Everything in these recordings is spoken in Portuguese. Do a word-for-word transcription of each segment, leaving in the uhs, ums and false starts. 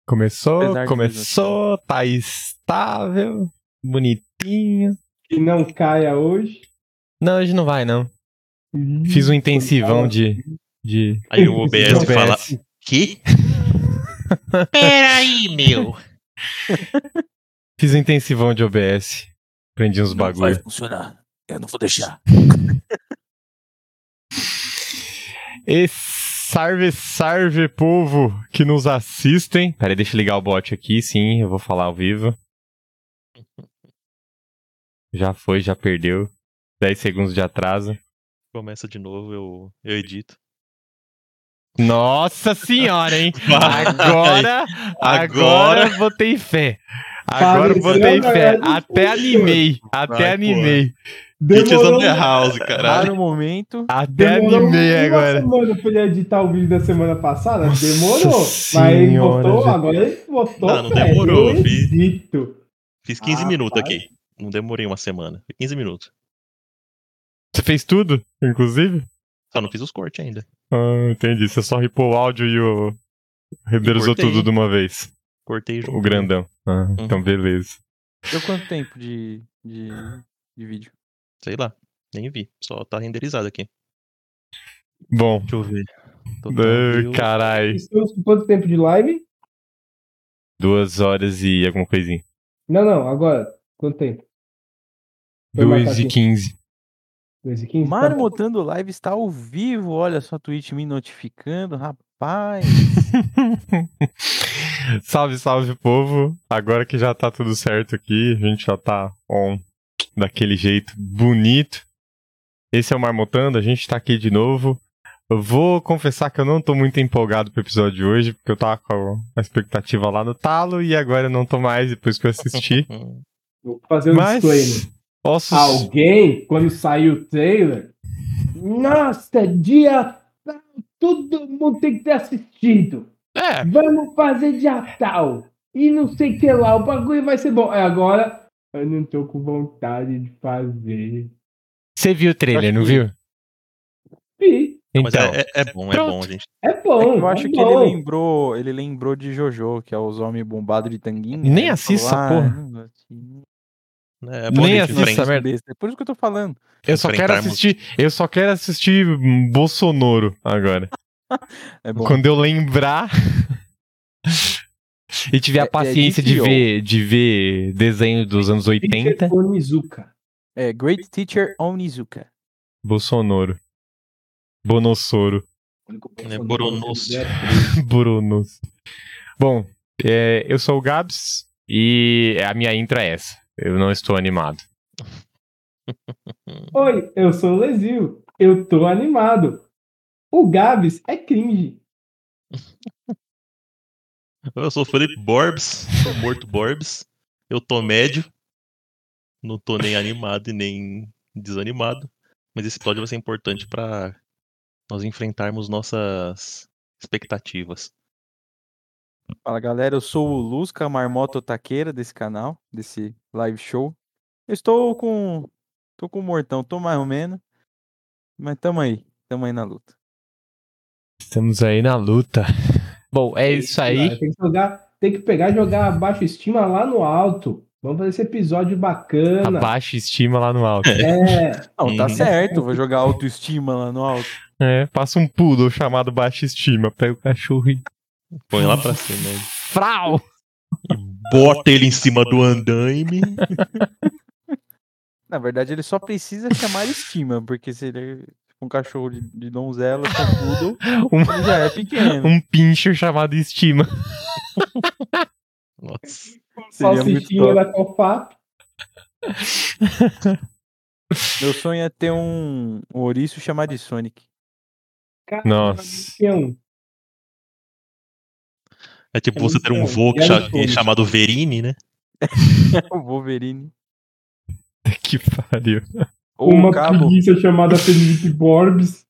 Começou, Apesar de começou, tá estável, bonitinho. Que não caia hoje. Não, hoje não vai, não. Ih, Fiz um intensivão quando de... de... Aí o O B S O B S. fala, que? Peraí, meu. Fiz um intensivão de O B S. Aprendi uns Não vai bagulho. funcionar. Eu não vou deixar. E salve, salve, povo que nos assistem. Peraí, deixa eu ligar o bot aqui, sim, eu vou falar ao vivo. Já foi, já perdeu. dez segundos de atraso. Começa de novo, eu, eu edito. Nossa senhora, hein? Vai. Agora, agora Agora. botei fé. Agora Pareceu, botei fé. galera. Até animei. Até Vai, animei. Bitches on Demorou, the house, caralho. Raro momento. Até demorou animei uma agora. semana pra ele editar o vídeo da semana passada. Nossa Demorou. Mas ele senhora, botou, já- agora ele botou. Não, não fé, demorou, eu fi. edito. Fiz quinze Ah, minutos pai. aqui. Não demorei uma semana. Foi quinze minutos. Você fez tudo, inclusive? Só não fiz os cortes ainda. Ah, entendi. Você só ripou o áudio e o... renderizou cortei. tudo de uma vez. Cortei junto. O grandão. Ah, então beleza. Deu quanto tempo de, de, de vídeo? Sei lá. Nem vi. Só tá renderizado aqui. Bom. Deixa eu ver. Total Ai, view. carai. Estamos com quanto tempo de live? Duas horas e alguma coisinha. Não, não, agora. Quanto tempo? Foi marcar Duas e aqui. quinze. dois e quinze? Mário Motando Live está ao vivo. Olha só a Twitch me notificando. Rapaz. Salve, salve, povo. Agora que já tá tudo certo aqui, a gente já tá on daquele jeito bonito. Esse é o Marmotando, a gente tá aqui de novo. Eu vou confessar que eu não tô muito empolgado pro episódio de hoje, porque eu tava com a expectativa lá no talo e agora eu não tô mais depois que eu assisti. Vou fazer um Mas disclaimer. posso... Alguém, quando saiu o trailer, nossa, dia tal, todo mundo tem que ter assistido. É, Vamos fazer dia tal. E não sei o que lá, o bagulho vai ser bom. É, agora, eu não tô com vontade de fazer. você viu o trailer, não viu? E Não, mas Então, é, é, é bom, é pronto. bom, gente. é É bom. que eu acho é que bom. ele lembrou, ele lembrou de Jojo, que é os homens bombados de tanguinha. Nem Ele assisto falou, essa porra. "Ah, não vou assistir." É bom Nem a gente assisto enfrentar- essa merda. Besta. É por isso que eu tô falando. Eu só quero enfrentarmos- assistir, eu só quero assistir hum, Bolsonaro agora. É bom. Quando eu lembrar e tiver É- a é paciência de D T O. ver, de ver desenho dos anos oitenta, Onizuka. É Great Teacher Onizuka. Bolsonaro. Bonossoro. É Boronosso. Boronosso. Bom, é, eu sou o Gabs e a minha intro é essa. Eu não estou animado. Oi, eu sou o Lezil. Eu tô animado. O Gabs é cringe. Eu sou o Felipe Borbs, sou morto Borbs. Eu tô médio. Não tô nem animado e nem desanimado. Mas esse episódio vai ser importante pra nós enfrentarmos nossas expectativas. Fala galera, eu sou o Lusca, a marmota otaqueira desse canal, desse live show. Eu estou com. Tô com o mortão, tô mais ou menos. Mas tamo aí, tamo aí na luta. Estamos aí na luta. Bom, é isso Cara, aí. Tem que, jogar, tem que pegar e jogar a baixa estima lá no alto. Vamos fazer esse episódio bacana. Abaixa estima lá no alto. É, Não, tá Uhum. certo, vou jogar autoestima lá no alto. É, passa um poodle chamado baixa estima. Pega o cachorro e... Põe lá pra cima. Né? Frau! Bota ele em cima do andaime. Na verdade, ele só precisa chamar estima, porque se ele é um cachorro de, de donzela, com poodle, Um, ele já é pequeno. um pincher chamado estima. Nossa. Seria muito salsichinha top. da Cofap. Meu sonho é ter um, um ouriço chamado de Sonic. Cara, Nossa. campeão. É tipo você ter um vô que Quero cha- todos. chamado Verini, né? O Wolverine. Que pariu. Ou Uma o cabo. preguiça chamada Felipe Borbs.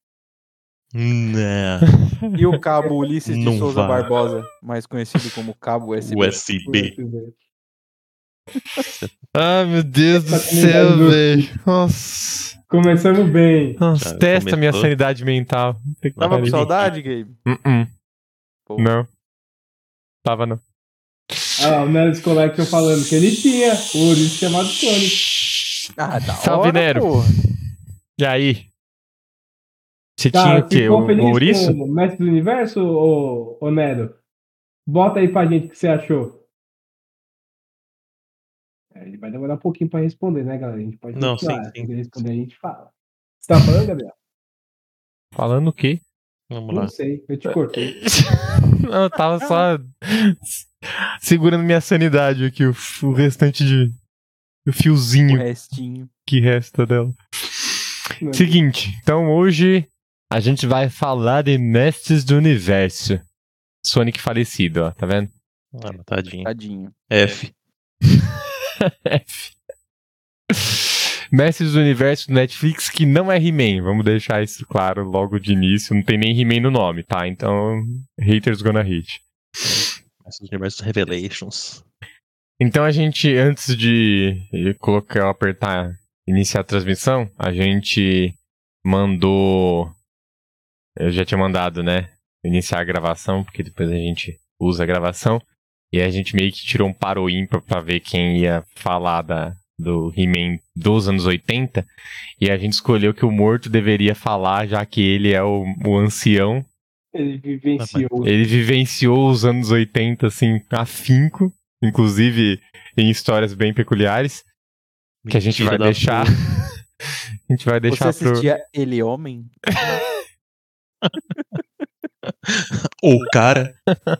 Não. E o cabo Ulisses de Não Souza vai. Barbosa, mais conhecido como Cabo U S B. U S B. Ai, meu Deus do Tá céu, combinado. velho. Nossa. Começamos bem. Nossa, Já testa minha começou. sanidade mental. Puta que Tava com pariu. saudade, Gabe? Uh-uh. Pô. Não. Tava não. Ah, o Nerds Collection falando que ele tinha o ouriço chamado Sonic. Ah, da Salve, hora, Nero. porra. E aí? Você Tá, tinha o quê? ficou O, feliz o ouriço? com o Mestre do Universo, ô, ô Nero? Bota aí pra gente o que você achou. É, ele vai demorar um pouquinho pra responder, né, galera? A gente pode Não, continuar. sim, sim. Se ele responder, a gente fala. Você tá falando, Gabriel? Falando o quê? Vamos lá. Não sei, eu te cortei. Não, eu tava só segurando minha sanidade aqui, o, o restante de. O O fiozinho restinho. que resta dela. Não. Seguinte, então hoje a gente vai falar de Mestres do Universo. Sonic falecido, ó, tá vendo? Ah, tadinho. Tadinho. F. F. Mestres do Universo do Netflix, que não é He-Man. Vamos deixar isso claro logo de início. Não tem nem He-Man no nome, tá? Então, haters gonna hate. Esses universos Revelations. Então a gente, antes de colocar, apertar, iniciar a transmissão, a gente mandou... Eu já tinha mandado, né? Iniciar a gravação, porque depois a gente usa a gravação. E a gente meio que tirou um paro ímpar pra ver quem ia falar da, do He-Man dos anos oitenta. E a gente escolheu que o Morto deveria falar, já que ele é o, o ancião. Ele vivenciou. Ele vivenciou os anos oitenta, assim, afinco. Inclusive em histórias bem peculiares. Que a gente vai Mentira da deixar... porra. a gente vai deixar Você pro... assistia Ele Homem? O cara.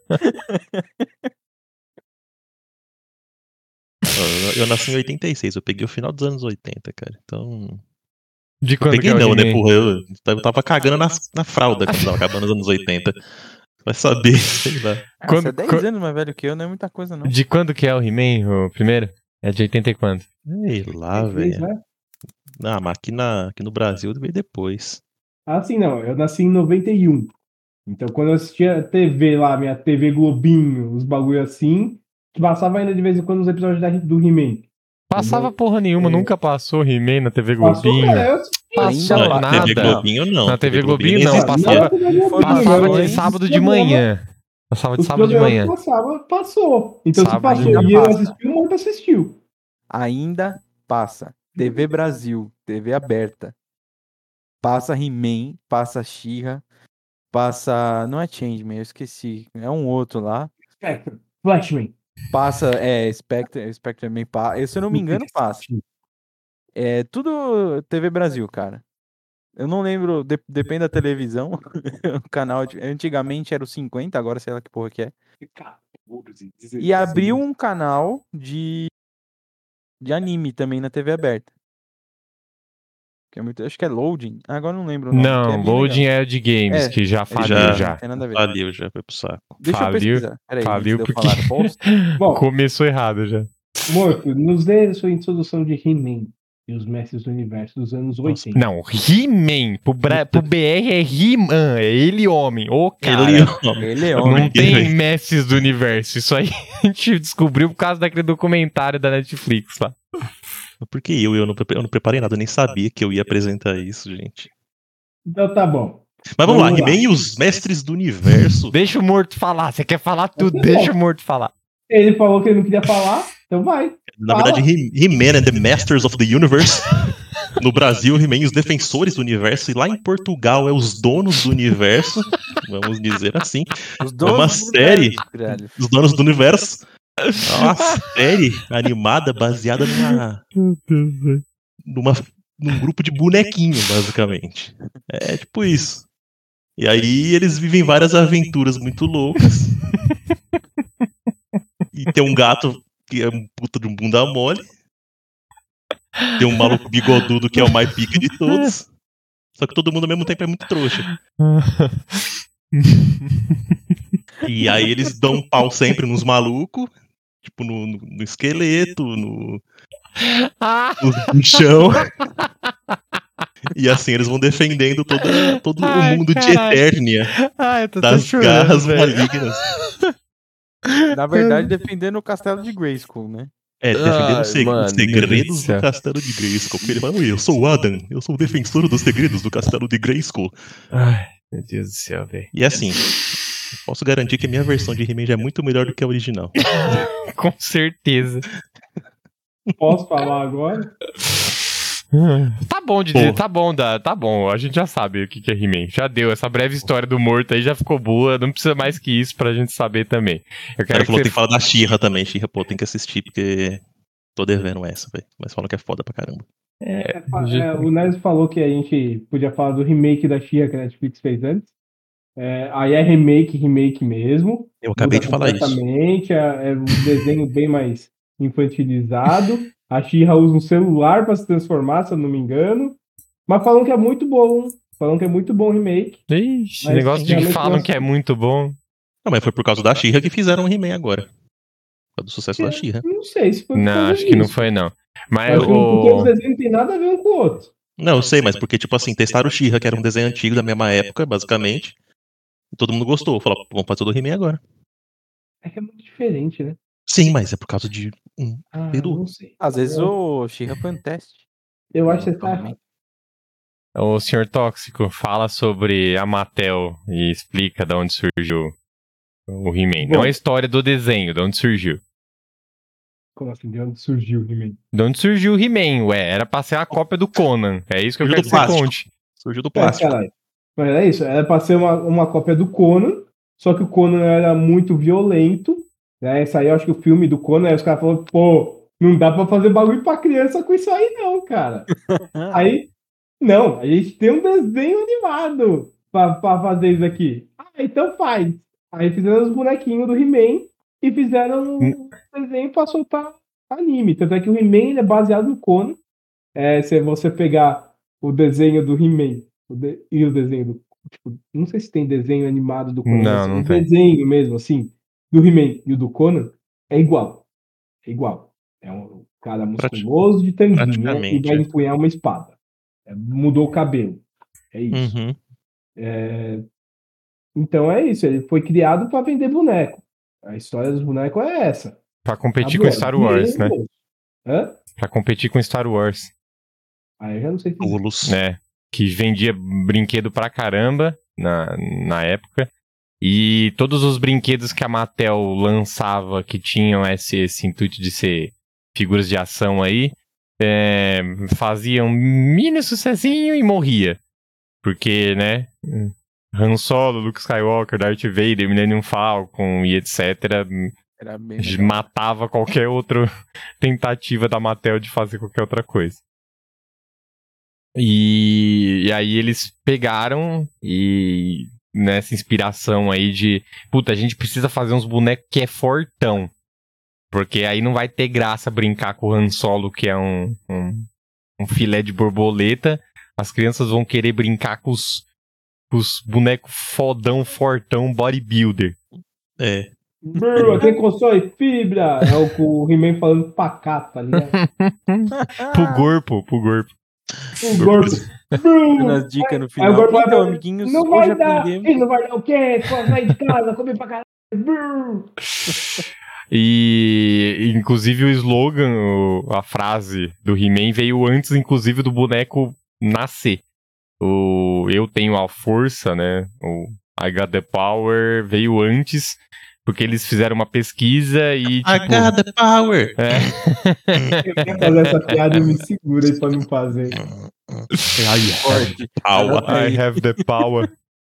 Eu, eu nasci em oitenta e seis, eu peguei o final dos anos oitenta, cara. Então. De Eu quando peguei que é o não, né, He-Man? porra? Eu, eu tava cagando na, na fralda quando tava acabando os anos oitenta. Vai saber, sei lá. Ah, Quando- você é dez quando- anos mais velho que eu, não é muita coisa, não. De quando que é o He-Man, o primeiro? É de oitenta e quando? Sei lá, Tem três, velho. né? Ah, mas aqui, na, aqui no Brasil veio depois. Ah, sim, não. Eu nasci em noventa e um. Então, quando eu assistia a T V lá, minha T V Globinho, os bagulho assim, que passava ainda de vez em quando os episódios da, do He-Man. Passava porra nenhuma, É. nunca passou He-Man na T V Passou, Globinho. cara, eu assisti. Passou Ainda Não, lá- nada. T V Globinho não. Na T V Globinho nem não, existe. passava- Na T V Globinho, Passava mas de os sábado de programas- manhã. Passava de Os sábado de programas manhã. Passava, passou. Então, Sábado se passou ainda e eu passa. assisti, o Morto assistiu. Ainda passa. T V Brasil, T V aberta. Passa He-Man, passa She-Ra, passa... Não é Changeman, eu esqueci. É um outro lá. Spectre, Flashman. Passa, é, Spectre, Spectre também passa. Se eu não me engano, passa. É tudo T V Brasil, cara. Eu não lembro, de- depende da televisão. O canal, de- antigamente era o cinquenta, agora sei lá que porra que é. E abriu um canal de, de anime também na T V aberta. Que é muito, acho que é Loading. Ah, agora eu não lembro o nome. que é Não, bem Loading legal. é de games, É, que já É faliu já- já. Não tem nada a ver. Valeu, já foi pro saco. Deixa Faliu- eu pesquisar. Peraí, Faliu antes de eu porque falar bosta. Bom. começou errado já. Morto, nos dê a sua introdução de He-Man e os Mestres do Universo dos anos oitenta. Não, He-Man. Pro, Bra- pro B R é He-Man, é ele homem. Ô, cara. Ele, homem. Ele é Não homem. tem velho. Mestres do Universo. Isso aí a gente descobriu por causa daquele documentário da Netflix lá. Por que eu? Eu não, pre- eu não preparei nada, eu nem sabia que eu ia apresentar isso, gente. Então tá bom. Mas vamos, Vamos lá, lá. He-Man e os Mestres do Universo. Deixa o morto falar. Você quer falar tudo? Tá bom. Deixa o morto falar. Ele falou que ele não queria falar, então vai. Na Fala. verdade, He- He-Man and the Masters of the Universe. No Brasil, He-Man e os Defensores do Universo. E lá em Portugal é os Donos do Universo. Vamos dizer assim. Os É uma do série. universo, velho. Os Donos do Universo. É uma série animada baseada numa, numa, num grupo de bonequinho, basicamente. É tipo isso. E aí eles vivem várias aventuras muito loucas. E tem um gato que é um puta de um bunda mole. Tem um maluco bigodudo que é o mais pica de todos. Só que todo mundo ao mesmo tempo é muito trouxa. E aí eles dão um pau sempre nos malucos. Tipo, no, no- no esqueleto, no, Ah, no, no chão. E assim eles vão defendendo toda, todo Ai, o mundo de caralho. Eternia. ai, eu tô até Das chorando, garras velho. malignas. Na verdade, defendendo o castelo de Grayskull, né? É, defendendo Ai, os seg- mano, os Deus do segredos céu. do castelo de Grayskull. Porque ele fala, "Oi, eu sou o Adam, eu sou o defensor dos segredos do castelo de Grayskull." Ai, meu Deus do céu, velho. E assim, Posso garantir que a minha versão de He-Man já é muito melhor do que a original. Com certeza. Posso falar agora? Tá bom, Didi, Porra. tá bom, da- tá bom. A gente já sabe o que que é He-Man. Já deu. Essa breve história do morto aí já ficou boa. Não precisa mais que isso pra gente saber também. Eu O quero cara que falou que você... tem que falar da She-Ra também. She-Ra, pô, tem que assistir porque tô devendo essa, velho. Mas falam que é foda pra caramba. É, é, o Nes falou que a gente podia falar do remake da She-Ra que a Netflix fez antes. É, aí é remake, remake mesmo. Eu acabei Muda de falar isso. completamente, É, é um desenho bem mais infantilizado. A She-Ra usa um celular pra se transformar, se eu não me engano. Mas falam que é muito bom. Falam que é muito bom o remake. Ixi, Mas negócio de que realmente falam não que é muito bom. Não, mas foi por causa da She-Ra que fizeram o He-Man agora. Por causa do sucesso da She-Ra. Não sei se foi por Não, causa acho que não disso. foi, não. Mas Acho que não- porque os o... desenhos não tem nada a ver um com o outro. Não, eu sei, mas porque, tipo assim, testaram o She-Ra, que era um desenho antigo da mesma época, basicamente. E todo mundo gostou. Falaram, vamos fazer do He-Man agora. É que é muito diferente, né? Sim, mas é por causa de um Ah, peru. não sei. Às vezes eu, o She-Ra foi um teste. eu acho que você tá Provavelmente. errado. o senhor Tóxico fala sobre a Mattel e explica de onde surgiu o He-Man. Bom. Não a história do desenho, de onde surgiu. Como assim? De onde surgiu o He-Man? De onde surgiu o He-Man, ué? Era pra ser a cópia do Conan. É isso que eu Surgiu quero do que você plástico. conte. Surgiu do É, plástico. caralho. Mas era isso, era pra ser uma, uma cópia do Conan, só que o Conan era muito violento, né? Isso aí eu acho que o filme do Conan, aí os caras falaram, pô, não dá pra fazer bagulho pra criança com isso aí não, cara. Aí, não, a gente tem um desenho animado pra, pra fazer isso aqui. Ah, então faz. Aí fizeram os bonequinhos do He-Man e fizeram um desenho pra soltar anime. Tanto é que o He-Man ele é baseado no Conan. É, se você pegar o desenho do He-Man o de- e o desenho do. Tipo, não sei se tem desenho animado do Conan, Não, mas não o tem. desenho mesmo, assim, do He-Man e o do Conan é igual. É igual. É um cara musculoso de tanguinha e praticamente, vai é. empunhar uma espada. É, mudou o cabelo. É isso. Uhum. Então é isso. Ele foi criado para vender boneco. A história dos bonecos é essa. Pra competir Acabou, com Star Wars, né? dinheiro. Hã? Pra competir com Star Wars. Aí eu já não sei se. Tolos. né? Que vendia brinquedo pra caramba na, na época. E todos os brinquedos que a Mattel lançava que tinham esse, esse intuito de ser figuras de ação aí, é, faziam mini sucessinho e morria. Porque, né? Han Solo, Luke Skywalker, Darth Vader, Millennium Falcon e etcétera Era bem legal. matava qualquer outra tentativa da Mattel de fazer qualquer outra coisa. E, e aí eles pegaram e nessa inspiração aí de puta, a gente precisa fazer uns bonecos que é fortão. Porque aí não vai ter graça brincar com o Han Solo, que é um, um, um filé de borboleta. As crianças vão querer brincar com os, com os bonecos fodão, fortão, bodybuilder. É. Brrr, quem consome fibra? É o, o He-Man falando pacato, tá ligado? Pro corpo, pro corpo. O corpo. Dando as dicas no Aí o final. gordo vai Então, falar, amiguinhos, não hoje vai dar, aprendemos. ele não vai dar o quê? Pô, sair de casa, comer pra caralho. Brrr. E, inclusive, o slogan, o- a frase do He-Man veio antes, inclusive, do boneco nascer. O Eu Tenho a Força, né? O I Got the Power veio antes, porque eles fizeram uma pesquisa e, I tipo... got the power! É. Eu quero fazer essa piada e me segura aí pra não fazer. Forte. Power. I have the power.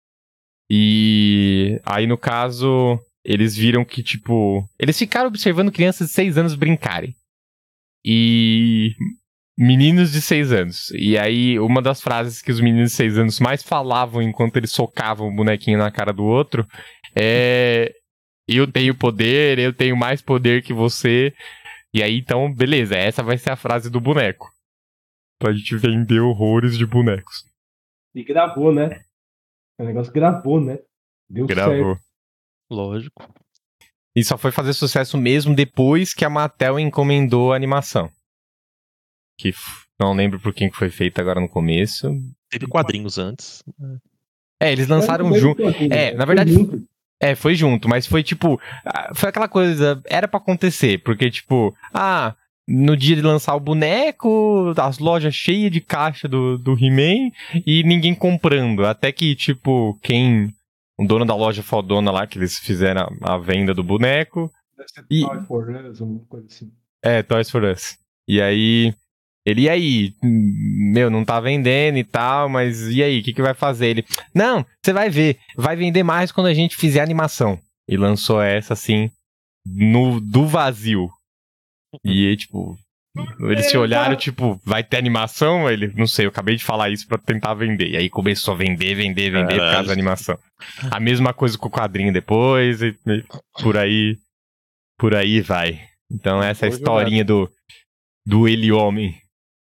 E aí, no caso, eles viram que, tipo... Eles ficaram observando crianças de seis anos brincarem. E... Meninos de seis anos. E aí, uma das frases que os meninos de seis anos mais falavam enquanto eles socavam o bonequinho na cara do outro é... Eu tenho poder, eu tenho mais poder que você. E aí, então, beleza. Essa vai ser a frase do boneco. Pra gente vender horrores de bonecos. E gravou, né? O negócio gravou, né? Deu certo. Gravou. Lógico. E só foi fazer sucesso mesmo depois que a Mattel encomendou a animação. Que f- não lembro por quem que foi feita agora no começo. Teve quadrinhos antes. É, eles lançaram Mas não junto. foi tudo, É, né? na Foi verdade, junto. É, foi junto, mas foi tipo... ah, Foi aquela coisa... Era pra acontecer, porque tipo... Ah, no dia de lançar o boneco, as lojas cheias de caixa do, do He-Man e ninguém comprando. Até que, tipo, quem o dono da loja fodona lá, que eles fizeram a, a venda do boneco. Deve ser E- Toy for Us, alguma coisa assim. É, Toys for Us. E aí, ele, e aí? Hum, Meu, não tá vendendo e tal, mas e aí, o que, que vai fazer? Ele, não, você vai ver, vai vender mais quando a gente fizer animação. E lançou essa, assim, no, do vazio. E aí, tipo, eles se olharam, tipo, vai ter animação? Ele, não sei, eu acabei de falar isso pra tentar vender. E aí começou a vender, vender, vender por causa Caralho. da animação. A mesma coisa com o quadrinho depois, e, e por aí, por aí vai. Então essa é a Boa historinha do, do Ele Homem.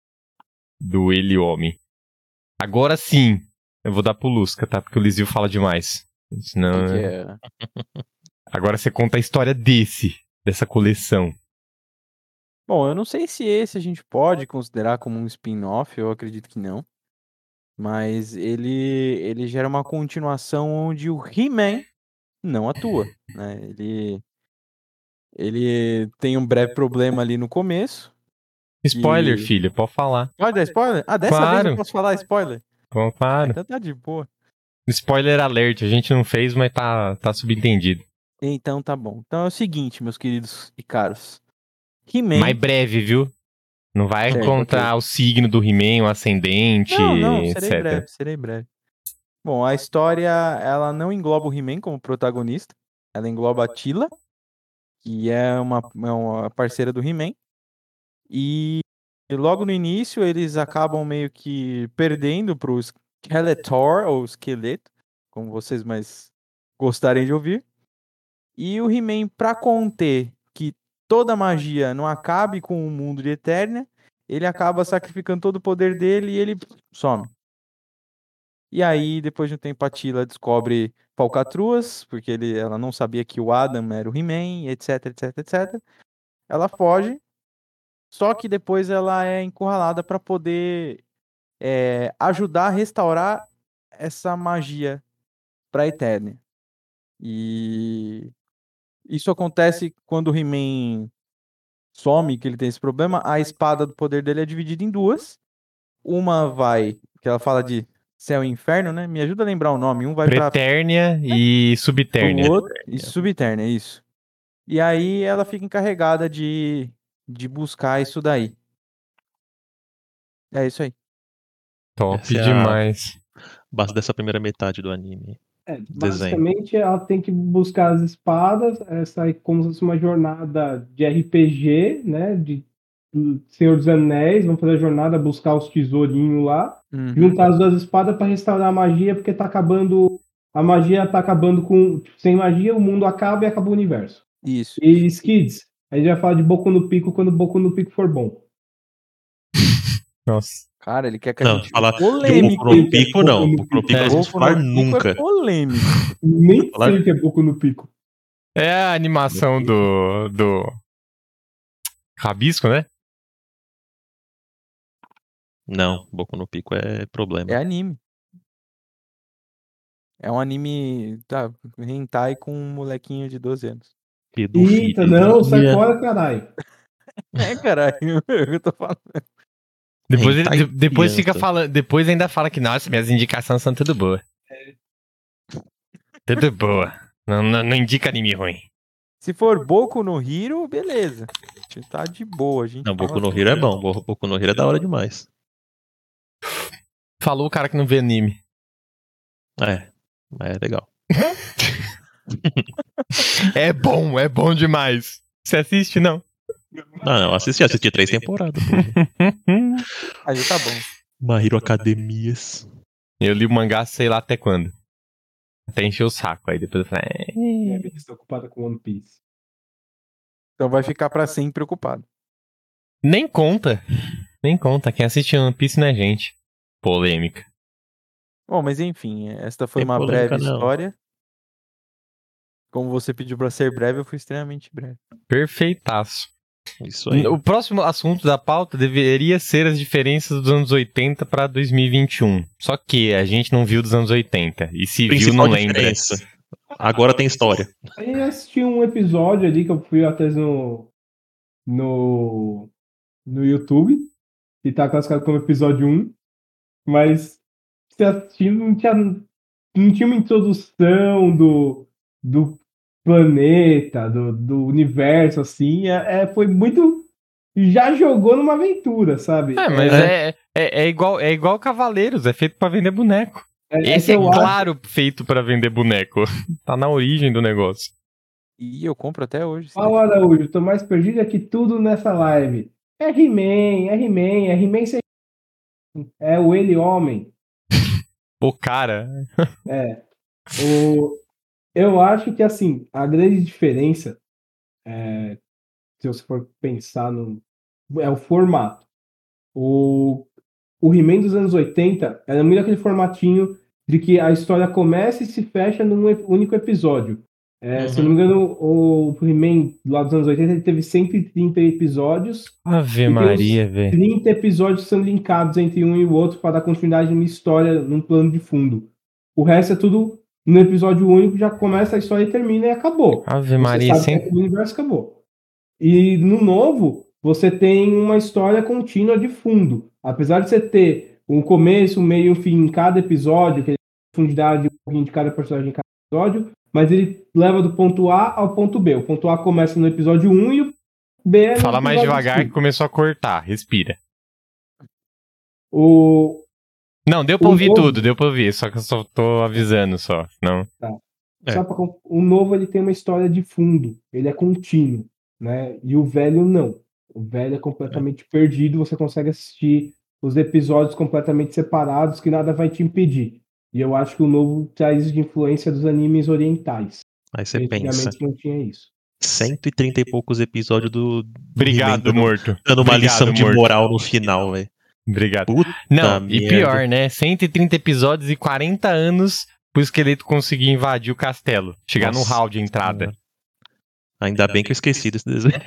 Do Ele Homem. Agora sim, eu vou dar pro Lusca, tá? Porque o Lizio fala demais. Senão, Que que é? agora você conta a história desse, dessa coleção. Bom, eu não sei se esse a gente pode considerar como um spin-off, eu acredito que não. Mas ele, ele gera uma continuação onde o He-Man não atua, né? Ele, ele tem um breve problema ali no começo. Spoiler, E- filho, pode falar. Pode dar spoiler? Ah, dessa vez Claro. eu posso falar spoiler? Bom, Ah, claro. então tá de boa. Spoiler alert, a gente não fez, mas tá, tá subentendido. Então tá bom. Então é o seguinte, meus queridos e caros. He-Man... Mais breve, viu? Não vai Certo, contar o signo do He-Man, o ascendente, Não, não, serei etcétera. breve, serei breve. Bom, a história, ela não engloba o He-Man como protagonista. Ela engloba a Teela, que é uma, é uma parceira do He-Man. E logo no início eles acabam meio que perdendo pro Skeletor, ou Esqueleto, como vocês mais gostarem de ouvir. E o He-Man, pra conter que toda magia não acabe com o mundo de Eternia, ele acaba sacrificando todo o poder dele e ele some. E aí, depois de um tempo, a Teela descobre falcatruas, porque ele, ela não sabia que o Adam era o He-Man, etc, etc, etcétera. Ela foge, só que depois ela é encurralada para poder é, ajudar a restaurar essa magia para Eternia. E isso acontece quando o He-Man some, que ele tem esse problema. A espada do poder dele é dividida em duas. Uma vai, que ela fala de céu e inferno, né? Me ajuda a lembrar o nome. Um vai para Pretérnia e o Subtérnia. outro e Subterna, é isso. E aí ela fica encarregada de, de buscar isso daí. É isso aí. Top Essa é a- demais. Base dessa primeira metade do anime. É, Desenho. basicamente, ela tem que buscar as espadas, essa é como se fosse uma jornada de R P G, né? De do Senhor dos Anéis, vamos fazer a jornada, buscar os tesourinhos lá, Uhum. juntar as duas espadas para restaurar a magia, porque tá acabando. A magia tá acabando com. Sem magia, o mundo acaba e acaba o universo. Isso. E Skids, a gente vai falar de Boku no Pico quando Boku no Pico for bom. Nossa. Cara, ele quer que a Não, gente falar de polêmico. Boku no Pico, não. Boku no Pico É, nós vamos Boku falar no Pico nunca. é polêmico. Nem Falar- sei o que é Boku no Pico. É a animação do. do. Rabisco, né? Não, Boku no Pico é problema. É anime. É um anime, tá, hentai com um molequinho de doze anos. Eita, não, sai fora, caralho. É, caralho, eu tô falando. Depois, ele, Hentai de- depois fica criança. falando. Depois ainda fala que, nossa, minhas indicações são tudo boa. Tudo boa. Não, não, não indica anime ruim. Se for Boku no Hero, beleza. A gente tá de boa, a gente Não, Boku fala no Hero é bom. Bo- Boku no Hero é da hora demais. Falou o cara que não vê anime. É, é legal. É bom, é bom demais. Você assiste, não? Não, não, assisti, assisti três temporadas. Pô. Aí tá bom. My Hero Academias. Eu li o mangá sei lá até quando. Até encher o saco. Aí depois eu falei. Minha "É, vida está ocupada com One Piece. Então vai ficar pra sempre ocupado. Nem conta. Nem conta. Quem assiste One Piece não é gente. Polêmica. Bom, mas enfim, esta foi Tem uma polêmica, breve não. história. Como você pediu pra ser breve, eu fui extremamente breve. Perfeitaço. Isso aí. O próximo assunto da pauta deveria ser as diferenças dos anos oitenta pra dois mil e vinte e um. Só que a gente não viu dos anos oitenta. E se viu, Principal não lembra. diferença. Agora tem história. Aí eu assisti um episódio ali que eu fui até no, no, no YouTube, e tá classificado como episódio um, mas se assistindo não tinha não tinha uma introdução do, do planeta, do, do universo, assim. É, é, foi muito. Já jogou numa aventura, sabe? É, mas é, é, é, igual, é igual Cavaleiros, é feito pra vender boneco. é, Esse é, eu claro, acho... feito pra vender boneco. Tá na origem do negócio. E eu compro até hoje. Fala, Araújo, tô mais perdido que tudo nessa live. É He-Man, é He-Man, é He-Man sem... É o ele homem. O cara. É. O... Eu acho que, assim, a grande diferença, é... se você for pensar no... é o formato. O, o He-Man dos anos oitenta era muito aquele formatinho de que a história começa e se fecha num único episódio. É, uhum. Se eu não me engano, o He-Man lá dos anos oitenta ele teve cento e trinta episódios. Ave Maria, velho. trinta episódios são linkados entre um e o outro para dar continuidade numa história, num plano de fundo. O resto é tudo no episódio único, já começa a história e termina e acabou. Ave você Maria, sabe sempre... que o universo acabou. E no novo, você tem uma história contínua de fundo. Apesar de você ter um começo, um meio e um fim em cada episódio, que é a profundidade de cada personagem em cada episódio, mas ele leva do ponto A ao ponto B. O ponto A começa no episódio um e o B é no Fala mais devagar cinco. Que começou a cortar. Respira. O... Não, deu pra o ouvir novo... tudo, deu pra ouvir. Só que eu só tô avisando só. Não. Tá. É. Só pra... O novo ele tem uma história de fundo. Ele é contínuo, né? E o velho não. O velho é completamente é. perdido. Você consegue assistir os episódios completamente separados que nada vai te impedir. E eu acho que o novo traz de influência dos animes orientais. Aí você pensa. Não tinha isso. cento e trinta e poucos episódios do. do Obrigado, dando, morto. Dando uma Obrigado, lição de morto. moral no final, velho. Obrigado. Puta Não, merda. E pior, né? cento e trinta episódios e quarenta anos pro esqueleto conseguir invadir o castelo. Chegar Nossa, no hall de entrada. Cara. Ainda bem que eu esqueci desse desenho.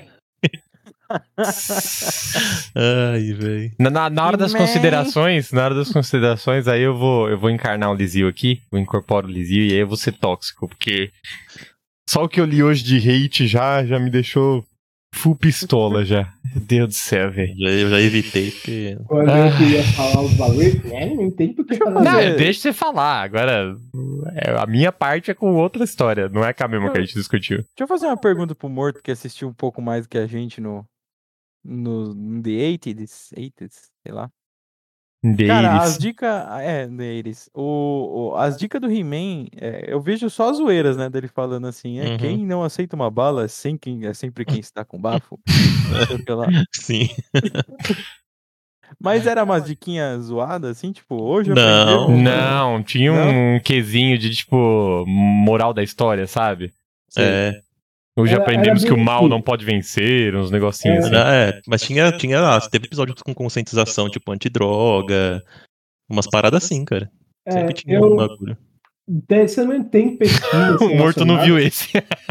Ai, velho. Na, na, na hora das considerações, na hora das considerações, aí eu vou, eu vou encarnar o Lizio aqui, vou incorporar o Lizio e aí eu vou ser tóxico, porque só o que eu li hoje de hate já, já me deixou full pistola já. Meu Deus do céu, velho. Eu já evitei, porque... Quando ah. eu queria falar os bagulhos, né? Não tem por que falar. Não, eu deixo você falar. Agora, a minha parte é com outra história, não é com a mesma eu, que a gente discutiu. Deixa eu fazer uma pergunta pro Morto, que assistiu um pouco mais do que a gente no... No, no The eighties, eighties, sei lá. The Cara, eighties. as dicas. É, The eighties. O, o, as dicas do He-Man, é, eu vejo só zoeiras, né? Dele falando assim: é, uhum. Quem não aceita uma bala é, sem quem, é sempre quem está com bafo. lá. Sim. Mas era umas diquinhas zoadas, assim, tipo, hoje eu Não, aprendi... não, tinha um não? quesinho de, tipo, moral da história, sabe? É. Hoje era, aprendemos era que o mal assim. não pode vencer, uns negocinhos É, assim. É, mas tinha, tinha lá, teve episódio com conscientização, tipo, antidroga, umas paradas assim, cara. Sempre é, tinha eu, um bagulho. Você não tem pesquisa. O Morto não viu esse.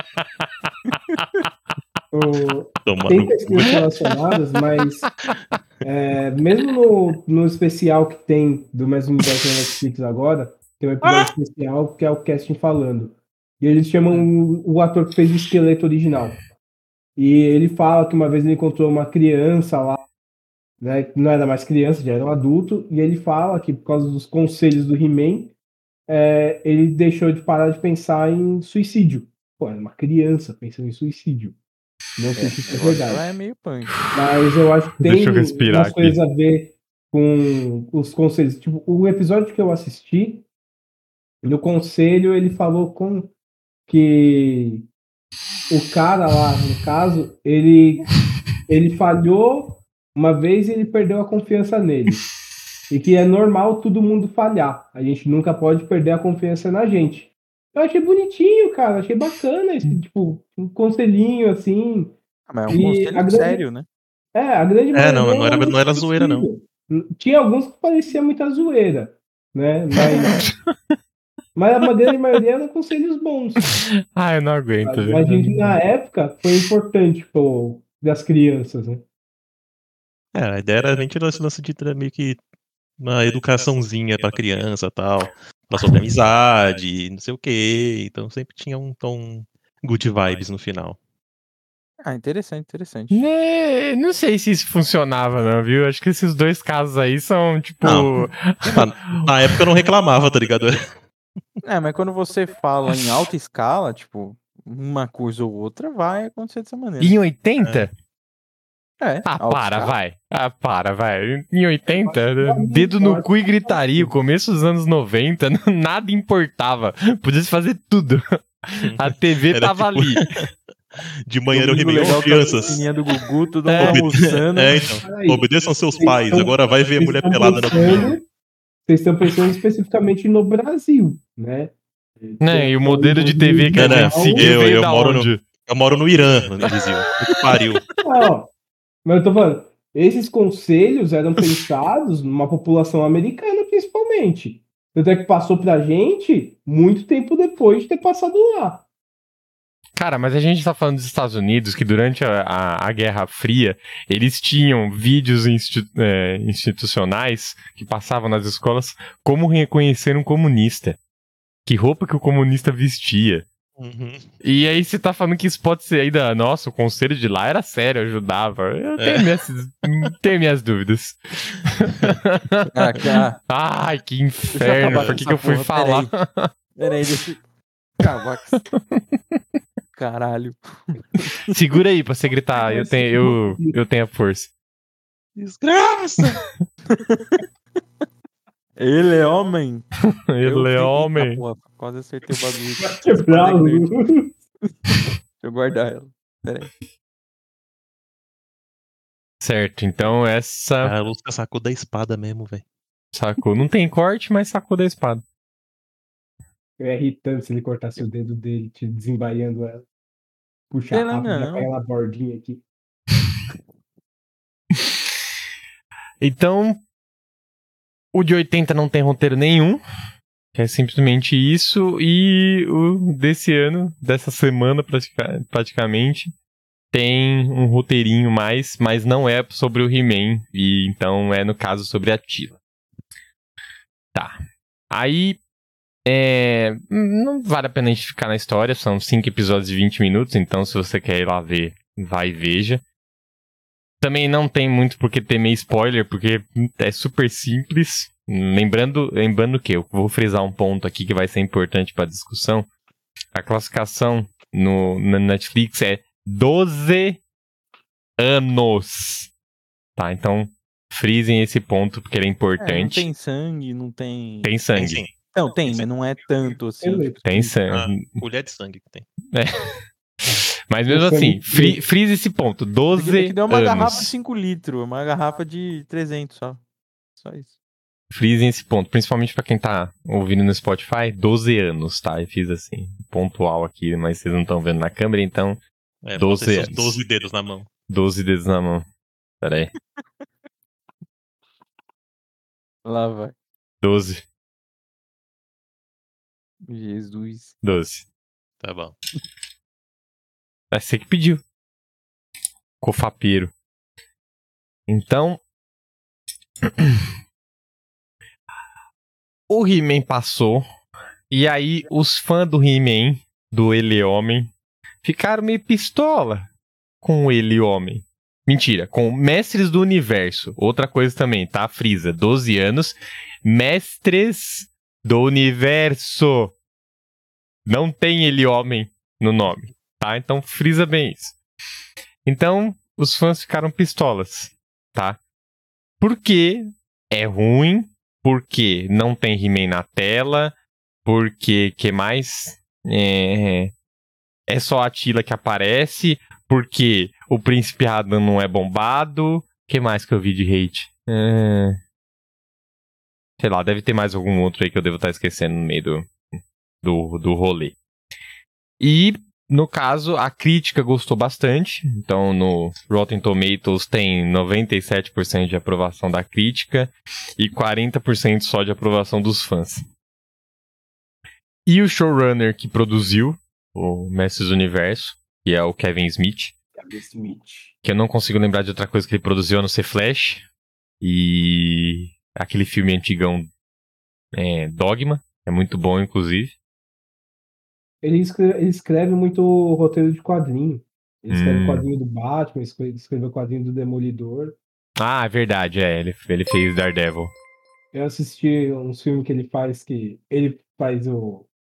o, tem pesquisas relacionadas, mas é, mesmo no, no especial que tem do mesmo universo da Netflix agora, tem um episódio ah! especial que é o casting falando. E eles chamam o, o ator que fez o esqueleto original. E ele fala que uma vez ele encontrou uma criança lá, né, não era mais criança, já era um adulto, e ele fala que por causa dos conselhos do He-Man, é, ele deixou de parar de pensar em suicídio. Pô, era uma criança pensando em suicídio. Não sei é, se isso é verdade. Ela é meio punk. Mas eu acho que tem umas aqui. coisas a ver com os conselhos. Tipo, o episódio que eu assisti, no conselho, ele falou com que o cara lá, no caso, ele, ele falhou uma vez e ele perdeu a confiança nele. E que é normal todo mundo falhar. A gente nunca pode perder a confiança na gente. Eu achei bonitinho, cara. Achei bacana esse, tipo, um conselhinho, assim. Ah, mas é um conselho grande... sério, né? É, a grande maioria... É, não, não era, não era zoeira, não. Tinha alguns que parecia muita zoeira, né? Mas... Mas a grande maioria eram conselhos bons. Ah, eu não aguento. A, a gente, na época, foi importante pô, das crianças, né? É, a ideia era a gente esse lance de meio que uma educaçãozinha pra criança e tal. Pra sobre amizade, não sei o quê. Então sempre tinha um tom good vibes no final. Ah, interessante, interessante. Né, não sei se isso funcionava, não, viu? Acho que esses dois casos aí são, tipo... Não. Na, na época eu não reclamava, tá ligado? É, mas quando você fala em alta escala, tipo, uma coisa ou outra vai acontecer dessa maneira. Em oitenta? É, Ah, alta para, escala. vai. Ah, para, vai. Em oitenta, Eu acho que dedo no pode. cu e gritaria. O começo dos anos noventa, nada importava. Podia se fazer tudo. A T V Era tava tipo- ali. De manhã era o Domingo He-Man. legal Ô, com a crianças, piscininha do Gugu, todo mundo É. almoçando. é, então, Peraí. obedeçam seus Vocês pais. estão- Agora vai ver a Vocês mulher estão pelada na piscina. pensando- Vocês estão pensando especificamente no Brasil, né? Né, e o modelo de T V que a Não, não, gente seguiu eu- veio eu da moro no- onde? Eu moro no Irã, eles iam. Puta que pariu. Ó, mas eu tô falando, esses conselhos eram pensados numa população americana, principalmente. Tanto é que passou pra gente muito tempo depois de ter passado lá. Cara, mas a gente tá falando dos Estados Unidos, que durante a, a, a Guerra Fria, eles tinham vídeos institu- é, institucionais que passavam nas escolas como reconhecer um comunista. Que roupa que o comunista vestia. Uhum. E aí você tá falando que isso pode ser ainda... Nossa, o conselho de lá era sério, ajudava. Eu tenho, É. minhas, tenho minhas dúvidas. Ah, cara, Ai, que deixa eu inferno. acabar Por com que, essa que eu fui porra, falar? peraí. Peraí, deixa eu acabar com isso. Caralho. Segura aí pra você gritar. Eu tenho, eu, eu tenho a força. Desgraça! Ele é homem. Eu Ele é sei- homem. Eita, porra, quase acertei o bagulho. Vai quebrar o... Deixa eu guardar ela. Peraí. Certo, então essa A Lusca sacou da espada mesmo, velho. sacou. Não tem corte, mas sacou da espada. É irritante se ele cortasse o dedo dele, te desembaiando ela. Puxa Ela rápido, já não. cai na bordinha aqui. Então, o de oitenta não tem roteiro nenhum. É simplesmente isso. E o desse ano, dessa semana pratica- praticamente, tem um roteirinho mais, mas não é sobre o He-Man. E então é, no caso, sobre a Tila. Tá. Aí, é, não vale a pena a gente ficar na história. São cinco episódios de vinte minutos. Então, se você quer ir lá ver, vai e veja. Também não tem muito por que temer spoiler, porque é super simples. Lembrando, lembrando que eu vou frisar um ponto aqui que vai ser importante para a discussão. A classificação no, na Netflix é doze anos. Tá, então frisem esse ponto porque ele é É, não importante. tem sangue, não tem. Tem sangue. Tem sim. Não, tem, mas não é tanto assim. Beleza. Tem Ah, sangue. colher de sangue que tem. Mas mesmo Tem assim, sangue. fri, frise esse ponto. Isso doze aqui deu uma anos. garrafa de cinco litros, uma garrafa de trezentos só. Só isso. Frisem esse ponto, principalmente pra quem tá ouvindo no Spotify, doze anos, tá? Eu fiz assim, pontual aqui, mas vocês não estão vendo na câmera, então É, doze bota esses anos. doze dedos na mão. doze dedos na mão. Pera aí. Lá vai. doze. Jesus. doze. Tá bom. É você que pediu. Cofapeiro. Então. O He-Man passou. E aí, os fãs do He-Man, do Ele Homem, ficaram meio pistola com o Ele Homem. Mentira, com Mestres do Universo. Outra coisa também, tá? Frisa, doze anos. Mestres do Universo. Não tem Ele Homem no nome, tá? Então, frisa bem isso. Então, os fãs ficaram pistolas, tá? Porque é ruim, porque não tem He-Man na tela, porque, que mais? É, é só a Tila que aparece, porque o Príncipe Adam não é bombado. Que mais que eu vi de hate? É... Sei lá, deve ter mais algum outro aí que eu devo estar esquecendo no meio do, do, do rolê. E, no caso, a crítica gostou bastante. Então, no Rotten Tomatoes tem noventa e sete por cento de aprovação da crítica e quarenta por cento só de aprovação dos fãs. E o showrunner que produziu o Mestres do Universo, que é o Kevin Smith, que eu não consigo lembrar de outra coisa que ele produziu a não ser Flash e aquele filme antigão é, Dogma, é muito bom, inclusive. Ele escreve, ele escreve muito roteiro de quadrinho. Ele escreve Hum. o quadrinho do Batman, escreve, escreveu o quadrinho do Demolidor. Ah, é verdade, é, ele, ele fez Daredevil. Eu assisti uns filmes que ele faz que ele faz o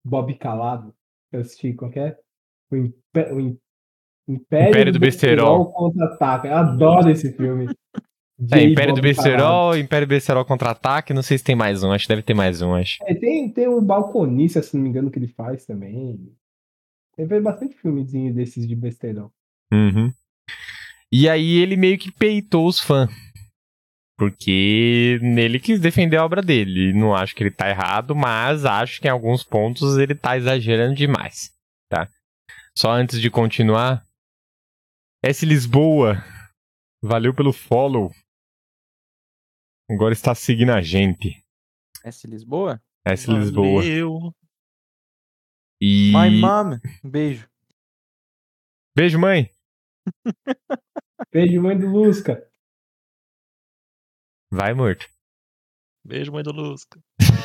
Bob Calado. Eu assisti qualquer. O, Impé- o Im- Império, Império do do Besterol. Contra-Ataca. Eu adoro esse filme. É, J. Império do Bob Calado. Besterol, Império do Besterol Contra-Ataque, não sei se tem mais um, acho que deve ter mais um, acho. É, tem, tem o Balconista, se não me engano, que ele faz também. Ele fez bastante filmezinho desses de besterol. Uhum. E aí ele meio que peitou os fãs. Porque ele quis defender a obra dele. Não acho que ele tá errado, mas acho que em alguns pontos ele tá exagerando demais, tá? Só antes de continuar, S. Lisboa, valeu pelo follow. Agora está seguindo a gente. S. Lisboa? S. Lisboa. Valeu. E... My mom. Um beijo. Beijo, mãe. Beijo, mãe do Lusca. Vai, morto. Beijo, mãe do Lusca.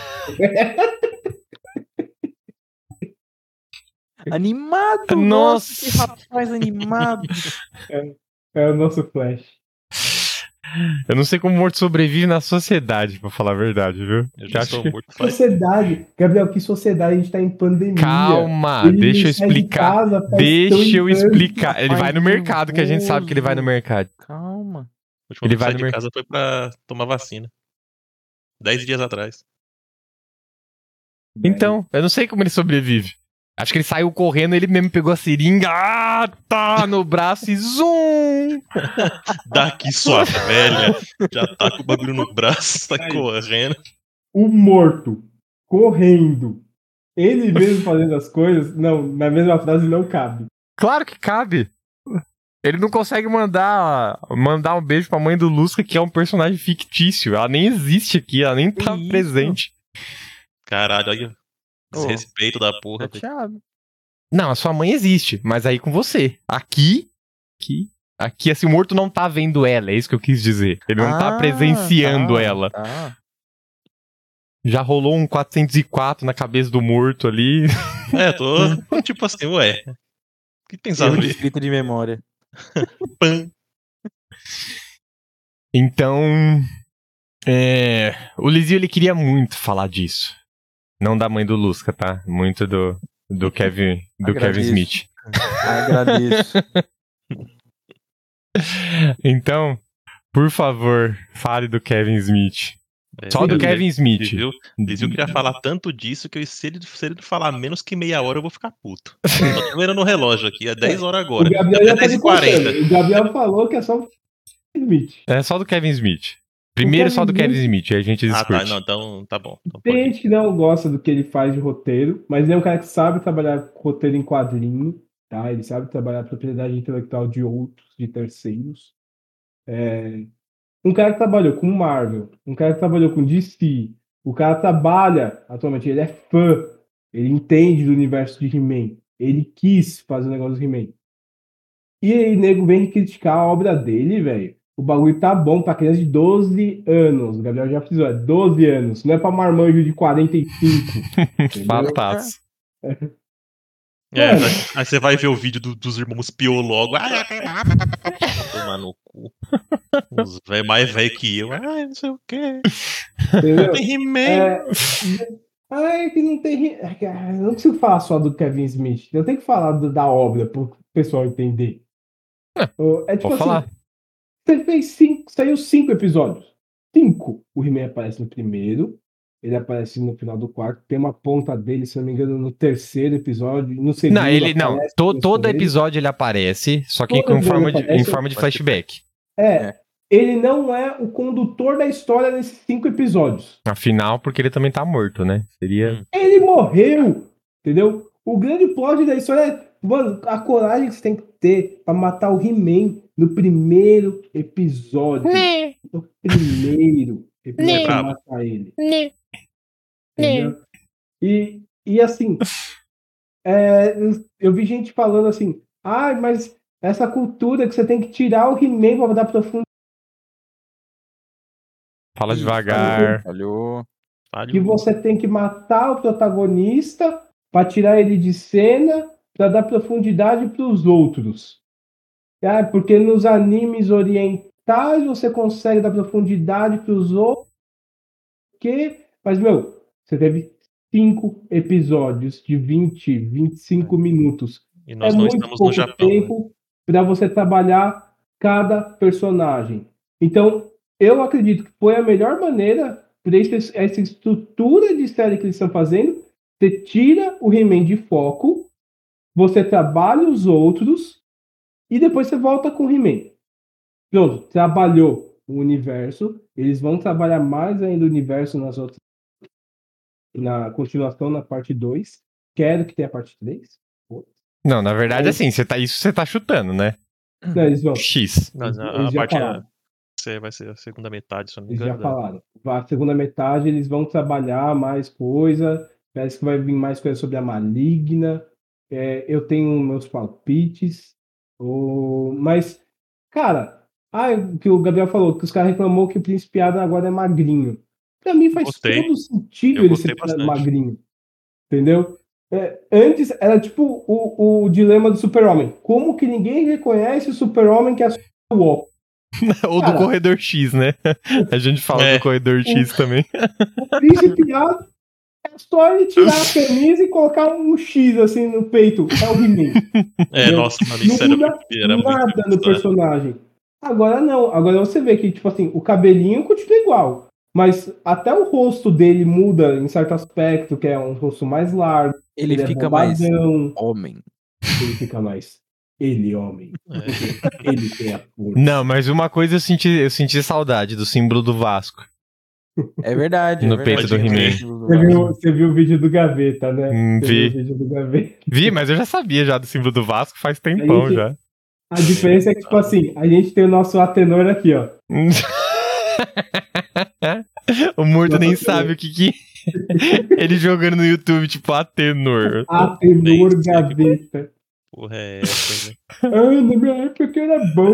Animado! Nossa. Nossa, que rapaz animado. É o nosso Flash. Eu não sei como o morto sobrevive na sociedade, pra falar a verdade, viu? Eu já Acho sou que- morto faz Sociedade. Gabriel, que sociedade? A gente tá em pandemia. Calma, Ele deixa eu não sai de explicar. casa faz Deixa dois eu anos. explicar. Ele Rapaz vai no mercado, que a gente sabe que ele vai no nervoso. mercado. Calma. A última Ele vez que vai saí no de mer- casa foi pra tomar vacina. Dez dias atrás. Então, eu não sei como ele sobrevive. Acho que ele saiu correndo, ele mesmo pegou a seringa, ah, tá, no braço e zoom! Daqui, sua velha. Já tá com o bagulho no braço, tá Aí. correndo. O morto correndo. Ele mesmo fazendo as coisas. Não, na mesma frase não cabe. Claro que cabe. Ele não consegue mandar mandar um beijo pra mãe do Lusca, que é um personagem fictício. Ela nem existe aqui, ela nem Que tá isso? presente. Caralho, olha. Desrespeito da porra, velho. Chateado. Não, a sua mãe existe, mas aí com você. Aqui, aqui, aqui, assim, o morto não tá vendo ela, é isso que eu quis dizer. Ele não tá Ah, presenciando tá, ela. Tá. Já rolou um quatrocentos e quatro na cabeça do morto ali. É, tô, tô tipo assim, ué. O que tem a Erro de ver? escrita de memória. Pã. Então, é, o Lizio, ele queria muito falar disso. Não da mãe do Lusca, tá? Muito do, do Kevin, do Kevin Agradeço. Smith. Agradeço. Então, por favor, fale do Kevin Smith. É, Só do eu- Kevin Smith. Viu? Eles queria falar tanto disso que eu, se, ele, se ele falar menos que meia hora eu vou ficar puto. Eu tô vendo no relógio aqui, é dez horas O agora. Gabriel já Até tá dez me e quarenta. contando. O Gabriel falou que é só o Smith. É só do Kevin Smith. Primeiro Kevin só do Kevin Smith- Smith, aí a gente Ah, discute. tá, não, então tá bom. Então Tem pode ir. gente que não gosta do que ele faz de roteiro, mas ele é um cara que sabe trabalhar com roteiro em quadrinho, tá? Ele sabe trabalhar a propriedade intelectual de outros, de terceiros. É, Um cara que trabalhou com Marvel, um cara que trabalhou com D C, o cara trabalha atualmente, ele é fã, ele entende do universo de He-Man, ele quis fazer o negócio do He-Man. E aí, nego vem criticar a obra dele, velho. O bagulho tá bom pra criança de doze anos. O Gabriel já frisou, é doze anos. Não é pra marmanjo de quarenta e cinco. entendeu? Fataço. É, Mano. aí- aí você vai ver o vídeo do- dos irmãos Pio logo. Ai, tomar no cu. Os velhos mais velhos que eu. Ai, não sei o quê. Entendeu? Tem He-Man. É, Ai, que não tem. ri- Ai, cara, eu não preciso falar só do Kevin Smith. Eu tenho que falar do- da obra pro pessoal entender. Ô, É tipo Pode assim, falar. você fez cinco, saiu cinco episódios. Cinco. O He-Man aparece no primeiro, ele aparece no final do quarto, tem uma ponta dele, se não me engano, no terceiro episódio, no segundo. Não, ele não. aparece To- com todo ele. episódio ele aparece, só que Todo com episódio forma de, aparece, em forma de flashback. É, ele não é o condutor da história nesses cinco episódios. Afinal, porque ele também tá morto, né? Seria. Hum. Ele morreu, entendeu? O grande plot da história é, mano, a coragem que você tem que ter pra matar o He-Man no primeiro episódio. No primeiro episódio pra Bravo. matar ele. Entendeu? E, e assim, é, eu vi gente falando assim, ai, mas essa cultura que você tem que tirar o He-Man pra dar profundidade. Fala Ih, devagar. Falhou. Falho. Que você tem que matar o protagonista para tirar ele de cena para dar profundidade para os outros. Ah, porque nos animes orientais você consegue dar profundidade para os outros. Que... Mas, meu, você teve cinco episódios de vinte, vinte e cinco minutos. E nós É não muito estamos no pouco Japão, né? tempo para você trabalhar cada personagem. Então, eu acredito que foi a melhor maneira para essa estrutura de série que eles estão fazendo. Você tira o He-Man de foco, você trabalha os outros e depois você volta com o He-Man. Pronto, trabalhou o universo. Eles vão trabalhar mais ainda o universo nas outras, na continuação, na parte dois. Quero que tenha a parte três. Não, na verdade, É. assim, você tá, isso você tá chutando, né? Não, eles vão. X. Mas a, Eles a já parte falaram. é, vai ser a segunda metade, se eu não me Eles já engano. da- falaram. A segunda metade eles vão trabalhar mais coisa. Parece que vai vir mais coisa sobre a Maligna. É, eu tenho meus palpites. O... Mas, cara, ah, o que o Gabriel falou, que os caras reclamou que o Príncipe Adam agora é magrinho. Pra mim faz Gostei. todo sentido Eu ele gostei ser bastante. magrinho. Entendeu? É, antes era tipo o, o dilema do super-homem. Como que ninguém reconhece o super-homem que é o óculos? Ou do Cara, corredor X, né? A gente fala É. do corredor X também. o Príncipe Adam é só ele tirar a camisa e colocar um X assim no peito. É o He-Man. É, Entendeu? nossa, mano, Não isso era, muda era muito nada no bizarro. personagem. Agora não. Agora você vê que, tipo assim, o cabelinho continua igual. Mas até o rosto dele muda em certo aspecto, que é um rosto mais largo. Ele, Ele é fica mais bombadão. homem. Ele fica mais. Ele, homem. É. Ele tem a força. Não, mas uma coisa eu senti, eu senti saudade do símbolo do Vasco. É verdade. No é verdade. peito do He-Man. Você viu, você viu o vídeo do Gaveta, né? Hum, Você vi. viu o vídeo do Gaveta. Vi, mas eu já sabia já do símbolo do Vasco faz tempão gente- já. A diferença é que, tipo assim, a gente tem o nosso Atenor aqui, ó. O Morto nem Nossa, sabe o que que... Ele jogando no YouTube, tipo, Atenor. Atenor Nem sei. Gaveta. Porra, é essa, né? Ah, na minha época era bom.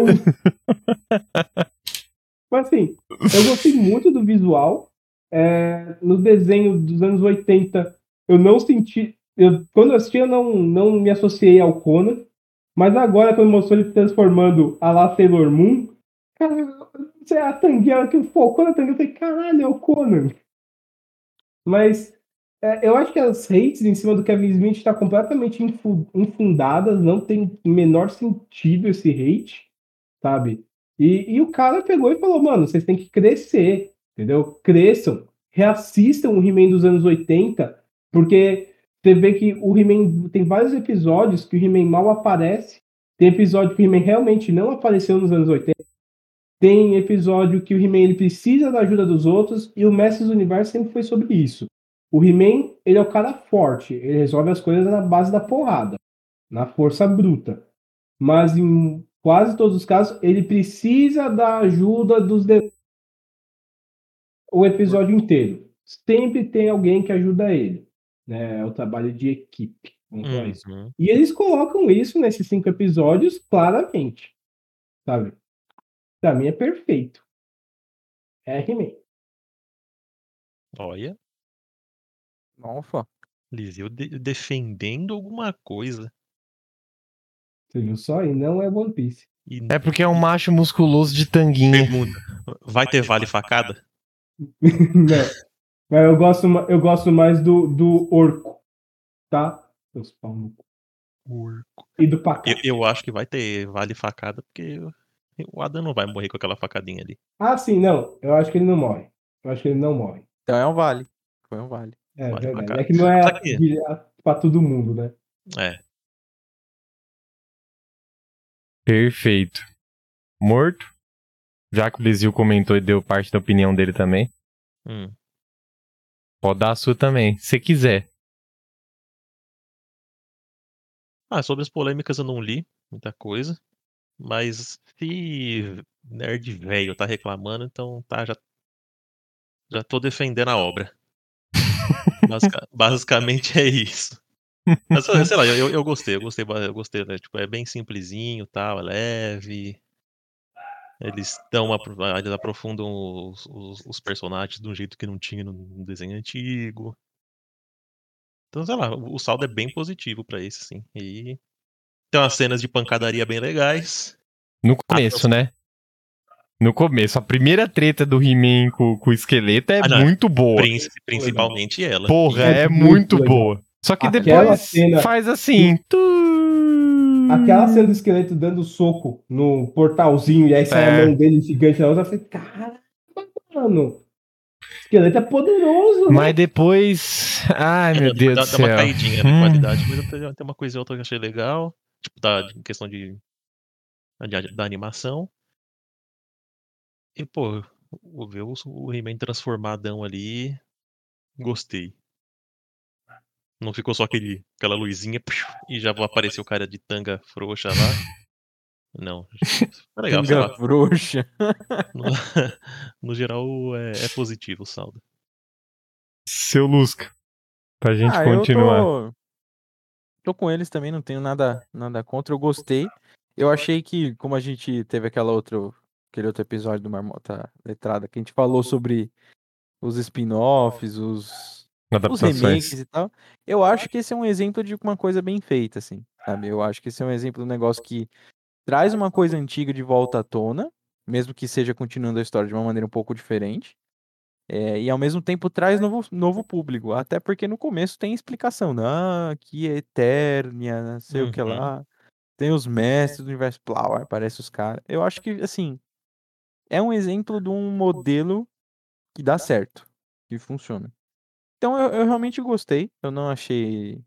Mas assim, eu gostei muito do visual. É, no desenho dos anos oitenta, eu não senti. Eu, quando eu assisti, eu não, não me associei ao Conan. Mas agora, quando mostrou ele se transformando a lá Sailor Moon, cara, você- a tanguela que focou na tanguela, eu falei, caralho, é o Conan. Mas é, eu acho que as hates em cima do Kevin Smith está completamente infu- infundadas, não tem o menor sentido esse hate, sabe? E, e o cara pegou e falou, mano, vocês têm que crescer, entendeu? Cresçam, reassistam o He-Man dos anos oitenta, porque você vê que o He-Man tem vários episódios que o He-Man mal aparece, tem episódio que o He-Man realmente não apareceu nos anos oitenta, tem episódio que o He-Man ele precisa da ajuda dos outros, e o Mestres do Universo sempre foi sobre isso. O He-Man, ele é o cara forte, ele resolve as coisas na base da porrada, na força bruta. Mas em quase todos os casos, ele precisa da ajuda dos demais. O episódio inteiro. Sempre tem alguém que ajuda ele. Né? É o trabalho de equipe. Vamos falar isso. Uhum. E eles colocam isso nesses cinco episódios claramente. Sabe? Pra mim é perfeito. É He-Man. Olha, Nossa. Liseu de- defendendo alguma coisa. Você viu só? E não é One Piece. E É porque é um macho musculoso de tanguinha. pergunta: vai ter vale facada? Não. Mas eu gosto, ma- eu gosto mais do, do Orco. Tá? Meus pau no cu. E do Pacato. Eu, eu acho que vai ter vale facada, porque o Adam não vai morrer com aquela facadinha ali. Ah, sim, não. Eu acho que ele não morre. Eu acho que ele não morre. Então é um vale. Foi um vale. É Vale verdade. pra cá. É que não é Sabe que- de- pra todo mundo, né? É. Perfeito. Morto? Já que o Blizil comentou e deu parte da opinião dele também, Hum. pode dar a sua também, se quiser. Ah, sobre as polêmicas eu não li muita coisa. Mas se nerd velho tá reclamando, então tá, já, já tô defendendo a obra. Basica- basicamente é isso. Mas, sei lá, eu, eu gostei, eu gostei, ba- eu gostei, né? Tipo, é bem simplesinho, tal, é leve. Eles dão uma, apro- eles aprofundam os, os, os personagens de um jeito que não tinha no no desenho antigo. Então, sei lá, o o saldo é bem positivo pra esse, sim. E tem umas cenas de pancadaria bem legais. No começo, né? No começo, a primeira treta do He-Man com, com o esqueleto é Ah, não, muito boa. Princi- principalmente ela. Porra, É é muito muito legal. boa. Só que Aquela depois cena- faz assim. tu- Aquela cena do esqueleto dando soco no portalzinho e aí sai É. a mão dele gigante na outra, eu falei, caramba, mano. O esqueleto é poderoso, né? Mas depois. Ai, É, meu dá- Deus dá, do dá uma céu. caidinha na Hum. qualidade, mas eu tenho- tem uma coisa ou outra que eu achei legal. Tipo, da em questão de, de- da animação. E, pô, o ver o, o He-Man transformadão ali. Gostei. Não ficou só aquele, aquela luzinha piu, e já apareceu o cara de tanga frouxa lá. Não. Foi legal, sei Tanga lá. frouxa. No, no geral, é, é positivo o saldo. Seu Lusca. Pra gente Ah, continuar. eu tô... tô com eles também, não tenho nada, nada contra. Eu gostei. Eu achei que, como a gente teve aquela outro, aquele outro episódio do Marmota Letrada, que a gente falou sobre os spin-offs, os, os Adaptações. remakes e tal, eu acho que esse é um exemplo de uma coisa bem feita, assim, sabe? Eu acho que esse é um exemplo de um negócio que traz uma coisa antiga de volta à tona, mesmo que seja continuando a história de uma maneira um pouco diferente. É, e ao mesmo tempo traz novo, novo público. Até porque no começo tem explicação. Ah, que é Eternia, não sei o que Uhum. lá. Tem os mestres do universo Plau, aparece os caras. Eu acho que, assim, é um exemplo de um modelo que dá certo, que funciona. Então eu, eu realmente gostei. Eu não achei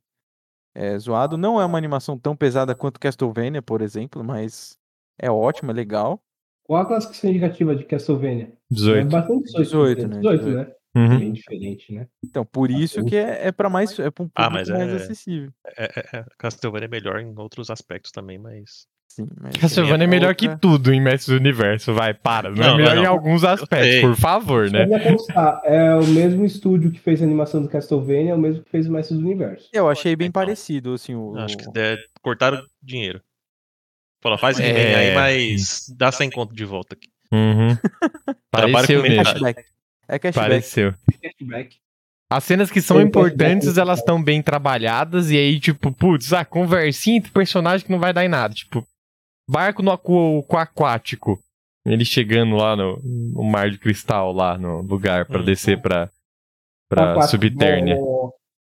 é, zoado. Não é uma animação tão pesada quanto Castlevania, por exemplo, mas é ótima, é legal. Qual a classificação indicativa de Castlevania? É dezoito. bastante dezoito, né? dezoito, né? Uhum. Bem diferente, né? Então, por isso que é, é para mais, é para um Ah, público mas mais é- acessível. É, é, é, Castlevania é melhor em outros aspectos também, mas. Sim, mas Castlevania é melhor que outra- tudo em Mestres do Universo. Vai, para. Não, Não, é não, melhor não. em alguns aspectos, sei. por favor, né? Só pra constar, é o mesmo estúdio que fez a animação do Castlevania, é o mesmo que fez o Mestre do Universo. Eu achei bem Então, parecido, assim, o... Acho que é, cortaram dinheiro. Fala, faz É. He-Man aí, mas dá sem conto de volta aqui. Uhum. Trabalha Pareceu com É mesmo. metade. cashback. É cashback. Pareceu. Cashback. As cenas que são Tem importantes, cashback. elas estão bem trabalhadas. E aí, tipo, putz, a conversinha entre personagem que não vai dar em nada. Tipo, barco no aqu- com aquático. Ele chegando lá no, no mar de cristal, lá no lugar, pra Uhum. descer pra, pra Aquático. Subternia. Bom,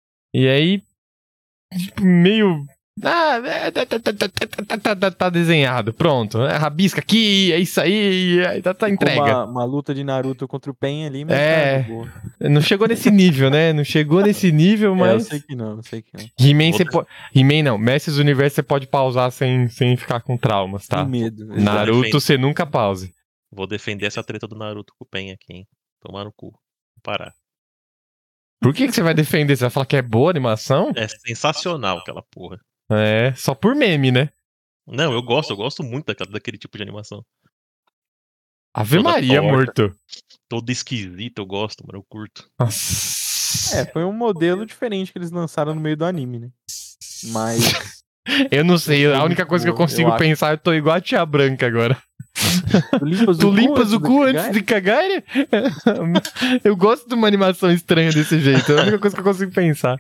E aí, tipo, meio. Ah, é, tá, tá, tá, tá, tá, tá, tá, tá desenhado. Pronto. É, rabisca aqui, é isso aí, aí tá, tá Ficou entrega. Uma, uma luta de Naruto contra o Pen ali, mas É. tá de boa. Não chegou nesse nível, né? Não chegou nesse nível, É, eu mas. sei que não, eu sei que não. He-Man Vou você des- pode. He-Man não. Mestres do Universo você pode pausar sem, sem ficar com traumas, tá? Sem medo. Na- exato. Naruto Defende. você nunca pause. Vou defender essa treta do Naruto com o Pen aqui, hein? Tomar no cu. Vou parar. Por que, que você vai defender? Você vai falar que é boa a animação? É sensacional aquela porra. É, só por meme, né? Não, eu gosto, eu gosto muito daquela, daquele tipo de animação. Ave Toda Maria, torta. morto. Todo esquisito, eu gosto, mano, eu curto. Nossa. É, foi um modelo diferente que eles lançaram no meio do anime, né? Mas Eu não sei, Foi a única muito coisa que eu boa, consigo eu acho. pensar, eu tô igual a tia branca agora. tu limpas Tu o limpas cu o cu antes cagar? de cagar? Eu gosto de uma animação estranha desse jeito. É a única coisa que eu consigo pensar.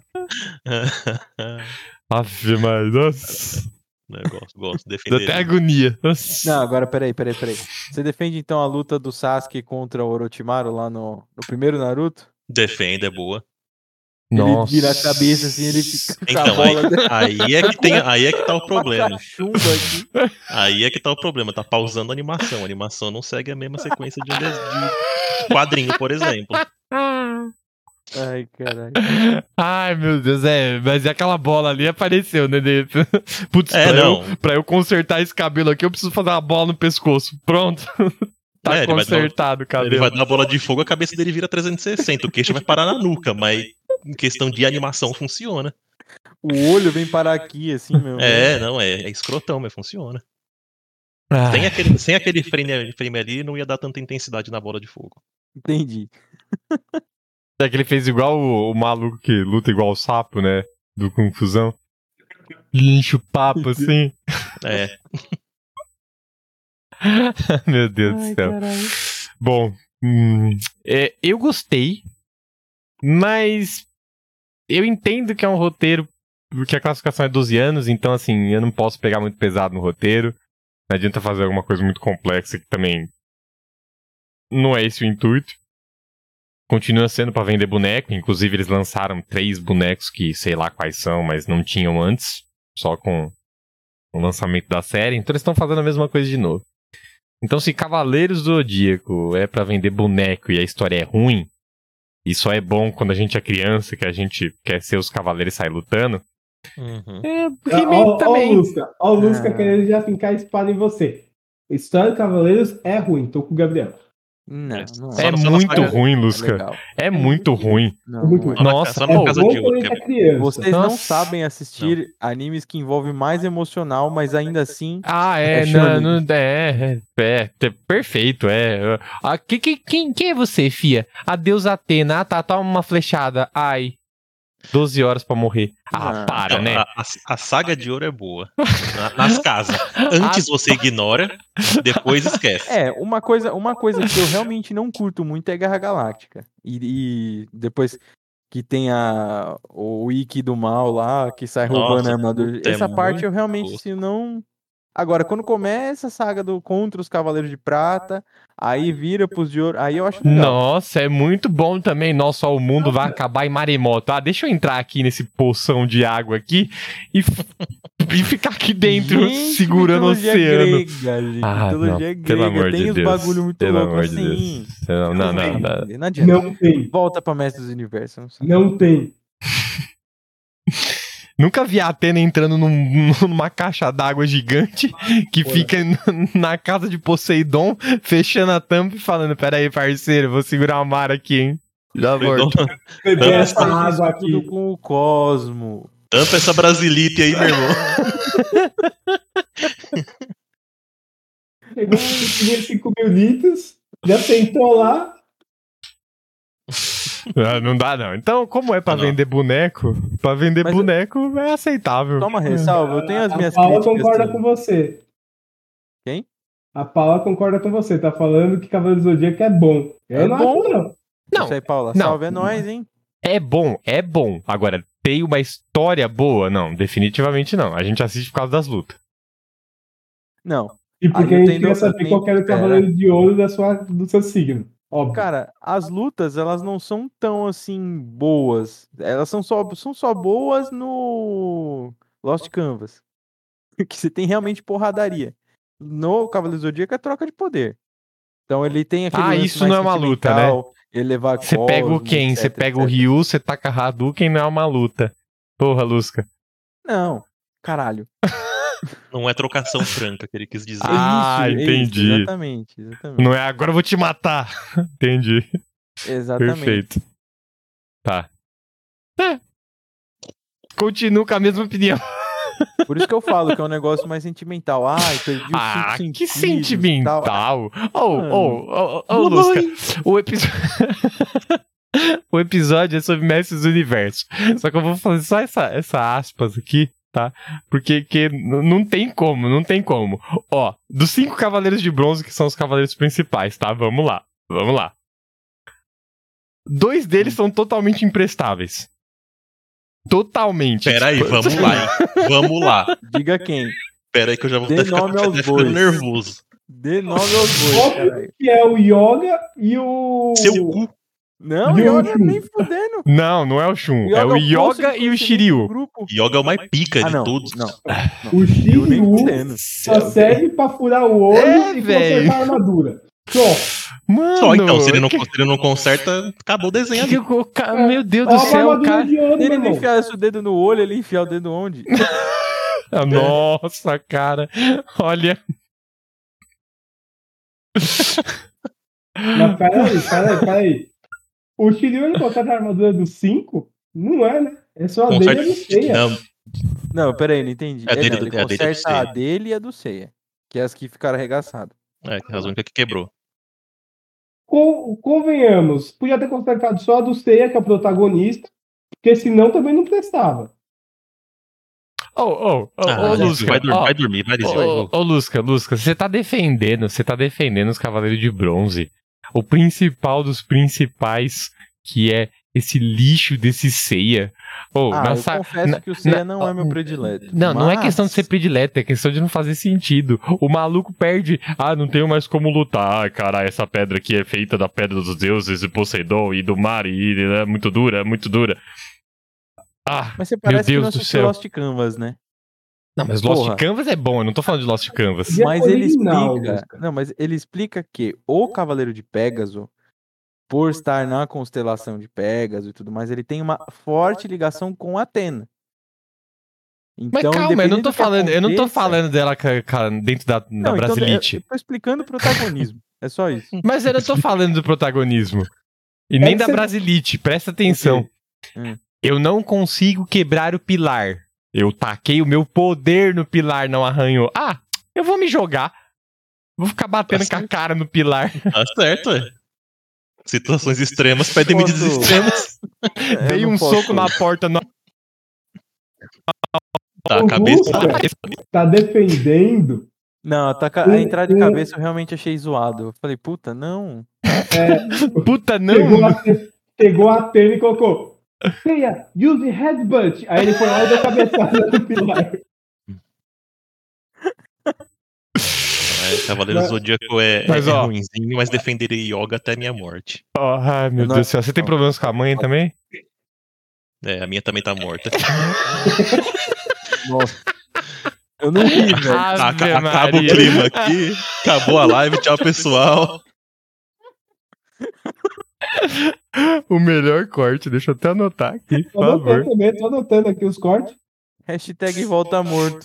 Ave Maria, nossa. Eu gosto, gosto. Dá Defender até ele. agonia. Nossa. Não, agora peraí, peraí, peraí. Você defende então a luta do Sasuke contra o Orochimaru lá no, no primeiro Naruto? Defende, é boa. Ele Nossa. vira a cabeça assim, ele fica com a Então, bola dele. aí, aí é que tem, aí é que tá o Uma problema. cachumba aqui. Aí é que tá o problema, tá pausando a animação. A animação não segue a mesma sequência de um des- de quadrinho, por exemplo. Ai, caralho. Ai, meu Deus, é, mas aquela bola ali apareceu, né? de- Putz, É, pra, não. eu, pra eu consertar esse cabelo aqui, eu preciso fazer uma bola no pescoço. Pronto. Tá É, ele vai dar- consertado o cabelo. Ele vai dar a bola de fogo, a cabeça dele vira trezentos e sessenta. O queixo vai parar na nuca, mas em questão de animação funciona. O olho vem parar aqui, assim, meu. É, não, é, é escrotão, mas funciona. Ah, Sem aquele, sem aquele frame, frame ali, não ia dar tanta intensidade na bola de fogo. Entendi. é que ele fez igual o, o maluco que luta igual o sapo, né? Do Confusão. Ele enche o papo assim. É, Meu Deus do céu. Bom, hum, é, eu gostei, mas eu entendo que é um roteiro, porque a classificação é doze anos, então assim, eu não posso pegar muito pesado no roteiro. Não adianta fazer alguma coisa muito complexa que também não é esse o intuito. Continua sendo pra vender boneco. Inclusive, eles lançaram três bonecos que sei lá quais são, mas não tinham antes. Só com o lançamento da série. Então, eles estão fazendo a mesma coisa de novo. Então, se Cavaleiros do Zodíaco é pra vender boneco e a história é ruim, e só é bom quando a gente é criança, que a gente quer ser os cavaleiros e sair lutando, Uhum. é, Ó, He-Man ó, ó também. o Lusca, ó o Lusca Ah. querendo já fincar a espada em você. História de Cavaleiros é ruim, tô com o Gabriel. Não, Mas não só É na- só na muito saga- ruim, É Lusca. legal. É muito ruim. Não, É muito não é. ruim. Só na- Nossa, só na É casa bom de quando ouro a que gente é é criança. Vocês não Nossa. sabem assistir animes que envolvem mais emocional, mas ainda assim. Ah, é, É não, shonen. não, é, é, é, é, perfeito, é. Ah, que, que, quem, quem é você, fia? A deusa Atena, ah, tá, toma uma flechada, ai. doze horas pra morrer. Ah, Não. para, Não, né? a, a- a saga de ouro é boa. Na- nas casas. Antes você ignora, depois esquece. É, uma coisa, uma coisa que eu realmente não curto muito é Guerra Galáctica. E, e depois que tem a, o Ikki do mal lá, que sai roubando Nossa, a armadura. puta, é Essa parte eu muito realmente tosco. se não. Agora, quando começa a saga do contra os Cavaleiros de Prata, aí vira pros de ouro, aí eu acho legal. Nossa, é muito bom também. Nossa, ó, o mundo vai acabar em maremoto. Ah, deixa eu entrar aqui nesse poção de água aqui e, f- e ficar aqui dentro Gente, segurando o mitologia oceano. grega, gente. Ah, mitologia não, pelo grega. amor Tem de os Deus. bagulho muito Pelo louco amor de assim. Deus. Não, não, não. tem, não. não adianta. Não tem, Volta pra Mestre dos Universos. Não sabe. não tem. Nunca vi a Atena entrando num- numa caixa d'água gigante que Porra. fica n- na casa de Poseidon, fechando a tampa e falando: Pera aí, parceiro, vou segurar o mar aqui, hein? Já volto. Beber Não, essa Faz água isso tudo aqui. com o Cosmo. Tampa essa brasilite aí, meu irmão. Pegou um cinco mil litros, já sentou lá. Ah, não dá, não. Então, como é pra Não. vender boneco, pra vender Mas- boneco é aceitável. Toma ressalva, eu tenho as minhas A Paula críticas. concorda sim. com você. Quem? A Paula concorda com você. Tá falando que Cavaleiro do Zodíaco é bom. Eu É não bom. acho, não. Não, Isso aí, Paula. não. Salve é nóis, hein? é bom, é bom. Agora, tem uma história boa? Não, definitivamente não. A gente assiste por causa das lutas. Não. E porque Aí a eu gente tenho- quer saber nem- qual que era o pera. Cavaleiro de Ouro da sua, do seu signo. Óbvio. Cara, as lutas, elas não são tão assim boas. Elas são só, são só boas no Lost Canvas. Que você tem realmente porradaria. No Cavaleiro do Zodíaco é troca de poder. Então ele tem aquele Ah, lance isso mais não é uma luta, né? sentimental, ele levar Você pega o Cosmo, Ken, você etc, pega o etcétera. Ryu, você taca Hadouken, não é uma luta. Porra, Lusca. Não, caralho. um Não é trocação franca que ele quis dizer. Ah, é isso, entendi. exatamente, exatamente. Não é agora eu vou te matar. Entendi. Exatamente. Perfeito. Tá. É. Continuo com a mesma opinião. Por isso que eu falo que é um negócio mais sentimental. Ai, perdi os Ah, cinco que sentidos, sentimental. tal. Ô, Mano. ô, ô, ô, Lusca. O episódio. O episódio é sobre Mestres do Universo. Só que eu vou fazer só essa, essa aspas aqui, tá? Porque que n- não tem como, não tem como. Ó, dos cinco Cavaleiros de Bronze, que são os Cavaleiros principais, tá? Vamos lá, vamos lá. Dois deles são totalmente imprestáveis. Totalmente. Pera aí, Tipo, vamos lá, hein? Vamos lá. Diga quem. Pera aí que eu já vou Dê até ficar, nome aos até ficando bois. nervoso. Dê nome aos bois, Óbvio caralho. que é o Yoga e o. Seu cu. Não, E o Yoga Shun? nem fudendo. Não, não é o Shun. É o poço de Yoga e o conhecimento do Shiryu. grupo. Yoga é o mais pica Ah, de não, todos. não. O Eu nem Shiryu fudendo. só serve pra furar o olho É, e velho. consertar a armadura. Só. Mano, Só então, se ele, não, que- se ele não conserta, acabou o desenho que ali. que o ca- Meu Deus Ó, do uma céu, o armadura cara. de ouro, Se ele meu não irmão. enfiasse o dedo no olho, ele ia enfiar o dedo onde? Nossa, cara. Olha. Mas peraí, peraí, peraí. O Shiryu ele conserta a armadura dos cinco? Não é, né? É só a dele e a do Seiya. Não, Não, peraí, não entendi. É a É, dele não, do- ele é a dele do conserta a Seiya. dele e a do Seiya. Que é as que ficaram arregaçadas. é que é a única que quebrou. Con- convenhamos, podia ter consertado só a do Seiya, que é o protagonista, porque senão também não prestava. Ô, ô, ô, Ah, ô, Lizio, Lusca. vai, dormir, ó, vai dormir, vai Lizio. Ô, ô, ô, Lusca, Lusca, você tá defendendo, você tá defendendo os Cavaleiros de Bronze. O principal dos principais, que é esse lixo desse Seiya. Oh, Ah, na eu sa- confesso na- que o Seiya na- não é meu predileto. Não, não é mas- questão de ser predileto, é questão de não fazer sentido. O maluco perde. Ah, não tenho mais como lutar. Ai, caralho, essa pedra aqui é feita da pedra dos deuses e Poseidon e do mar e é muito dura, é muito dura. Ah, Mas você parece que Deus não do assistiu céu. Lost Canvas, né? não, mas Lost porra. Canvas é bom, eu não tô falando de Lost Canvas. E é Mas ele original, explica. Lusca. Não, mas ele explica que o Cavaleiro de Pégaso, por estar na constelação de Pégaso e tudo mais, ele tem uma forte ligação com Atena. Mas Então, calma, eu não independente tô do que falando, eu não tô aconteça- falando dela ca- ca- dentro da, da Não, então, Brasilite. eu, eu tô explicando o protagonismo. É só isso. Mas eu não tô falando do protagonismo. E nem que da você- Brasilite, presta atenção. Hum. Eu não consigo quebrar o pilar. Eu taquei o meu poder no pilar, não arranhou. Ah, eu vou me jogar. Vou ficar batendo Tá com a cara no pilar. Tá certo, é. Situações extremas pedem medidas Posso- extremas. Eu Dei não um posso- soco na porta. No... Tá, O a cabeça. Lusca tá defendendo. Não, tá ca- a entrada de cabeça eu realmente achei zoado. Eu falei, puta, não. Puta, Pegou não. a, pegou a tênis e colocou. Seiya, use headbutt. Aí ele foi lá e deu cabeçada no pilar. É, Cavaleiro Mas- Zodíaco é, Mas, é ó. ruinzinho, mas defenderei Yoga até minha morte. Oh, ai, meu Eu não- Deus do céu. Você tem problemas com a mãe também? É, a minha também tá morta. Nossa. Eu não ri, velho. Ave Aca- Acaba o Maria. clima aqui. Acabou a live. Tchau, pessoal. O melhor corte, deixa eu até anotar aqui, por Tô anotando favor. também, tô anotando aqui os cortes. Hashtag volta morto.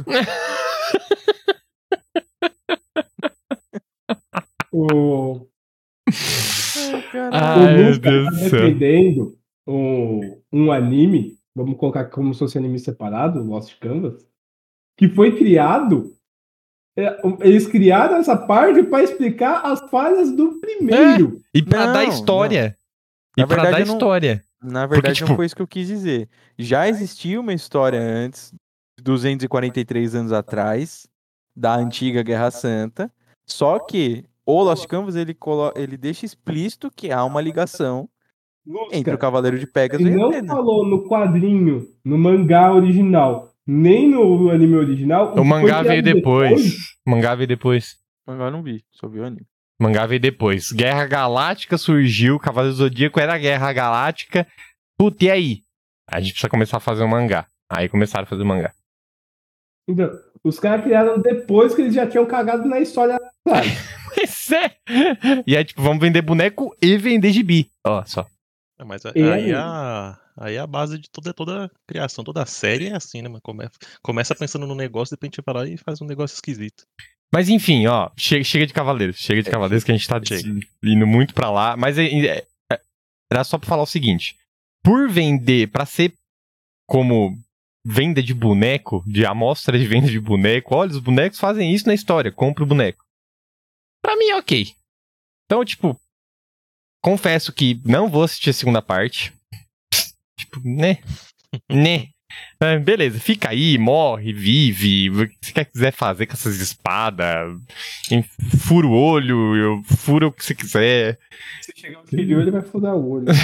O, Caralho. Ai, o meu Lusca Deus tá do céu. defendendo um, um anime, vamos colocar como se fosse anime separado, Lost Canvas, que foi criado. é, Eles criaram essa parte para explicar as falhas do primeiro. E pra Não, dar história. E Na pra verdade, dar eu não- história. Na verdade, tipo- não foi isso que eu quis dizer. Já existia uma história antes, duzentos e quarenta e três anos atrás, da antiga Guerra Santa. Só que o Lost Canvas ele, colo... ele deixa explícito que há uma ligação Lusca, entre o Cavaleiro de Pégaso ele e não Atena. falou no quadrinho, no mangá original, nem no anime original. O que foi mangá veio criado depois. O mangá veio depois. Agora eu não vi, só vi o anime. O mangá veio depois. Guerra Galáctica surgiu, Cavaleiro do Zodíaco era Guerra Galáctica. Puta, e aí? A gente precisa começar a fazer um mangá. Aí começaram a fazer o mangá. Então, os caras criaram depois que eles já tinham cagado na história atrás. Pois é. E aí, tipo, vamos vender boneco e vender gibi. Ó, só. É, mas a- E aí, aí? a, aí a base de toda, toda criação, toda a série é assim, né? Mano? Começa, começa pensando no negócio, depois a gente vai lá e faz um negócio esquisito. Mas enfim, ó, chega, chega de Cavaleiros. Chega de Cavaleiros que a gente tá Chega. indo muito pra lá. Mas é- é- é- era só pra falar o seguinte. Por vender, pra ser como venda de boneco, de amostra de venda de boneco, olha, os bonecos fazem isso na história, compra o boneco. Pra mim é ok. Então, tipo, confesso que não vou assistir a segunda parte. Tipo, né? Né? Ah, beleza, fica aí, morre, vive, o que você quiser fazer com essas espadas, em- fura o olho, eu fura o que você quiser. Se chegar o filho, ele vai fudar o olho.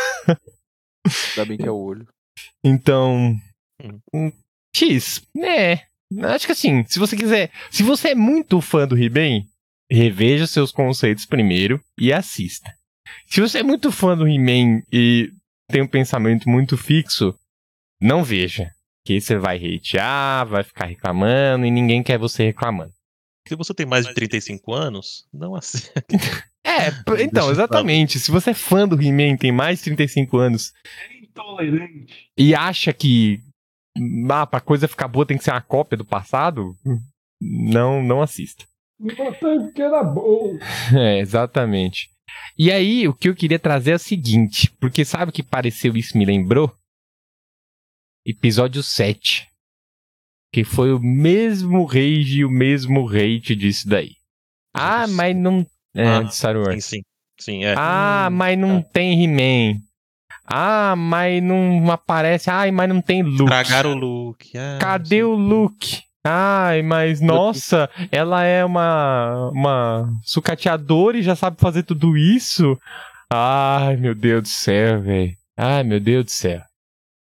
Ainda bem que é o olho. Então, Hum. hum, X, né? Acho que assim, se você quiser, se você é muito fã do He-Man, reveja seus conceitos primeiro e assista. Se você é muito fã do He-Man e tem um pensamento muito fixo, não veja. Que aí você vai hatear, vai ficar reclamando e ninguém quer você reclamando. Se você tem mais de trinta e cinco anos, não assim. É, p- então, Deixa eu exatamente. Se você é fã do He-Man, tem mais de trinta e cinco anos É intolerante. e acha que ah, pra coisa ficar boa tem que ser uma cópia do passado, não, não assista. Me matando que era bom. É, exatamente. E aí, o que eu queria trazer é o seguinte, porque sabe o que pareceu isso me lembrou? Episódio sete. Que foi o mesmo rage e o mesmo hate disso daí. Ah, Nossa. mas não... É, Ah, de Star Wars. Sim, sim. Sim, é. Ah, Hum, mas não tá. tem He-Man. Ah, mas não aparece... Ai, mas não tem Luke. Tragaram o look. Ah, Cadê sim. o Luke? Ai, mas nossa, ela é uma, uma sucateadora e já sabe fazer tudo isso? Ai, meu Deus do céu, velho. Ai, meu Deus do céu.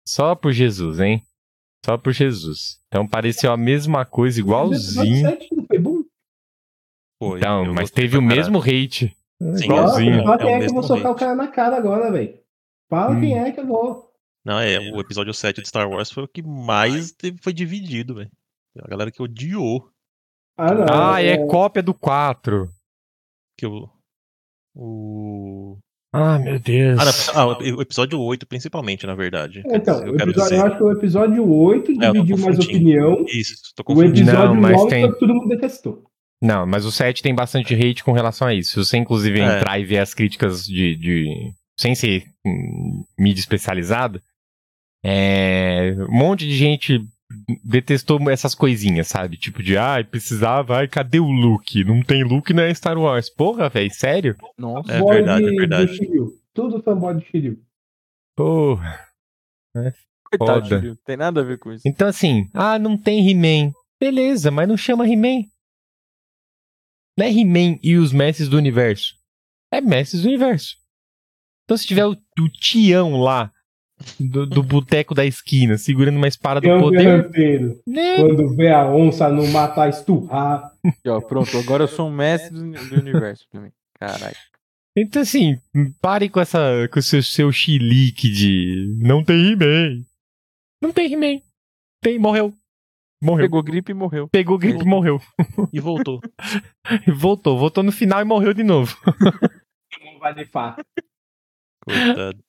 Só por Jesus, hein? Só por Jesus. Então pareceu a mesma coisa, O episódio igualzinho. sete não foi bom? Foi, Então, eu mas gostei teve pra o caralho. mesmo hate. Sim, Igualzinho. é, Fala é quem o é que eu vou mesmo socar o hate. cara na cara agora, velho. Fala Hum. quem é que eu vou. Não, é, o episódio sete de Star Wars foi o que mais teve, foi dividido, velho. A galera que odiou. Ah, não. Ah, é- é cópia do quatro. Que o. O. Ah, meu Deus. Ah, não, ah, o episódio oito, principalmente, na verdade. é, Quer Então, dizer, o eu quero episódio, dizer. eu acho que o episódio oito É, eu tô dividiu mais confundindo. opinião. Isso, tô O confundindo. episódio Não, mas nove tem- foi o que todo mundo detestou. Não, mas o sete tem bastante hate com relação a isso. Se você, inclusive, É. entrar e ver as críticas de. de- sem ser hum, mídia especializada, é, um monte de gente detestou essas coisinhas, sabe? Tipo de, ai, precisava, ai, cadê o Luke? Não tem Luke na Star Wars. Porra, velho, sério? Nossa. É Fanboy verdade, é de- verdade. Do Shiryu. Tudo fanboy do Shiryu. Porra. Coitado, foda. Shiryu. Tem nada a ver com isso. Então, assim, ah, não tem He-Man. Beleza, mas não chama He-Man. Não é He-Man e os Mestres do Universo. É Mestres do Universo. Então, se tiver o, o Tião lá, do, do boteco da esquina, segurando uma espada do Tião poder, Guerranteiro. né? Quando vê a onça não matar, esturrar. Aqui, ó, pronto, agora eu sou um mestre do, uni- do universo também. Caralho. Então, assim, pare com essa, com o seu, seu chilique de não tem He-Man. Não tem He-Man. Tem, morreu. Morreu. Pegou gripe e morreu. Pegou gripe e morreu. E voltou. Voltou, voltou no final e morreu de novo. Não vai nefar. Coitado.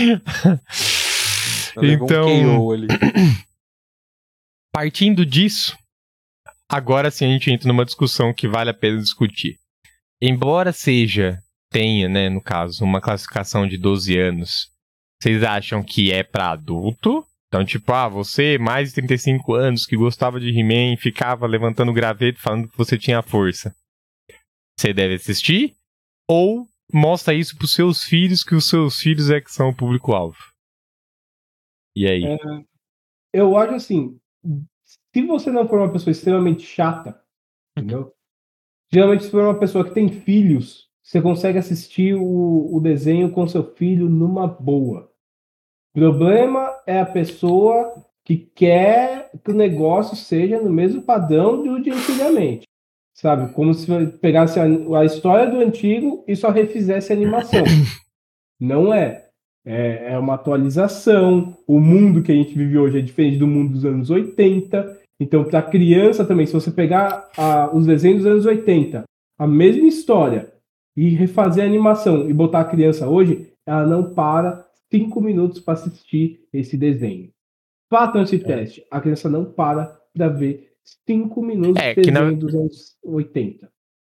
Levou Então, um K O ali. partindo disso, agora sim a gente entra numa discussão que vale a pena discutir. Embora seja, tenha, né, no caso, uma classificação de doze anos, vocês acham que é pra adulto? Então, tipo, ah, você, mais de trinta e cinco anos, que gostava de He-Man, ficava levantando graveto falando que você tinha força. Você deve assistir? Ou mostra isso pros seus filhos, que os seus filhos é que são o público-alvo? E aí? É, eu acho assim, se você não for uma pessoa extremamente chata, entendeu? Geralmente, se for uma pessoa que tem filhos, você consegue assistir o, o desenho com seu filho numa boa. O problema é a pessoa que quer que o negócio seja no mesmo padrão do de antigamente. Sabe? Como se pegasse a, a história do antigo e só refizesse a animação. Não é. É, é uma atualização. O mundo que a gente vive hoje é diferente do mundo dos anos oitenta. Então, para criança também, se você pegar a, os desenhos dos anos oitenta, a mesma história, e refazer a animação e botar a criança hoje, ela não para cinco minutos para assistir esse desenho. Façam esse teste. A criança não para para ver cinco minutos É, de que na- desenho dos anos oitenta.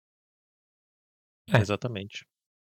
É. Exatamente.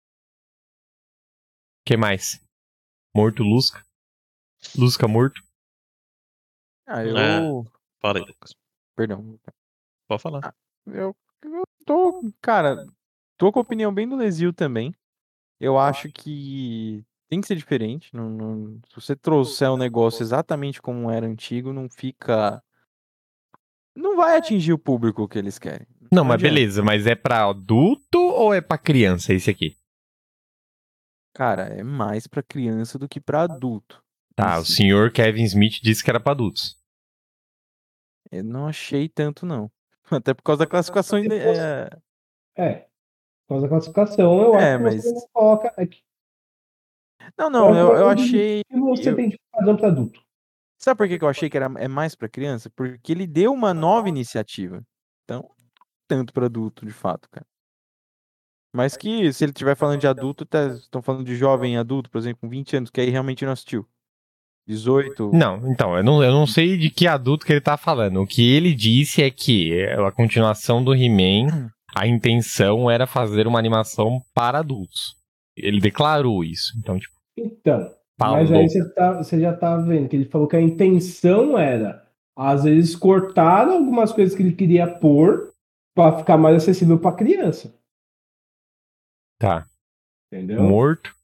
O que mais? Morto Lusca? Lusca morto? Ah, eu. É. Fala aí, Lucas. Perdão. Pode falar. Eu, eu tô. Cara, tô com a opinião bem do Lesil também. Eu acho que tem que ser diferente. Não, não- se você trouxer o negócio exatamente como era antigo, não fica. Não vai atingir o público que eles querem. Não, mas adianta. beleza, mas é pra adulto ou é pra criança esse aqui? Cara, é mais pra criança do que pra adulto. Tá, o Em si. senhor Kevin Smith disse que era pra adultos. Eu não achei tanto, não. Até por causa da classificação. ainda- É... É. Por causa da classificação, eu É, acho que mas- você não coloca. É que, Não, não, eu, eu o achei. que você eu- tem de padrão para adulto. Sabe por que que eu achei que era, é mais pra criança? Porque ele deu uma nova iniciativa. Então, tanto pra adulto, de fato, cara. Mas que, se ele estiver falando de adulto, estão falando de jovem adulto, por exemplo, com vinte anos, que aí realmente não assistiu. dezoito. Não, então, eu não, eu não sei de que adulto que ele tá falando. O que ele disse é que a continuação do He-Man, a intenção era fazer uma animação para adultos. Ele declarou isso. Então, tipo, Então, falou. mas aí você, tá, você já tá vendo que ele falou que a intenção era, às vezes, cortar algumas coisas que ele queria pôr para ficar mais acessível para criança. Tá, Entendeu? morto.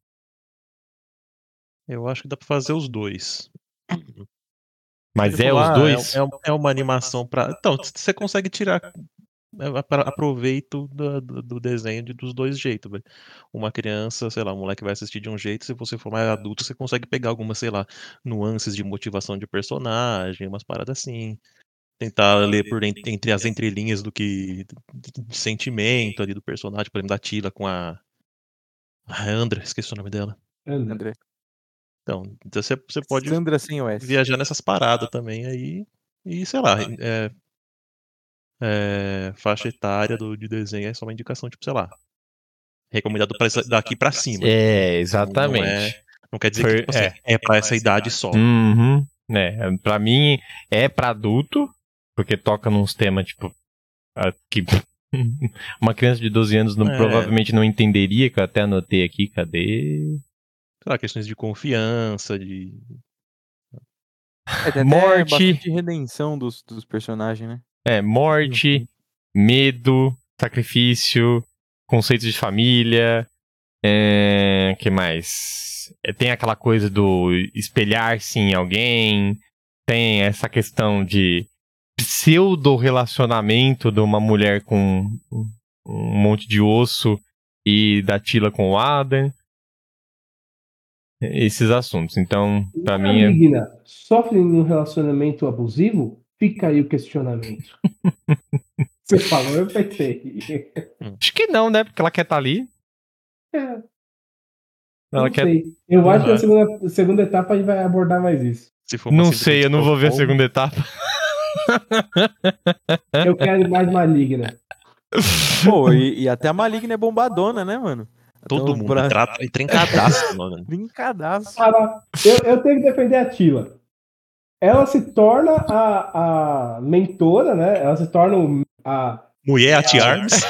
Eu acho que dá pra fazer os dois. Mas Ele é falou, os "Ah, dois? É, é- é uma animação pra. Então, c- você consegue tirar aproveito do, do, do desenho de, dos dois jeitos, velho. Uma criança, sei lá, um moleque vai assistir de um jeito, se você for mais adulto, você consegue pegar algumas, sei lá, nuances de motivação de personagem, umas paradas assim. Tentar ler por entre, entre as entrelinhas do que de, de sentimento ali do personagem, por exemplo, da Tila com a, a Andra, esqueci o nome dela. André. André. Então, você, você pode Sandra sem o S. viajar nessas paradas também aí. E sei lá, é, é, faixa etária do, de desenho é só uma indicação, tipo, sei lá. Recomendado pra essa, daqui pra cima. É, Não, exatamente. não, é, não quer dizer Foi- que tipo, assim, é. é. pra essa idade só. Uhum. É, pra mim é pra adulto, porque toca nos temas, tipo, ah, que uma criança de doze anos não, É. provavelmente não entenderia, que eu até anotei aqui, cadê? Sei lá, questões de confiança, de. É, tem até Morte. bastante redenção dos, dos personagens, né? É, morte, medo, sacrifício, conceitos de família, é, que mais? É, tem aquela coisa do espelhar-se em alguém, tem essa questão de pseudo-relacionamento de uma mulher com um um monte de osso e da Tila com o Adam. Esses assuntos. Então, pra mim é... Maligna sofre num relacionamento abusivo? Fica aí o questionamento. Você falou, eu pensei. Acho que não, né? Porque ela quer estar ali. É, Ela não quer... sei. Eu Não acho que vai. a segunda, segunda etapa a gente vai abordar mais isso. Se for uma Não síndrome sei, de eu não vou ver a Estocolmo, segunda etapa. Eu quero mais maligna. Pô, e, e até a Maligna é bombadona, né, mano? Todo Então, mundo pra- entra, entra em cadastro, mano. Brincadaço. Cara, eu, eu tenho que defender a Tila. Ela se torna a, a mentora, né? Ela se torna o- a. Mulher at arms.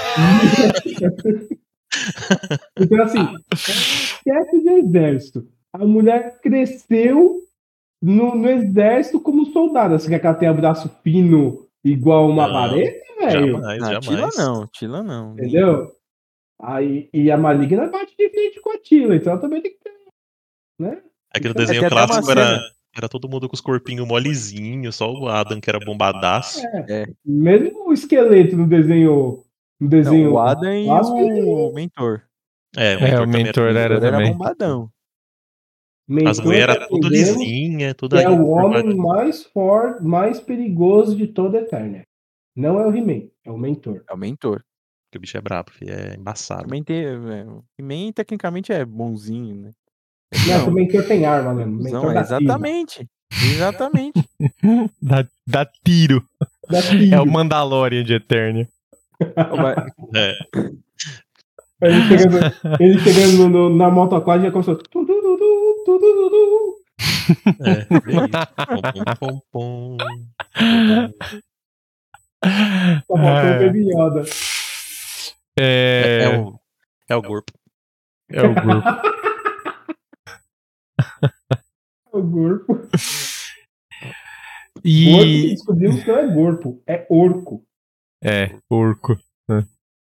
Então, assim, chefe de exército. A mulher cresceu no, no exército como soldada. Você quer que ela tenha braço fino igual uma Não, vareta, velho? Jamais, Não, Tila jamais. não, Tila não. Entendeu? Aí, e a Maligna bate de frente com a Tila, então ela também tem que ter. Né? É que no É, desenho tem até uma clássico era, cena- era todo mundo com os corpinhos molezinhos, só o Adam que era bombadaço. É. Mesmo o esqueleto no desenho. No Não, desenho o Adam e clássico, o mentor. É, o É, mentor o também mentor era. era O mentor era também. bombadão. mentor, As mulheres tá eram tudo entendendo lisinha, tudo que é ali o homem curvadinho. mais forte, mais perigoso de toda a Eternia. Não é o He-Man, é o mentor. É o mentor. Porque o bicho é brabo, filho, é embaçado. Também tem. É, o He-Man tecnicamente é bonzinho, né? Não, o mentor tem arma mesmo. O Cuzão, mentor é, dá tiro. exatamente. Exatamente. Dá, dá tiro. Dá tiro. É o Mandalorian de Eternia. Ô, mas- É, Ele chegando, ele chegando no, no, na motoquad já começou. Tudududu, tudududu. é, bem isso. Pom, pom, pom, pom. Só faltou o É, Baby Yoda. É, é, é o, é o corpo. é o grupo. O corpo. Gorpo que E. descobrimos que não é gorpo, é orco. É, porco. né?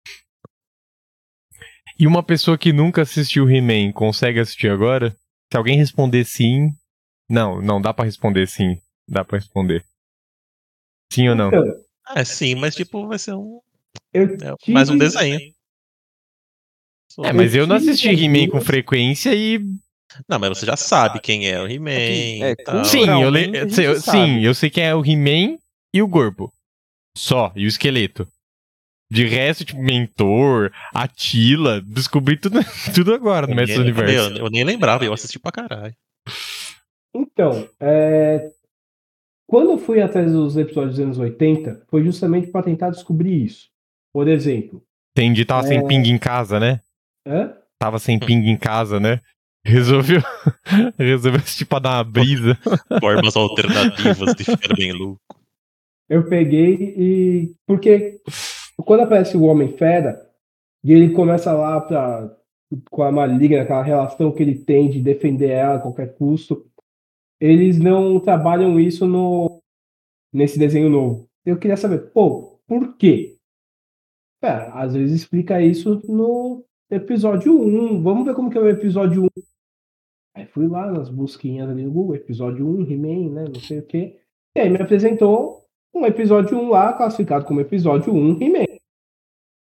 E uma pessoa que nunca assistiu He-Man consegue assistir agora? Se alguém responder sim. Não, não, dá pra responder sim. Dá pra responder. Sim ou não? Então, É, sim, mas tipo, vai ser um. eu É, tive, mais um desenho. Só. É, mas eu não tive assisti He-Man com duas- frequência e. Não, mas você já sabe quem é o He-Man. É, e tal. Sim, eu, le... Culturalmente, a gente sei- eu- sabe. sim, eu sei quem é o He-Man e o Gorpo. Só, e o esqueleto. De resto, tipo, Mentor, Atila, descobri tudo, tudo agora no Eu Mestre nem- do Universo. Eu, eu nem lembrava, eu assisti pra caralho. Então, é, quando eu fui atrás dos episódios dos anos oitenta, foi justamente para tentar descobrir isso. Por exemplo, Entendi, tava sem ping em casa, né? hã? Tava sem ping em casa, né? Resolveu. Resolveu assistir pra dar uma brisa. Formas alternativas de ficar bem louco. Eu peguei e. Porque quando aparece o Homem-Fera, e ele começa lá pra, com a Maligna, aquela relação que ele tem de defender ela a qualquer custo, eles não trabalham isso no, nesse desenho novo. Eu queria saber, pô, por quê? É, às vezes explica isso no episódio um. Vamos ver como que é o episódio um. Aí fui lá nas busquinhas ali no Google, episódio um, He-Man, né, não sei o quê. E aí me apresentou um episódio um lá, classificado como episódio um, He-Man.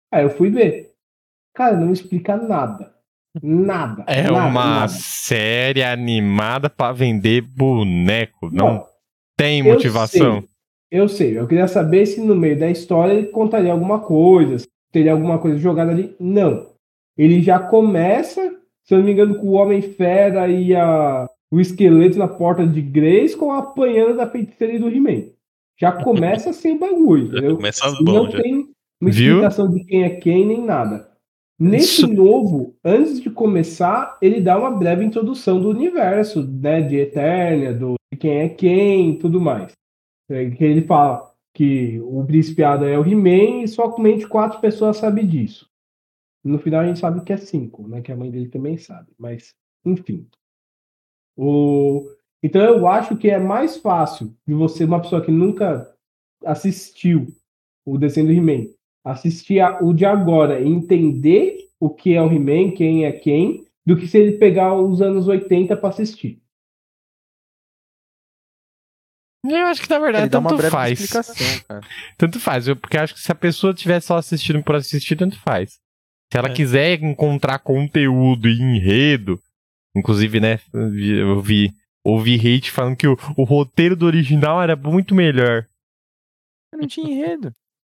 Aí eu fui ver. Cara, não explica nada. Nada. É nada, uma nada. série animada pra vender boneco. Não, Não, tem eu motivação. sei. Eu sei. Eu queria saber se no meio da história ele contaria alguma coisa, se teria alguma coisa jogada ali. Não. Ele já começa, se eu não me engano, com o Homem-Fera e a, o esqueleto na porta de Grayskull apanhando da feiticeira e do He-Man. Já começa sem bagulho, Já entendeu? começa E bom, não já. tem uma Viu? explicação de quem é quem, nem nada. Nesse Isso- novo, antes de começar, ele dá uma breve introdução do universo, né? De Eternia, do de quem é quem e tudo mais. É, que ele fala que o príncipe Adam é o He-Man e somente quatro pessoas sabem disso. No final a gente sabe que é cinco, né? Que a mãe dele também sabe. Mas, enfim. O... Então eu acho que é mais fácil de você, uma pessoa que nunca assistiu o desenho do He-Man, assistir a- o de agora e entender o que é o He-Man, quem é quem, do que se ele pegar os anos oitenta para assistir. Eu acho que na Ele verdade dá uma tanto breve faz. explicação, cara. Tanto faz, eu- porque eu acho que se a pessoa estiver só assistindo por assistir, tanto faz. Se ela É. quiser encontrar conteúdo e enredo, inclusive, né, eu vi, ouvi hate falando que o, o roteiro do original era muito melhor. Eu não tinha enredo.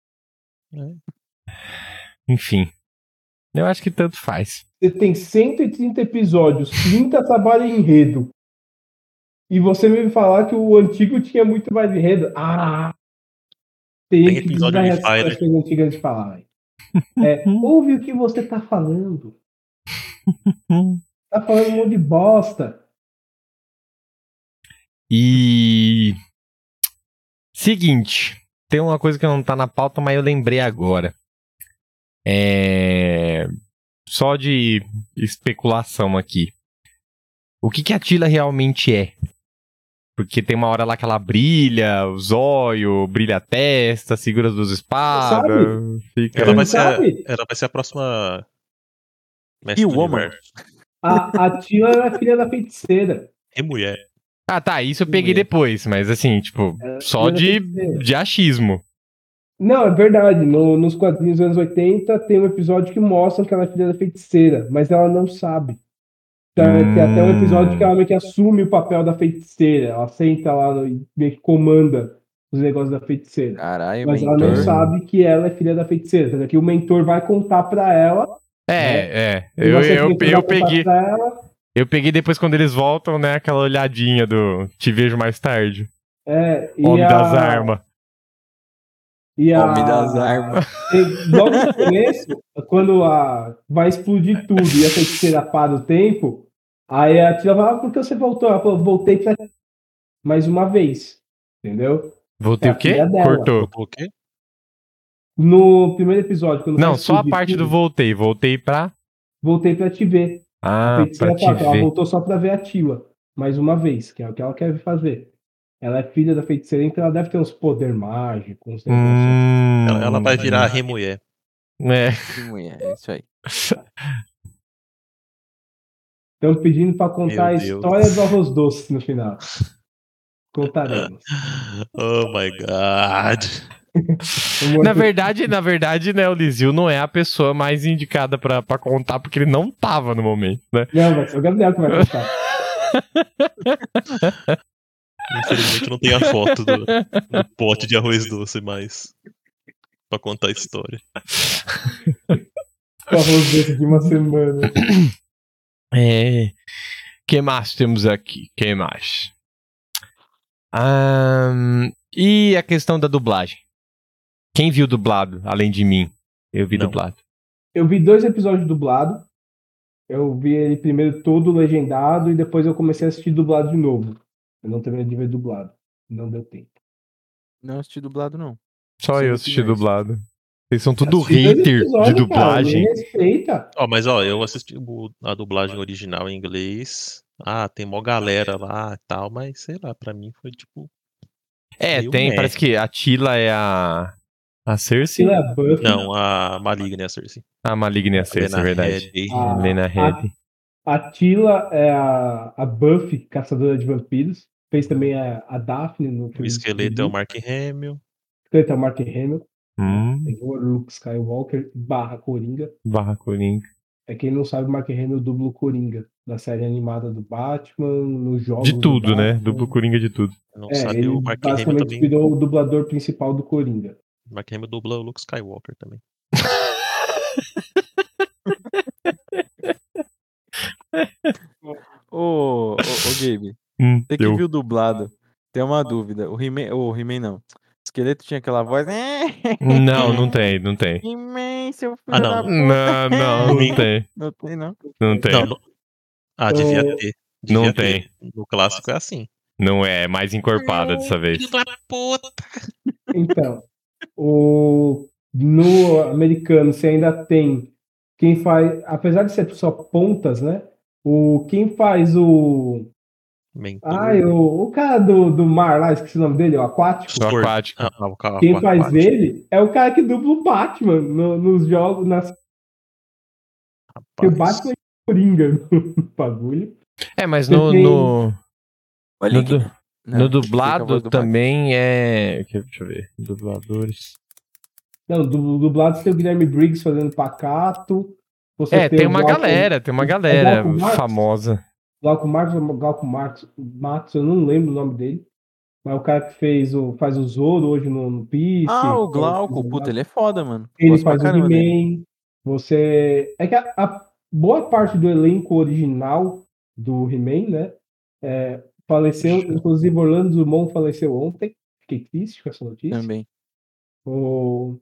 Enfim, eu acho que tanto faz. Você tem cento e trinta episódios, trinta trabalham em enredo. E você me falar que o antigo tinha muito mais enredo. Ah! Tem Tem que episódio desviar de as Fire. coisas antigas de falar. velho. É, ouve o que você tá falando. Tá falando um monte de bosta. E. Seguinte, tem uma coisa que não tá na pauta, mas eu lembrei agora. É. Só de especulação aqui. O que, que a Tila realmente é? Porque tem uma hora lá que ela brilha, o zóio, brilha a testa, segura as duas espadas. Fica... Ela vai, Você ser a, sabe? ela vai ser a próxima E mestre o do Woman? universo. A, a Tila era filha da feiticeira. E mulher. Ah, tá, isso eu peguei Mulher. depois, mas assim, tipo, Ela era só filha da de, feiticeira. de achismo. Não, é verdade. No- nos quadrinhos dos anos oitenta tem um episódio que mostra que ela é filha da feiticeira, mas ela não sabe. Tem, tem até um episódio que ela meio que assume o papel da feiticeira. Ela senta lá no- e meio que comanda os negócios da feiticeira. Caralho, Mas ela não mentor. sabe que ela é filha da feiticeira. Tanto é que o mentor vai contar pra ela. É, é. e Eu, você que o eu, mentor eu, vai contar peguei, pra ela. eu peguei depois quando eles voltam, né? Aquela olhadinha do te vejo mais tarde. É, e Homem a, das armas. E a, Homem das armas. e logo no começo, quando a, vai explodir tudo e a feiticeira para o tempo, aí a tia fala, ah, por que você voltou? Ela falou, voltei pra mais uma vez. Entendeu? Voltei É o a quê? filha dela. Cortou. Botou o quê? No primeiro episódio, quando Não, vai só a explodir parte do tudo, voltei. Voltei pra. voltei pra te ver. A Ah, feiticeira pra te fala que ela ver. voltou só pra ver a Tila, mais uma vez, que é o que ela quer fazer. Ela é filha da feiticeira, então ela deve ter uns poderes mágicos, uns negócios. Hum, Ela, ela vai virar a remulher. É. Que mulher, é isso aí. Estão pedindo para contar Meu a Deus. história do arroz doce no final. Contaremos. Oh my god. Na verdade, na verdade, né, o Lizil não é a pessoa mais indicada pra, pra contar, porque ele não tava no momento, né? Não, vai ser o Gabriel que vai contar. Infelizmente não tem a foto do, do pote de arroz doce mais pra contar a história. O arroz doce de uma semana. É. Que mais temos aqui? Que mais? Ahn, e a questão da dublagem? Quem viu dublado, além de mim? Eu vi Não. dublado. Eu vi dois episódios dublados. Eu vi ele primeiro todo legendado e depois eu comecei a assistir dublado de novo. Eu não terminei de ver dublado. Não deu tempo. Não assisti dublado, não. Só Sem eu assisti opiniões. dublado. Vocês são tudo Assisti dois hater de episódios, dublagem. Cara, me respeita. Ó, mas ó, eu assisti o- a dublagem original em inglês. Ah, tem mó galera lá e tal, mas sei lá, pra mim foi tipo. É, meio tem, meh. parece que a Tila é a. A Cersei? Ele é Buffy. Não, a Maligna e a Cersei. A Maligna é a Cersei, é Lena verdade. Headey. A- Lena a- Headey. A Tila é a, a Buffy, caçadora de vampiros. Fez também a, a Daphne no O filme. esqueleto é o Mark Hamill. esqueleto é o Mark Hamill. Hum, Tem o Luke Skywalker barra Coringa. barra Coringa. É quem não sabe, o Mark Hamill dubla o Coringa na série animada do Batman, nos jogos De tudo, do né? Batman. Duplo Coringa de tudo. Não É, sabe, ele o Mark Hamill basicamente também. virou o dublador principal do Coringa. O Mark Hamill dubla o Luke Skywalker também. Ô, ô, ô, Gabe, Hum, você que eu. viu dublado, tem uma dúvida. O He-Man, o He-Man não. O esqueleto tinha aquela voz. Não, não tem, não tem. He-Man, seu filho Ah, não. da puta. Não, não, não He-Man- tem. Não tem, não. Não tem. Não, não- Ah, devia Ô, ter. Devia Não ter. tem. No clássico é assim. Não é, é mais encorpada dessa vez. Filho da puta. Então, o, no americano você ainda tem quem faz, apesar de ser só pontas, né? O, quem faz o. Mentor. Ai, o, o cara do, do mar lá, esqueci o nome dele, o aquático. Do Sword. aquático. Ah, ah, o ca- Quem o faz aquático. ele é o cara que dubla o Batman no- nos jogos, nas, que o Rapaz. Batman é Coringa no bagulho. É, mas Você no, tem- no, Olha no, que- du- Não, no fica a dublado voz do Batman. também é. Deixa eu ver. Dubladores. Não, do dublado você tem o Guilherme Briggs fazendo pacato. Você É, tem o uma Glauco- galera, tem uma é galera Glauco Marx? famosa. Glauco Marx, Glauco Marx, Matos, eu não lembro o nome dele. Mas o cara que fez o, faz o Zoro hoje no, no Piece. Ah, o faz- Glauco. Puta, ele é foda, mano. Ele Gosto pra faz o caramba dele. He-Man. Você. É que a, a boa parte do elenco original do He-Man, né? é, faleceu. Inclusive, Orlando Drummond faleceu ontem. Fiquei triste com essa notícia. Também. O-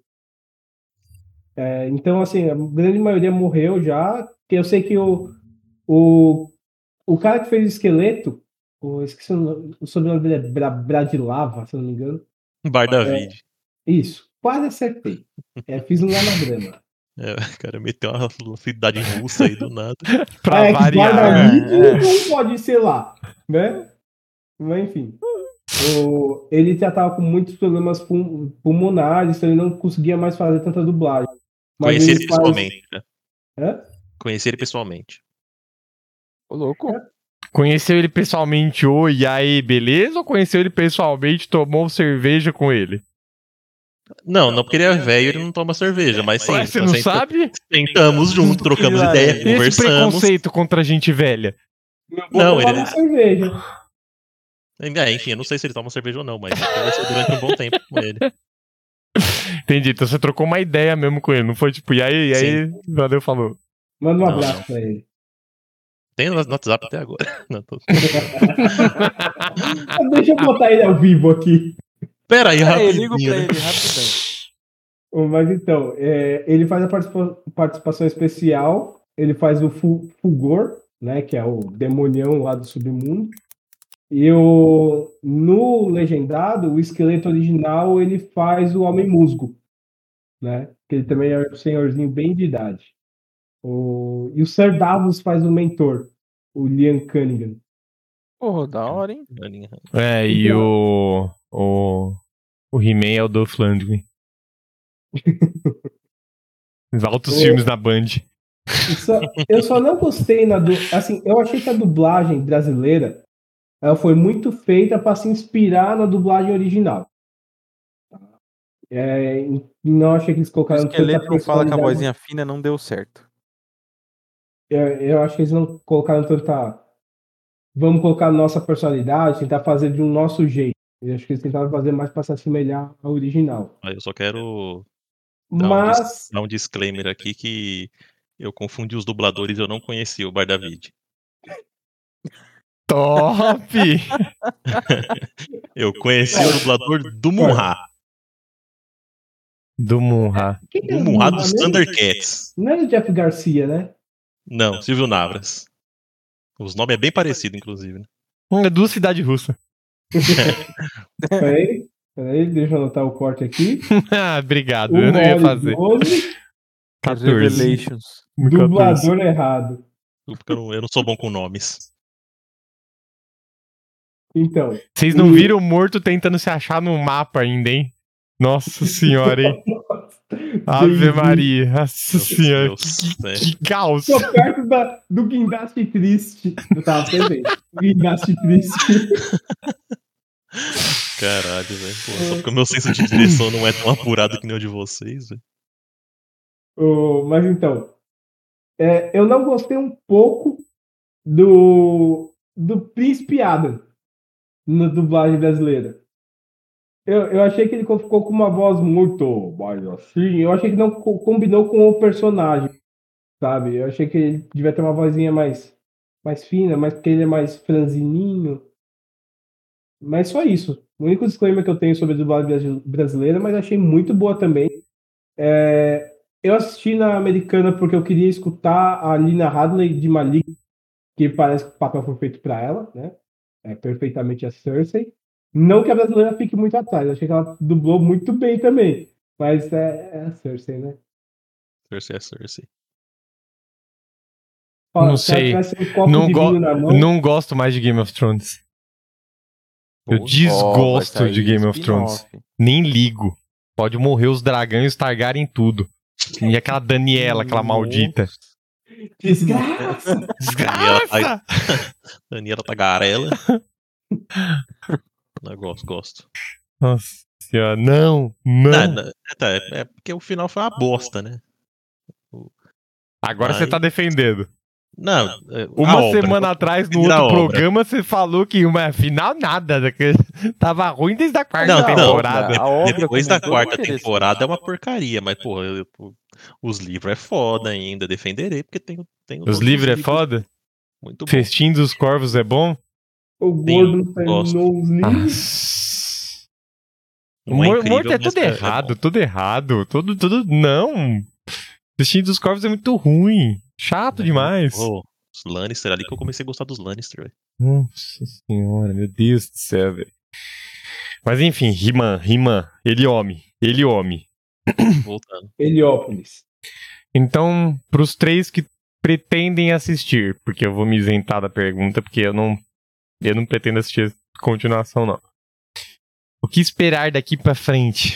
é, então, assim, a grande maioria morreu já. Que eu sei que o, o, o cara que fez o esqueleto, o, esqueci o, nome- o sobrenome dele é Bra, Bradilava, se eu não me engano. Bar David. Isso, quase acertei. É, fiz um anagrama. É, o cara meteu uma cidade russa aí do nada. Pra é, que variar. Guarda-Mid É. não pode ser lá, né? Mas enfim. O, ele já estava com muitos problemas pul- pulmonares, então ele não conseguia mais fazer tanta dublagem. Mas Conheci ele faz- pessoalmente. Né? Hã? Conheci ele pessoalmente. Ô, louco. Conheceu ele pessoalmente, oi, e aí, beleza? Ou conheceu ele pessoalmente, tomou cerveja com ele? Não, não porque ele é velho, ele não toma cerveja, mas sim. Ué, você nós não senta- sabe? Sentamos juntos, trocamos Que ideia, laranja. Esse conversamos. preconceito contra gente velha. Não, Vou ele- tomar uma cerveja. É, enfim, eu não sei se ele toma cerveja ou não, mas eu conversei durante um bom tempo com ele. Entendi, então você trocou uma ideia mesmo com ele, não foi tipo, e aí, e aí, valeu, falou. Manda um Não, abraço não. pra ele. Tem no WhatsApp até agora. Não, tô... Ah, deixa eu botar ele ao vivo aqui. Pera aí, Aí, eu ligo rapidinho. pra né? ele, rapidão. Oh, Mas então, é, ele faz a participa- participação especial, ele faz o Fu- Fulgor, né, que é o demonião lá do submundo. E o, no legendado, o esqueleto original, ele faz o Homem Musgo, né, que ele também é um senhorzinho bem de idade. O, e o Ser Davos faz o mentor, o Liam Cunningham. Porra, da hora, hein? É, e o. O. O He-Man é o Dolph Lundgren. Altos O- filmes na Band. E só- eu só não gostei na du... assim, eu achei que a dublagem brasileira ela foi muito feita para se inspirar na dublagem original. É, e não achei que eles O colocaram esqueleto tanta não fala com a personalidade. vozinha fina, não deu certo. Eu, eu acho que eles não colocaram tanta. Vamos colocar a nossa personalidade, tentar fazer de um nosso jeito. Eu acho que eles tentaram fazer mais para se assemelhar ao original. Aí eu só quero dar um, Mas dis- dar um disclaimer aqui que eu confundi os dubladores e eu não conheci o Bar David. Top! Eu conheci o dublador do Munra. Do Munra. quem que é O o Munra Munra dos mesmo? Thundercats. Não é o Jeff Garcia, né? Não, Silvio Navras. Os nomes é bem parecido, inclusive. Né? É duas cidades russas. Peraí, peraí, deixa eu anotar o corte aqui. Ah, obrigado, O eu não ia Mori fazer. doze, quatorze. Revelations. dublador errado. Porque eu não, eu não sou bom com nomes. Então, Vocês não E- viram o morto tentando se achar no mapa ainda, hein? Nossa senhora, hein? Ave Deus Maria. Nossa Meu senhora. Deus, Que, né? que caos. tô perto da, do guindaste triste. Eu tava presente. Guindaste triste. Caralho, velho. Pô, só porque o meu senso de direção não é tão apurado que nem o de vocês, velho. Oh, mas então, é, eu não gostei um pouco do, do Príncipe Adam na dublagem brasileira. Eu, eu achei que ele ficou com uma voz muito mais assim. Eu achei que não co- combinou com o personagem, sabe? Eu achei que ele devia ter uma vozinha mais, mais fina, mas porque ele é mais franzininho. Mas só isso. O único disclaimer que eu tenho sobre a dublagem brasi- brasileira, mas achei muito boa também. É, eu assisti na americana porque eu queria escutar a Lina Hadley de Malik, que parece que o papel foi feito para ela, né? É perfeitamente a Cersei. Não que a brasileira fique muito atrás, achei que ela dublou muito bem também. Mas é, é a Cersei, né? Cersei é Cersei. Ó, Não se ela sei. tivesse um copo Não, de go- vinho na mão, não gosto mais de Game of Thrones. Eu Pô, Ó, vai desgosto sair de Game of Thrones. spin-off. Nem ligo. Pode morrer os dragões e os Targaryen tudo. E aquela Daniela, aquela maldita. desgraça! Daniela Desgraça! tá... Daniela Tagarela. Não, gosto, gosto. Nossa senhora, não, não. Não, não, é, tá, é, é porque o final foi uma bosta, né? Agora você Mas- tá defendendo. Não, é, Uma a obra, semana vou atrás, no defender a outro obra. programa, você falou que uma final nada. Que tava ruim desde a quarta Não, não, temporada. a obra Depois como da um todo quarta é interessante. temporada é uma porcaria, mas, porra, eu- eu- os livros é foda ainda, defenderei, porque tem, tem Os todos livros é foda? Muito bom. Festim dos Corvos é bom? O gordo não gosto. terminou os livros. Nossa. Não O é Mor- incrível, Morto é mas tudo é- é errado, bom. tudo errado. Tudo, tudo. Não. Festim dos Corvos é muito ruim. Chato demais. Oh, os Lannister ali que eu comecei a gostar dos Lannister, velho. Nossa senhora, meu Deus do céu, velho. Mas enfim, Riman, Riman, ele homem, ele homem. Voltando. Heliópolis. Então, pros três que pretendem assistir, porque eu vou me isentar da pergunta, porque eu não, eu não pretendo assistir a continuação, não. O que esperar daqui pra frente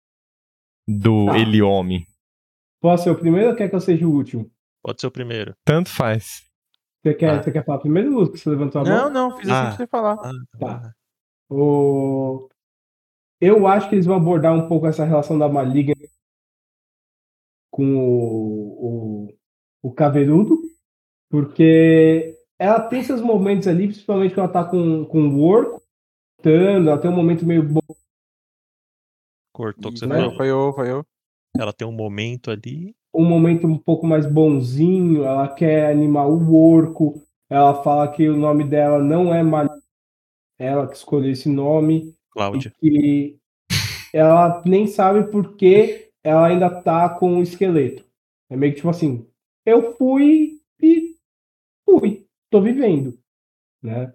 do Tá. Ele Homem? Posso ser o primeiro ou quer que eu seja o último? Pode ser o primeiro. Tanto faz. Você quer, Ah. você quer falar primeiro, Lucas? Que você levantou a Não, mão? não, fiz assim Ah. que você falar. Ah, Tá. O... Eu acho que eles vão abordar um pouco essa relação da Maligna com o, o, o Caveirudo, porque ela tem seus momentos ali, principalmente quando ela tá com, com o Orco, lutando, ela tem um momento meio bom. Cortou o que você Né? Foi eu, falou. foi eu, foi eu. Ela tem um momento ali. um momento um pouco mais bonzinho, ela quer animar o Orco, ela fala que o nome dela não é Maligna, ela que escolheu esse nome, Cláudia. e que ela nem sabe por que ela ainda tá com o esqueleto. É meio que tipo assim, eu fui e fui, tô vivendo, né?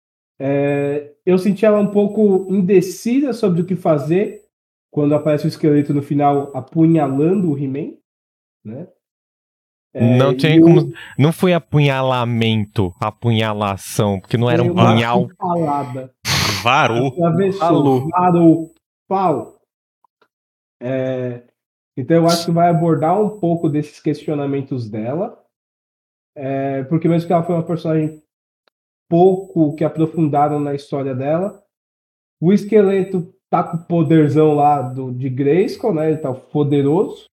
É, eu senti ela um pouco indecisa sobre o que fazer quando aparece o esqueleto no final apunhalando o He-Man, né? É, não e tem o- como. Não foi apunhalamento, apunhalação, porque não era foi um uma punhal. falada. Varou. Atravessou, Falou. varou, pau. É, então eu acho que vai abordar um pouco desses questionamentos dela, é, porque mesmo que ela foi uma personagem pouco que aprofundaram na história dela, o esqueleto tá com o poderzão lá do, de Grayskull, né? Ele tá poderoso.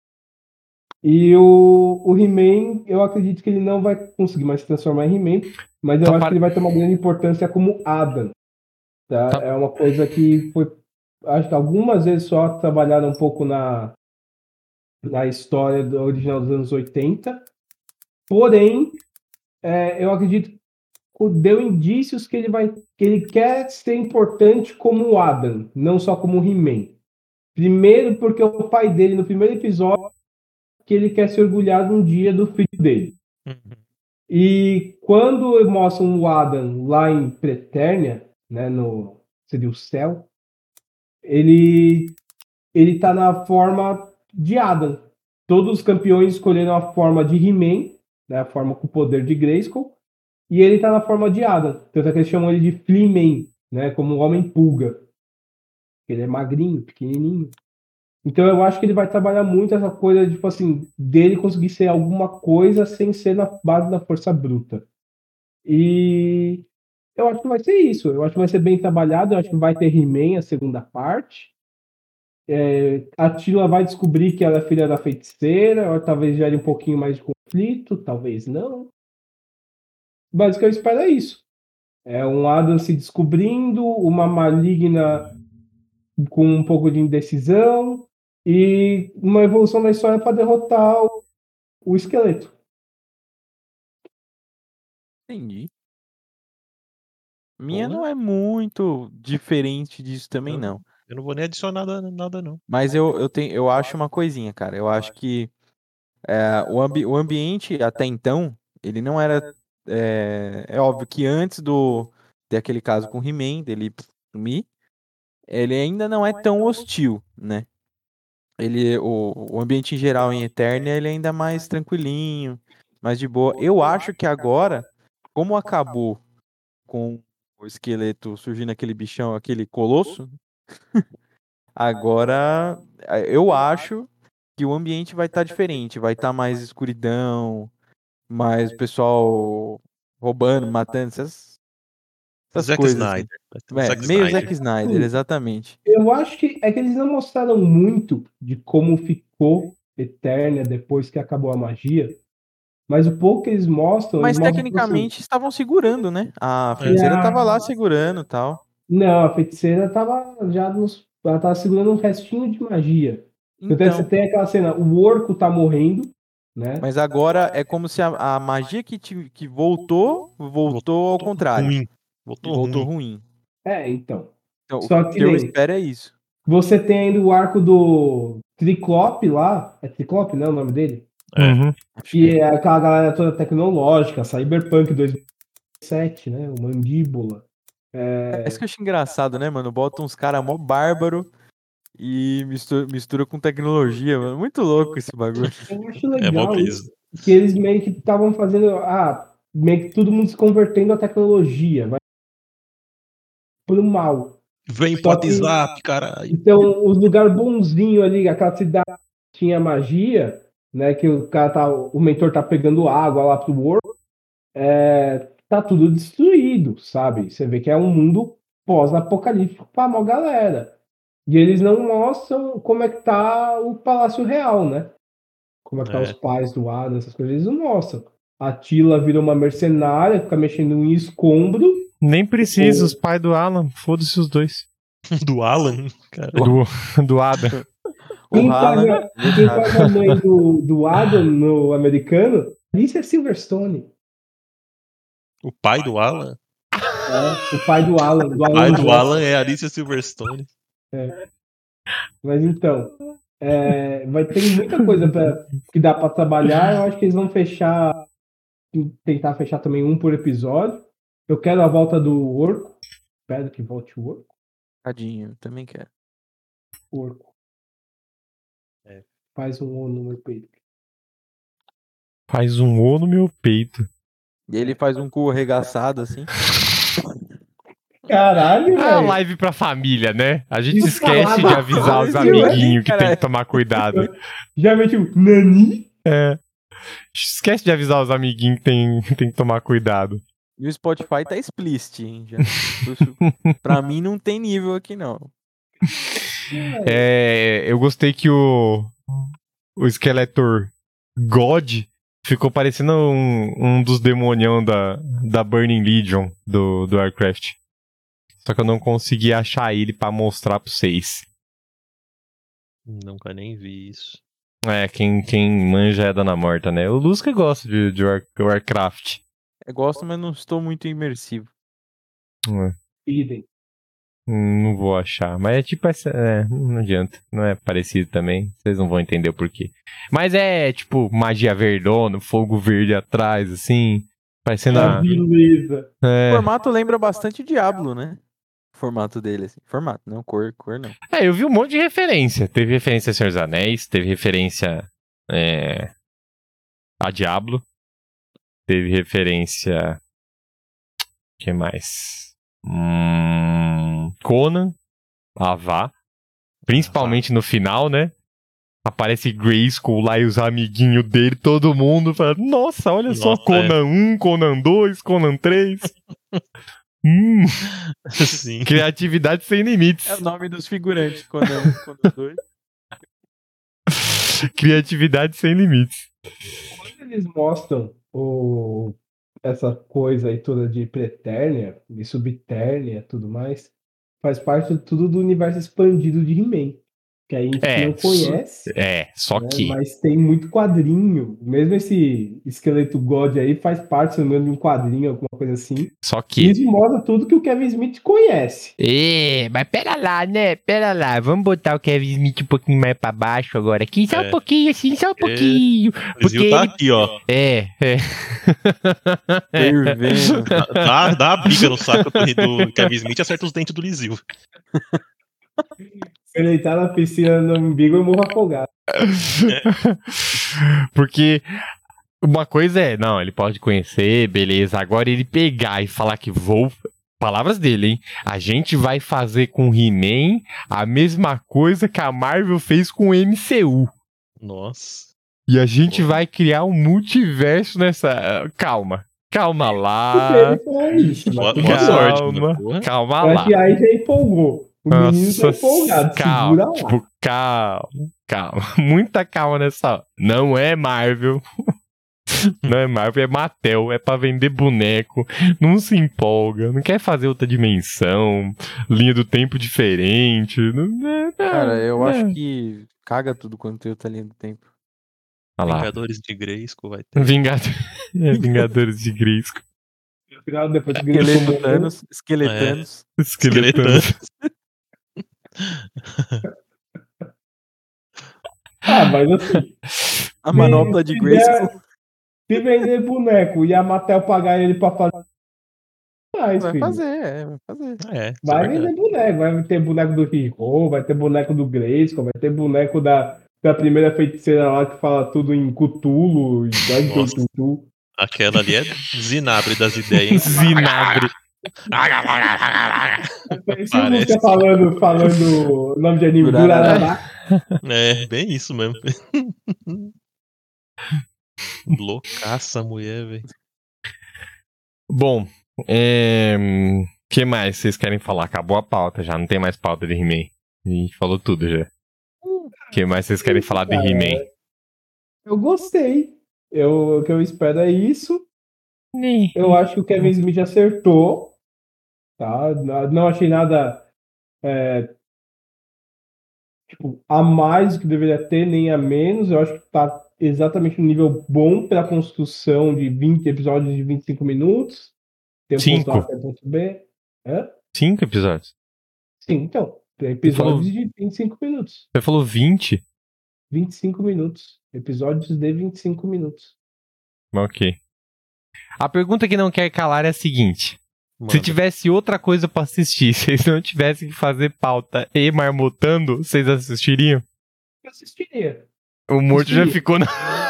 E o, o He-Man, eu acredito que ele não vai conseguir mais se transformar em He-Man, mas eu Tá acho par- que ele vai ter uma grande importância como Adam. Tá? Tá. É uma coisa que foi, acho que algumas vezes só trabalharam um pouco na, na história do original dos anos oitenta, porém, é, eu acredito que deu indícios que ele vai, que ele quer ser importante como o Adam, não só como o He-Man. Primeiro, porque o pai dele, no primeiro episódio, que ele quer se orgulhar um dia do filho dele. Uhum. E quando mostram o Adam lá em Pretérnia, né, no seria o céu, ele ele tá na forma de Adam. Todos os campeões escolheram a forma de He-Man, né, a forma com o poder de Grayskull, e ele tá na forma de Adam. Tanto é que eles chamam ele de Flea-Man, né, como o Homem-Pulga. Ele é magrinho, pequenininho. Então eu acho que ele vai trabalhar muito essa coisa de, tipo assim, dele conseguir ser alguma coisa sem ser na base da força bruta. E eu acho que vai ser isso. Eu acho que vai ser bem trabalhado. Eu acho que vai ter He-Man a segunda parte. É, a Tila vai descobrir que ela é filha da feiticeira, ou talvez gere um pouquinho mais de conflito, talvez não. Mas o que eu espero é isso. É um Adam se descobrindo, uma maligna com um pouco de indecisão e uma evolução da história para derrotar o, o esqueleto. Entendi. Minha Boa. não é muito diferente disso também, Eu- não. Eu não vou nem adicionar nada, nada não. Mas eu, eu, tenho, eu acho uma coisinha, cara. Eu acho que é, o, ambi o ambiente, até então, ele não era. É, é óbvio que antes do daquele caso com o He-Man, dele sumir, ele ainda não é tão hostil, né? Ele, o, o ambiente em geral em Eternia, ele é ainda mais tranquilinho, mais de boa. Eu acho que agora, como acabou com o esqueleto surgindo aquele bichão, aquele colosso, agora eh, eu acho que o ambiente vai estar diferente, vai estar mais escuridão, mais o pessoal roubando, matando, essas, essas Zack coisas assim. Snyder. Vai ter um É, Zack meio Snyder. Zack Snyder, exatamente. Eu acho que é que eles não mostraram muito de como ficou Eternia depois que acabou a magia. Mas o pouco que eles mostram, Mas eles mostram tipo assim, tecnicamente estavam segurando, né? A É. feiticeira tava lá segurando e tal. não, a feiticeira tava já nos. Ela tava segurando um restinho de magia. Então, você Então, tem aquela cena, o orco tá morrendo, né? mas agora é como se a, a magia que, te- que voltou, voltou ao contrário. Ruim. E Voltou, voltou ruim. ruim. É, então. Então, Só o que que eu nem- espero é isso. Você tem ainda o arco do Triclope lá. É Triclope, não é o nome dele? É. Uhum. Acho Que que é. é aquela galera toda tecnológica, Cyberpunk dois mil e sete, né? O Mandíbula. É isso que eu acho engraçado, né, mano? Bota uns caras mó bárbaro e mistura, mistura com tecnologia, mano. Muito louco esse bagulho. Eu acho É mó legal brisa. isso, que eles meio que estavam fazendo, ah, meio que todo mundo se convertendo à tecnologia, vai pro mal. Vem Só pro que- WhatsApp, caralho. Então, os lugares bonzinhos ali, aquela cidade que tinha magia, né, que o cara tá, o mentor tá pegando água lá pro world, é, tá tudo destruído, sabe? Você vê que é um mundo pós-apocalíptico pra mó galera. E eles não mostram como é que tá o Palácio Real, né? Como é que tá É. os pais do Adam, essas coisas, eles não mostram. A Tila vira uma mercenária, fica mexendo em escombro. Nem precisa, os pais do Alan, foda-se os dois. Do Alan, cara. Do, do Adam. O Quem faz, Haaland, a, quem faz a mãe do, do Adam no americano, isso é Silverstone. O pai do Alan? É, o pai do Alan. Do O Alan pai do Johnson. Alan é Alicia Silverstone. Mas então, é, vai ter muita coisa pra, que dá pra trabalhar. Eu acho que eles vão fechar, tentar fechar também um por episódio. Eu quero a volta do Orco. Espero que volte o Orco. tadinho, também quero. Orco. É. Faz um O no meu peito. Faz um O no meu peito. E ele faz um cu arregaçado assim. Caralho, Ah, velho. live pra família, né? A gente Isso esquece falava de avisar os coisa, né, amiguinhos que tem cara? que tomar cuidado. Já meti o Nani? É. Esquece de avisar os amiguinhos que tem, tem que tomar cuidado. E o Spotify tá explicit, hein? Já. Pra mim não tem nível aqui, não. É, eu gostei que o, o Skeletor God ficou parecendo um, um dos demonião da, da Burning Legion do, do Warcraft. Só que eu não consegui achar ele pra mostrar pra vocês. Nunca nem vi isso. É, quem, quem manja é Dana Morta, né? O Lusca gosta de, de War- Warcraft. Eu gosto, mas não estou muito imersivo. É, Idem. não vou achar. Mas é tipo essa. É, não adianta. Não é parecido também. Vocês não vão entender o porquê. Mas é tipo magia verdona, fogo verde atrás, assim. Parecendo. Ah, A, beleza. O é, formato lembra bastante Diablo, né? O formato dele, assim. Formato, não cor, cor não. é, eu vi um monte de referência. Teve referência a Senhor dos Anéis, teve referência é, a Diablo, teve referência. O que mais? Hum, Conan, Avá, principalmente no final, né? Aparece Grayskull lá e os amiguinhos dele, todo mundo fala, nossa, olha só, Nossa, Conan um, Conan dois, Conan três. Hum, Sim. criatividade sem limites. É o nome dos figurantes, quando é um, quando é dois. Criatividade sem limites. Quando eles mostram o, essa coisa aí toda de pretérnia, de subtérnia e tudo mais, faz parte de tudo do universo expandido de He-Man. Que a gente É, não conhece, É, só né, que. mas tem muito quadrinho. Mesmo esse esqueleto God aí faz parte, se não me engano, de um quadrinho, alguma coisa assim. Só E que. isso mostra tudo que o Kevin Smith conhece. É, mas pera lá, né? Pera lá. Vamos botar o Kevin Smith um pouquinho mais pra baixo agora aqui. Só É. um pouquinho, assim, só um pouquinho. O Lizil tá ele- aqui, ó. É, é. Fervendo. Dá, dá a bica no saco do, do Kevin Smith e acerta os dentes do Lizil. Se ele tá na piscina no umbigo, eu morro afogado. Porque uma coisa é, não, ele pode conhecer, beleza. Agora ele pegar e falar que vou. Palavras dele, hein? A gente vai fazer com o He-Man a mesma coisa que a Marvel fez com o M C U. Nossa. E a gente Pô. vai criar um multiverso nessa. Calma. Calma lá. Ele fala isso, Boa, mas boa Calma. sorte, mano. Porra. Calma eu lá. acho que aí já empolgou. O menino tá Nossa, empolgado, calma, segura lá. tipo, calma, calma. Muita calma nessa hora. Não é Marvel. Não é Marvel, é Mattel. É pra vender boneco. Não se empolga. Não quer fazer outra dimensão. Linha do tempo diferente. Não, não, Cara, eu não. acho que caga tudo quando tem outra linha do tempo. Olha lá. Vingadores de Grayskull vai ter. Vingado... é, Vingadores de Grisco. No final, depois que ele Esqueleto tomou- Thanos, esqueletanos. Esqueletando. Ah, mas assim, A manopla de se Grayskull se vender boneco e a Mattel pagar ele pra fazer. Faz, vai filho. fazer, é, vai fazer. É, isso Vai é verdade. vender boneco, vai ter boneco do He-Ho, vai ter boneco do Grayskull, vai ter boneco da, da primeira feiticeira lá que fala tudo em Cthulhu, e Dog Nossa. Cthulhu. Aquela ali é Zinabre das ideias, hein? Zinabre. Esse Parece. música falando, falando nome de anime, Durarará. Durarará. É, bem isso mesmo. Loucaça a mulher, velho. Bom, é... o que mais vocês querem falar? Acabou a pauta já, não tem mais pauta de He-Man. A gente falou tudo já. O que mais vocês querem falar de He-Man? Eu gostei. Eu, o que eu espero é isso. Eu acho que o Kevin Smith acertou. Tá? Não não achei nada é, tipo, a mais do que deveria ter, nem a menos. Eu acho que tá exatamente no nível bom para a construção de vinte episódios de vinte e cinco minutos. Tem um Cinco. ponto A, tem um ponto B. Hã? Cinco episódios. Sim, então. Tem episódios falou- de vinte e cinco minutos. Você falou vinte? vinte e cinco minutos. Episódios de vinte e cinco minutos. Ok. A pergunta que não quer calar é a seguinte. Manda. Se tivesse outra coisa pra assistir, vocês não tivessem que fazer pauta e marmotando, vocês assistiriam? Eu assistiria. O morto já Assistiria. ficou na...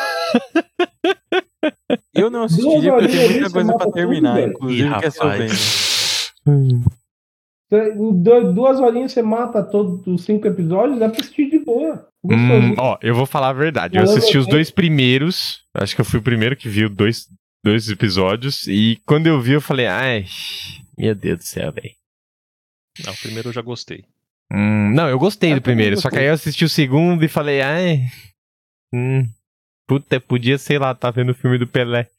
Eu não Duas assistiria porque tem horinhas muita isso coisa mata pra tudo, terminar, velho. inclusive Ih, que é seu bem. rapaz. Em du- duas horinhas você mata todos os cinco episódios, dá pra assistir de boa. Hum, Gostosinho. ó, eu vou falar a verdade. Eu Falando assisti os bem. dois primeiros. Acho que eu fui o primeiro que viu dois, dois episódios. E quando eu vi, eu falei, ai, meu Deus do céu, velho. Não, o primeiro eu já gostei. Hum, não, eu gostei Eu do também primeiro. Só que gostei. aí eu assisti o segundo e falei, ai. Hum, puta, podia, sei lá, tá vendo o filme do Pelé.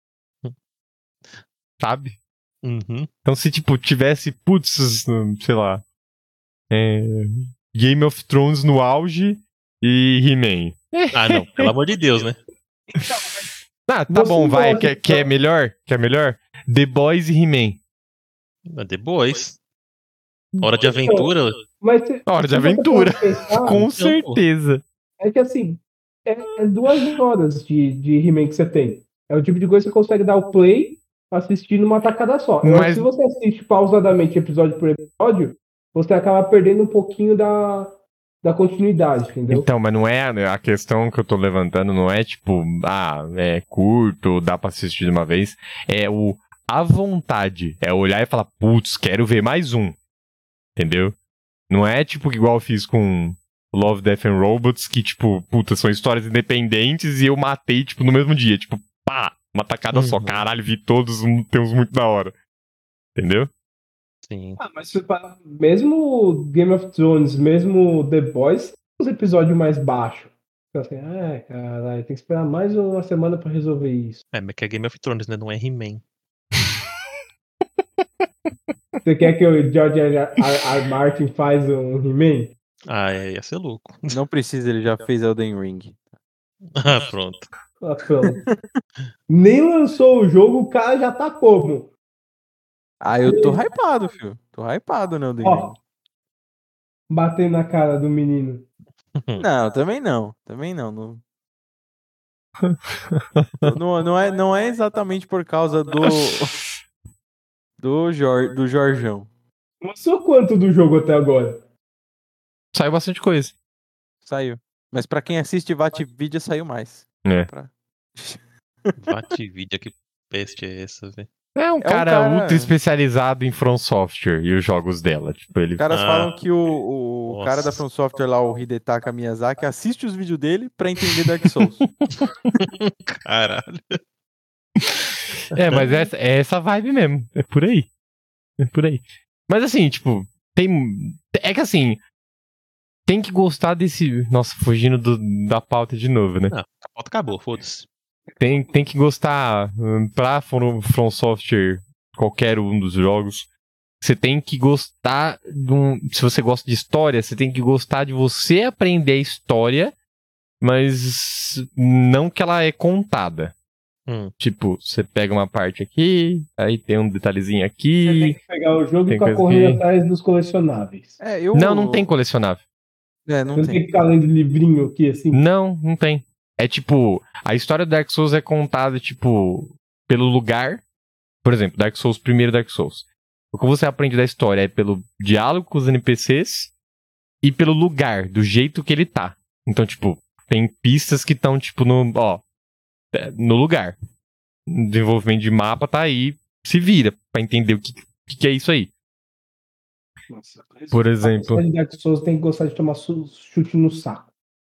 Sabe? Uhum. Então se, tipo, tivesse, putz, hum, sei lá. é, Game of Thrones no auge e He-Man. Ah, não, pelo amor de Deus, né? Ah, tá Você bom, vai. gosta, Quer, quer melhor? Quer melhor? The Boys e He-Man. Mas The Boys. Hora de aventura. Mas se- Hora de se você aventura. for pensar, Com certeza. É que assim, é, é duas horas de, de He-Man que você tem. É o tipo de coisa que você consegue dar o play, assistir numa tacada só. Eu acho Mas- que se você assiste pausadamente episódio por episódio, você acaba perdendo um pouquinho da, da continuidade, entendeu? Então, mas não é a questão que eu tô levantando, não é tipo, ah, é curto, dá pra assistir de uma vez. É o a vontade. É olhar e falar, putz, quero ver mais um. Entendeu? Não é tipo igual eu fiz com Love, Death and Robots, que tipo, puta, são histórias independentes e eu matei, tipo, no mesmo dia. Tipo, pá, uma tacada só. Uhum. Caralho, vi todos, um- tem uns muito da hora. Entendeu? Sim. Ah, mas se para- mesmo Game of Thrones, mesmo The Boys, os episódios mais baixos. Fica assim, ah, caralho, tem que esperar mais uma semana pra resolver isso. É, mas que é Game of Thrones, né? Não é He-Man. Você quer que o George R. R. R. Martin faz um He-Man? Ah, é, ia ser louco. Não precisa, ele já fez Elden Ring. Ah, pronto. Ah, pronto. Nem lançou o jogo, o cara já tá como? Ah, eu tô hypado, filho. Tô hypado no Elden Ring. Ó, batendo na cara do menino. Não, também não. Também não. Não, não, não é, não é exatamente por causa do. Do, Jor, do Jorjão. Lançou quanto do jogo até agora? Saiu bastante coisa. Saiu. Mas pra quem assiste Vatvidia, saiu mais. É. Pra... Vatvidia, que peste é essa, velho? É um, um cara, cara- ultra especializado em From Software e os jogos dela. Tipo, ele. Os caras Ah. falam que o, o Nossa. cara da From Software lá, o Hidetaka Miyazaki, assiste os vídeos dele pra entender Dark Souls. Caralho. É, mas essa, é essa vibe mesmo. É por aí. É por aí. Mas assim, tipo, tem. É que assim. Tem que gostar desse. Nossa, fugindo do- da pauta de novo, né? Não, a pauta acabou, foda-se. Tem, tem que gostar hum, pra From, From Software, qualquer um dos jogos. Você tem que gostar de um. Se você gosta de história, você tem que gostar de você aprender a história, mas não que ela é contada. Hum. Tipo, você pega uma parte aqui, aí tem um detalhezinho Você tem aqui. que pegar o jogo e Tem ficar coisa correndo que- atrás dos colecionáveis. É, eu... Não, não tem colecionável. É, não Você não tem tem. que ficar lendo livrinho aqui assim. Não, não tem. É tipo, a história do Dark Souls é contada, tipo, pelo lugar. Por exemplo, Dark Souls, primeiro Dark Souls. O que você aprende da história é pelo diálogo com os N P Cs e pelo lugar, do jeito que ele tá. Então, tipo, tem pistas que estão, tipo, no, ó, é, no lugar. O desenvolvimento de mapa tá aí, se vira pra entender o que, que, que é isso aí. Nossa, Por pra exemplo. gostar de Dark Souls tem que gostar de tomar su- chute no saco.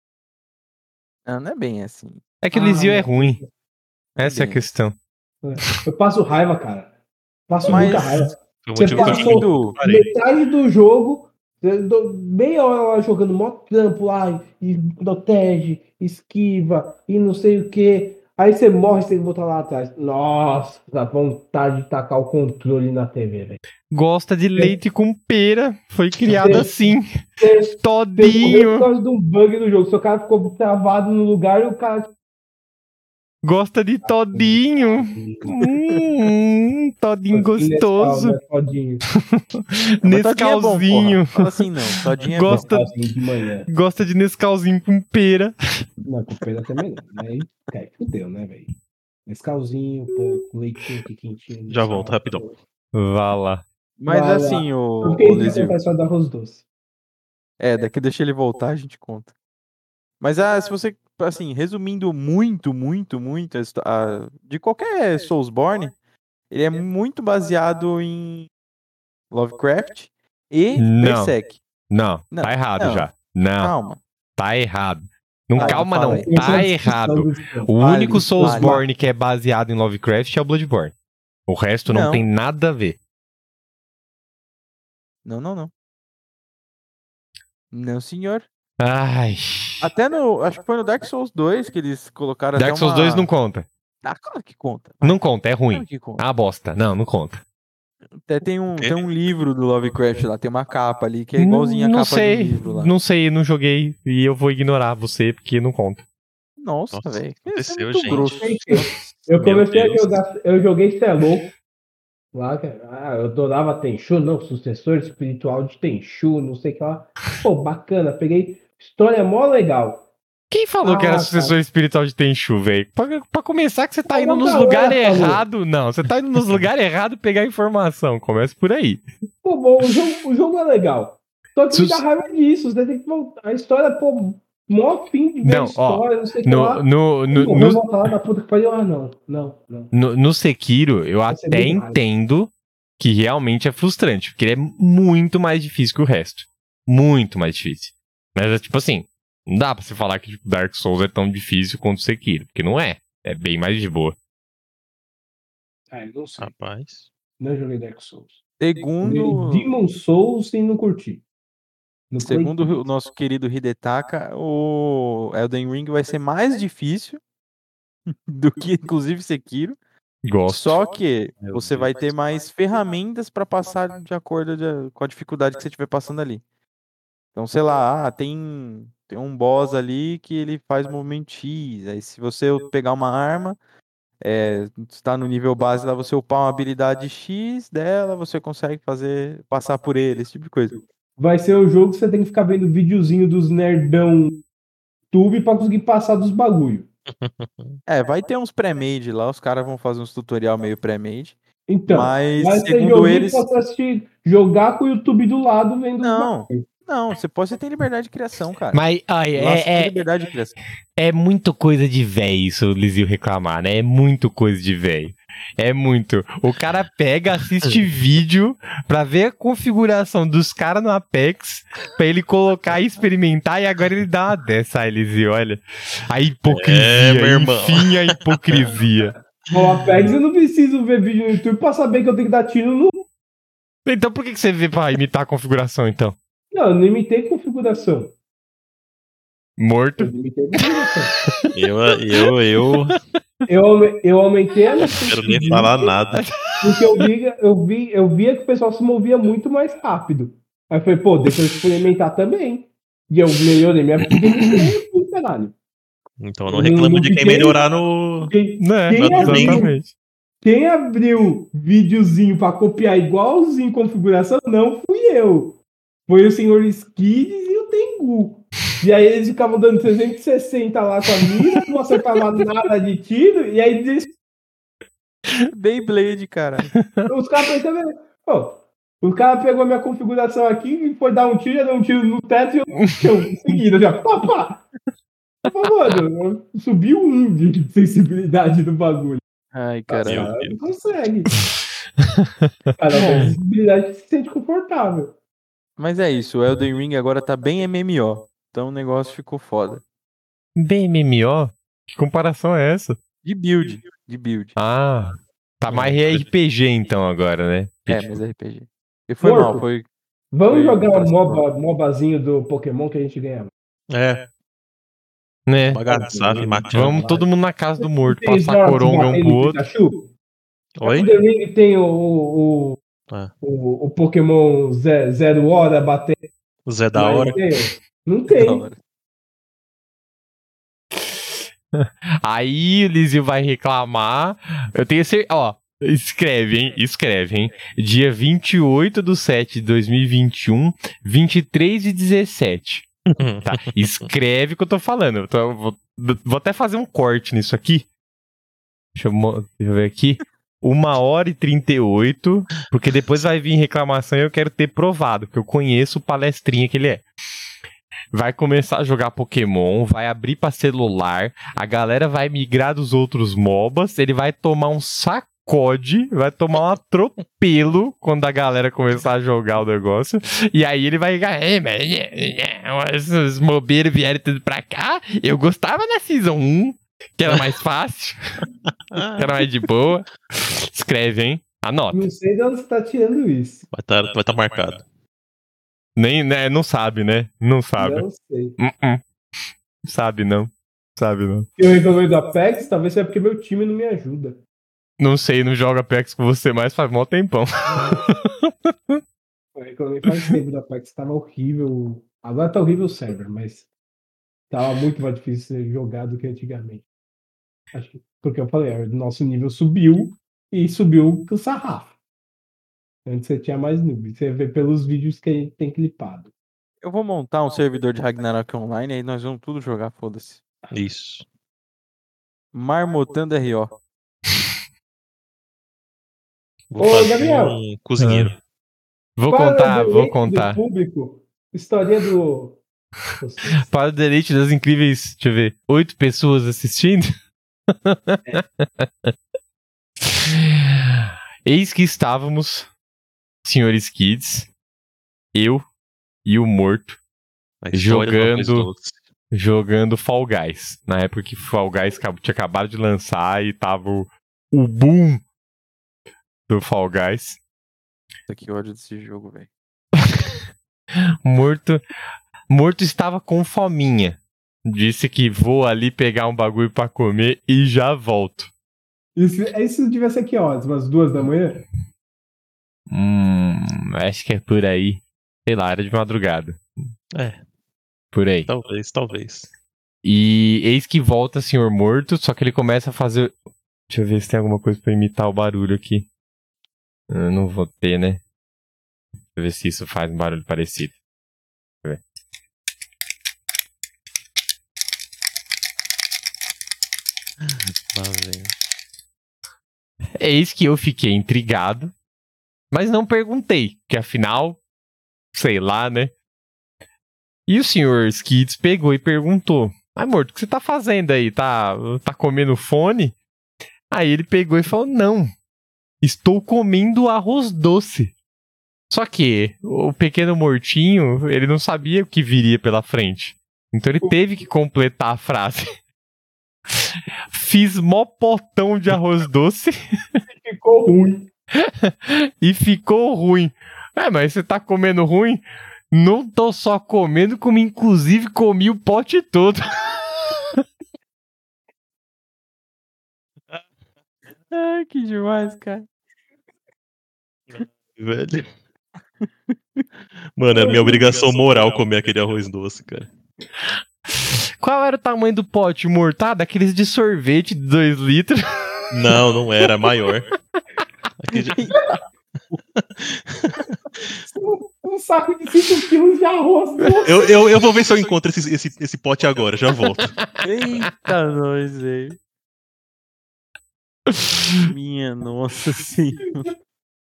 Não, não é bem assim. É que o Ah, Lisio é não. ruim. Essa é a bem questão. Eu passo raiva, cara. Passo Mas- muita raiva. Foi o Você motivo que eu passou do- parei. metade do jogo, eu dou meia hora lá jogando mó trampo lá, e protege, esquiva, e não sei o que. Aí você morre e você tem que voltar lá atrás. Nossa, dá vontade de tacar o controle na T V, velho. Gosta de leite com pera. Foi criado Sim. assim. Você você morreu por Todinho. causa de um bug do jogo. Seu cara ficou travado no lugar e o cara. Gosta de todinho. Hum, todinho gostoso. Nescau, né, todinho. Mas todinho é bom, Nescauzinho. porra. Fala assim não, todinho é Gosta- bom. Nescauzinho de manhã. Gosta de Nescauzinho com pera. Não, com pena também não. Aí, cara, fudeu, né, velho? Nescauzinho, pô, com leitinho aqui quentinho. Já volto, rapidão. Vá lá. Mas Vai lá. assim, o, Porque o isso vai Lisio, contar só do arroz doce. é, daqui deixa ele voltar, a gente conta. Mas ah, se você, assim, resumindo muito, muito, muito, a histó- a- de qualquer Soulsborne, ele é muito baseado em Lovecraft e Não. Berserk. Não, Não, tá errado não. já. Não, Calma. tá errado. Não, Vai, calma fala não, aí. Essa é tá a discussão errado. dos tempos. O Fale, único fale. Soulsborne que é baseado em Lovecraft é o Bloodborne. O resto não, Não. tem nada a ver. Não, não, não. Não, senhor. Ai. Até no, acho que foi no Dark Souls dois que eles colocaram Dark até Souls uma... dois não conta. Ah, claro que conta. vai, Não conta, é ruim. Claro que conta. Ah, bosta. Não, não conta. Até tem um, quê? tem um livro do Lovecraft lá, tem uma capa ali que é igualzinha a não capa sei, do livro lá. não sei, não joguei e eu vou ignorar você porque não conta. Nossa, Nossa, velho. Isso é aconteceu, muito gente. grosso. Eu Meu comecei a Deus. jogar, eu joguei Cê é Louco. Lá, cara. Ah, eu adorava Tenchu, não, sucessor espiritual de Tenchu, não sei o que lá. Pô, bacana, peguei. História mó legal. Quem falou que era Ah, sucessor espiritual de Tenchu, velho? Pra, pra começar que você tá Uma indo nos galera lugares falou. errados. Não, você tá indo nos lugares errados pegar informação. Começa por aí. Pô, bom, o jogo, o jogo é legal. Só que me Sus- dá raiva disso, você tem que voltar. A história, pô, mó fim de ver Não, a história, não sei o que No, lá. no, no, Pô, no, vou voltar lá na puta que pariu. Ah, não, não, não. no, no Sekiro, eu Vai ser até muito raiva. entendo que realmente é frustrante, porque ele é muito mais difícil que o resto. Muito mais difícil. Mas é tipo assim, não dá pra você falar que tipo, Dark Souls é tão difícil quanto o Sekiro, porque não é. É bem mais de boa. Ah, eu não sei. Rapaz. Não joguei Dark Souls. Segundo, Demon Souls e não curti. No segundo Play o nosso querido Hidetaka, o Elden Ring vai ser mais difícil do que, inclusive, Sekiro. Gosto. Só que Meu você Deus. vai ter mais ferramentas pra passar de acordo de- com a dificuldade que você estiver passando ali. Então, sei lá, ah, tem, tem um boss ali que ele faz movimento X. Aí, se você pegar uma arma, é, está no nível base lá, você upar uma habilidade X dela, você consegue fazer, passar por ele, esse tipo de coisa. vai ser um jogo que você tem que ficar vendo videozinho dos nerdão YouTube pra conseguir passar dos bagulho. É, vai ter uns pré-made lá, os caras vão fazer uns tutorial meio pré-made. Então, Mas, vai ser segundo joguinho eles- pra você assistir, jogar com o YouTube do lado vendo os Não, bagulho. não, você pode ter liberdade de criação, cara. Mas, olha, Lá você tem é, é, liberdade de criação. é muito coisa de véi isso, o Lizio reclamar, né? É muito coisa de véi. É muito. O cara pega, assiste vídeo pra ver a configuração dos caras no Apex, pra ele colocar e experimentar, e agora ele dá uma dessa, aí, Lizio, olha. A hipocrisia, É, meu irmão. enfim, a hipocrisia. No Apex eu não preciso ver vídeo no YouTube pra saber que eu tenho que dar tiro no. Então por que, que você vê pra imitar a configuração, então? Não, eu não imitei configuração. Eu Morto? não imitei configuração. Eu, eu, eu Eu, aume- eu aumentei a não quero nem falar nada. porque eu via, eu, vi, eu via que o pessoal se movia muito mais rápido. Aí eu falei, pô, deixa eu experimentar também. E eu melhorei minha vida, caralho. Então eu não reclamo de quem melhorar no. Quem, Né, Quem abriu- exatamente. quem abriu videozinho pra copiar igualzinho configuração não fui eu. Foi o senhor Skids e o Tengu. E aí eles ficavam dando trezentos e sessenta lá com a mira, não acertavam nada de tiro, e aí eles, Beyblade, cara. os caras perceberam. Pô, o cara pegou a minha configuração aqui e foi dar um tiro, já deu um tiro no teto e eu no chão, em seguida, já, pá, pá. Pô, mano, subiu um de sensibilidade do bagulho. Ai, Meu caramba. Cara, Deus. não consegue. Cara, a sensibilidade se sente confortável. Mas é isso, o Elden Ring agora tá bem M M O. Então o negócio ficou foda. Bem M M O? Que comparação é essa? De build, de build. Ah, tá mais R P G então agora, né? É, mas R P G. E foi Morto. mal, foi... Vamos Foi jogar o parece MOBA, MOBAzinho do Pokémon que a gente ganha. É, Né? bagaçar, me matando. Vamos todo mundo na casa do morto, Tem passar Snorlax coronga um batendo pro no outro. Pikachu? Oi? O The Ring tem o, o, Ah. o, o Pokémon Ze- Zero Hora batendo. O Zé da hora. Tem? Não tem. Da hora. Aí o Lizio vai reclamar. Eu tenho certeza. Ó, escreve, hein? Escreve, hein? Dia vinte e oito de sete de dois mil e vinte e um, vinte e três e dezessete. Tá? Escreve o que eu tô falando. Eu tô- vou, vou até fazer um corte nisso aqui. Deixa eu, mo- deixa eu ver aqui. Uma hora e trinta e oito. Porque depois vai vir reclamação e eu quero ter provado, porque eu conheço o palestrinha que ele é. Vai começar a jogar Pokémon, vai abrir pra celular, a galera vai migrar dos outros MOBAs, ele vai tomar um sacode, vai tomar um atropelo quando a galera começar a jogar o negócio, e aí ele vai ficar, é, mas é, é, esses mobeiros vieram tudo pra cá, eu gostava da Season um, que era mais fácil, que era mais de boa. Escreve, hein? Anota. Não sei de onde você tá tirando isso. Vai estar vai tá marcado. Nem, né, não sabe, né? Não sabe. Não sei. Uh-uh. Sabe não. Sabe não. Eu reclamei do Apex, talvez seja porque meu time não me ajuda. Não sei, não joga Apex com você mais faz mó tempão. Eu reclamei faz tempo do Apex, tava horrível. Agora tá horrível o server, mas tava muito mais difícil ser jogado do que antigamente. Acho que, porque eu falei, o nosso nível subiu e subiu com o sarrafo. Antes você tinha mais noob. Você vê pelos vídeos que a gente tem clipado. Eu vou montar um servidor de Ragnarok online, aí nós vamos tudo jogar, foda-se. Isso. Marmotando R O. Vou Ô, fazer Gabriel. um cozinheiro. Vou Para contar, o vou deleite contar. Do público, história do. Para o delete das incríveis, deixa eu ver, oito pessoas assistindo. Eis que estávamos, senhores kids, eu e o morto, A história de uma coisa jogando- doce. jogando Fall Guys. Na época que Fall Guys acab- tinha acabado de lançar e tava o, o boom do Fall Guys. Puta, que ódio desse jogo, velho. Morto, morto estava com fominha. Disse que vou ali pegar um bagulho pra comer e já volto. Isso, isso devia ser que horas? Umas duas da manhã? Hum, acho que é por aí. Sei lá, era de madrugada. É, Por aí. talvez, talvez. E eis que volta o senhor morto, só que ele começa a fazer... Deixa eu ver se tem alguma coisa pra imitar o barulho aqui. Eu não vou ter, né? Deixa eu ver se isso faz um barulho parecido. Deixa eu ver. Lá vem. Eis que eu fiquei intrigado, mas não perguntei, que afinal, sei lá, né? E o senhor Skids pegou e perguntou: "Ai, morto, o que você tá fazendo aí? Tá, tá comendo fone?" Aí ele pegou e falou: "Não, estou comendo arroz doce." Só que o pequeno mortinho, ele não sabia o que viria pela frente. Então ele teve que completar a frase. Fiz mó potão de arroz doce Ficou ruim. e ficou ruim. É, mas você tá comendo ruim? Não tô só comendo, como inclusive comi o pote todo. Ai, que demais, cara. Velho. Mano, era minha obrigação moral comer aquele arroz doce, cara. Qual era o tamanho do pote, morto? Ah, daqueles de sorvete de dois litros. Não, não era, maior. Aquele... Um saco de cinco quilos de arroz. eu, eu, eu vou ver se eu encontro esse, esse, esse pote agora, já volto. Eita, nós, velho. Minha nossa senhora.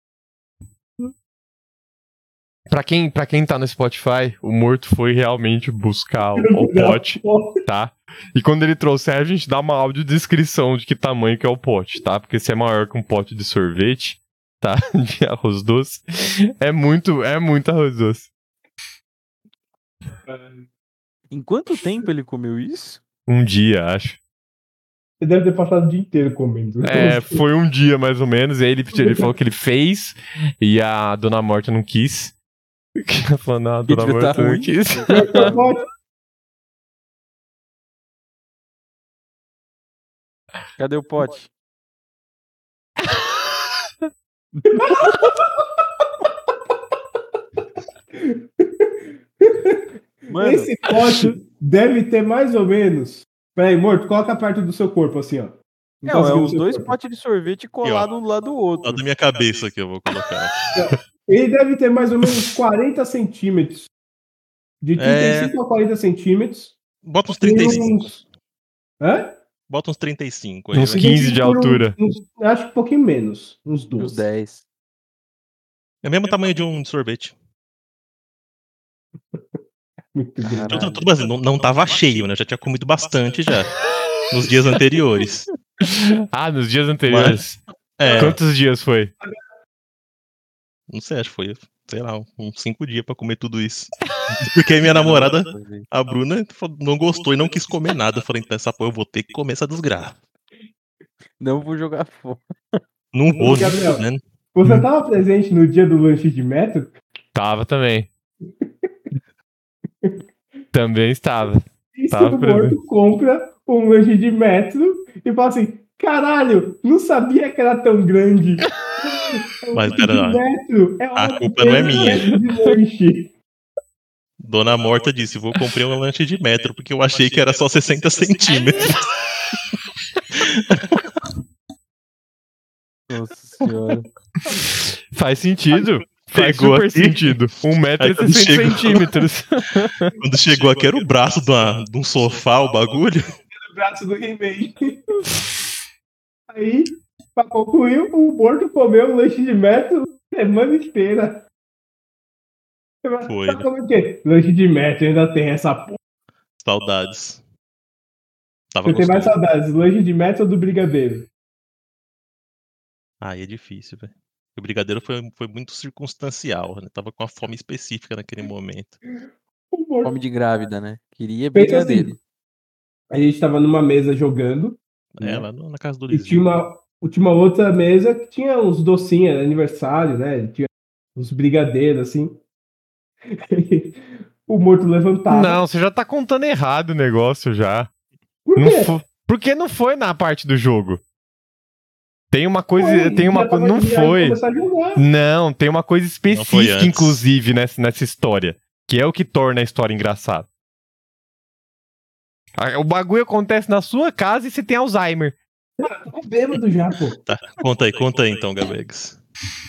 Pra quem, pra quem tá no Spotify, o morto foi realmente buscar o, o pote, tá? E quando ele trouxer, a gente dá uma audiodescrição de que tamanho que é o pote, tá? Porque se é maior que um pote de sorvete, tá? De arroz doce, é muito, é muito arroz doce. Em quanto tempo ele comeu isso? Um dia, acho. Você deve ter passado o dia inteiro comendo. É, foi um dia mais ou menos, e aí ele, ele falou que ele fez, e a Dona Morta não quis. Ela falou, não, a Dona devia Morta tá não ruim. quis. Cadê o pote? Mano, Esse pote deve ter mais ou menos. Peraí, morto, coloca perto do seu corpo, assim, ó. Não tá não, é seguindo o os seu dois corpo. potes de sorvete colados um do lado do outro. Ó, da minha cabeça que eu vou colocar. Ele deve ter mais ou menos quarenta centímetros. De trinta e cinco É. a quarenta centímetros. Bota uns Tem trinta e cinco. uns- Hã? Bota uns trinta e cinco aí, Uns vai. quinze de altura. Uns- acho que um pouquinho menos. Uns Uns doze. dez. É o mesmo tamanho de um sorvete. Muito bem. Caralho. Tudo, tudo assim, não, não tava cheio, né? Eu já tinha comido bastante já. Nos dias anteriores. Ah, nos dias anteriores. É, Quantos dias foi? não sei, acho que foi, sei lá, uns cinco dias pra comer tudo isso. Porque minha namorada, a Bruna, não gostou e não quis comer nada. Eu falei, então essa porra eu vou ter que comer essa desgraça. Não vou jogar fora. Não vou, nem Gabriel. fudendo. Você tava presente no dia do lanche de metro? Tava também. Também estava. Isso Tava o morto presente. compra um lanche de metro e fala assim: caralho, não sabia que era tão grande. Mas Um pera lá. lanche de metro, é A óbvio culpa que não é um minha. metro de lanche. Dona Morta disse, vou comprar um lanche de metro, porque eu achei que era só sessenta centímetros. Nossa senhora. Faz sentido. Faz Pegou super aqui. sentido. um metro Aí e quando sessenta chegou- centímetros. Quando chegou aqui, era o braço de, uma- de um sofá, o bagulho. No braço do He-Man. Aí, pra concluir, o morto comeu um lanche de metro a semana inteira. Foi. Sabe como é que é? Lanche de metro ainda tem essa porra. Saudades. Tava Você tem mais gostoso. saudades, lanche de metro ou do brigadeiro? Aí é difícil, velho. O brigadeiro foi, foi muito circunstancial, né? Tava com uma fome específica naquele momento. O morto. Fome de grávida, né? Queria Pensa brigadeiro. assim, a gente tava numa mesa jogando, É, né? lá no- na casa do E tinha Lizinho. uma, tinha uma outra mesa que tinha uns docinhos, aniversário, né? Tinha os brigadeiros, assim. O morto levantava. Não, você já tá contando errado o negócio já. Por Não quê? fo- Porque não foi na parte do jogo. Tem uma coisa. Foi, tem uma já coisa. tava- Não já ia foi. começar a jogar. Não, tem uma coisa Não foi específica, antes. inclusive, nessa, nessa história. Que é o que torna a história engraçada. A- O bagulho acontece na sua casa e você tem Alzheimer. Tô bêbado já, pô. Tá, conta aí, conta aí então, Gabegs.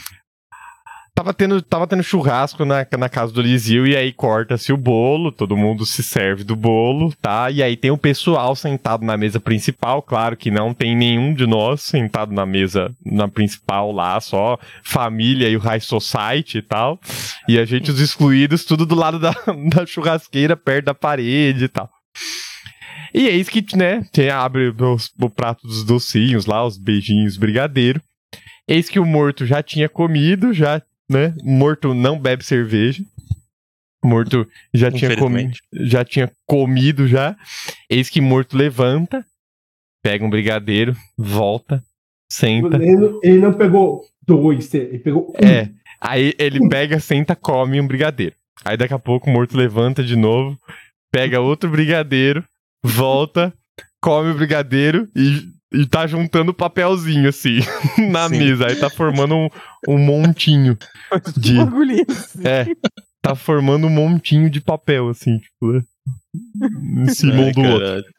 Tava tendo, tava tendo churrasco na, na casa do Lizio e aí corta-se o bolo, todo mundo se serve do bolo, tá? E aí tem o pessoal sentado na mesa principal, claro que não tem nenhum de nós sentado na mesa na principal lá, só família e o High Society e tal. E a gente, os excluídos, tudo do lado da, da churrasqueira, perto da parede e tal. E é isso que, né, tem, abre os- o prato dos docinhos lá, os beijinhos brigadeiro. Eis que o morto já tinha comido, já, né? O morto não bebe cerveja. O morto já tinha, comi Infelizmente. já tinha comido já. Eis que o morto levanta, pega um brigadeiro, volta, senta. Ele, não- ele não pegou dois, ele pegou um. É, aí ele pega, senta, come um brigadeiro. Aí daqui a pouco o morto levanta de novo, pega outro brigadeiro, volta, come o brigadeiro e, e tá juntando papelzinho assim na Sim. mesa. Aí tá formando um, um montinho. De- Um bagulhinho assim. É, tá formando um montinho de papel assim, tipo, né? Em cima um Ai, do outro. caralho.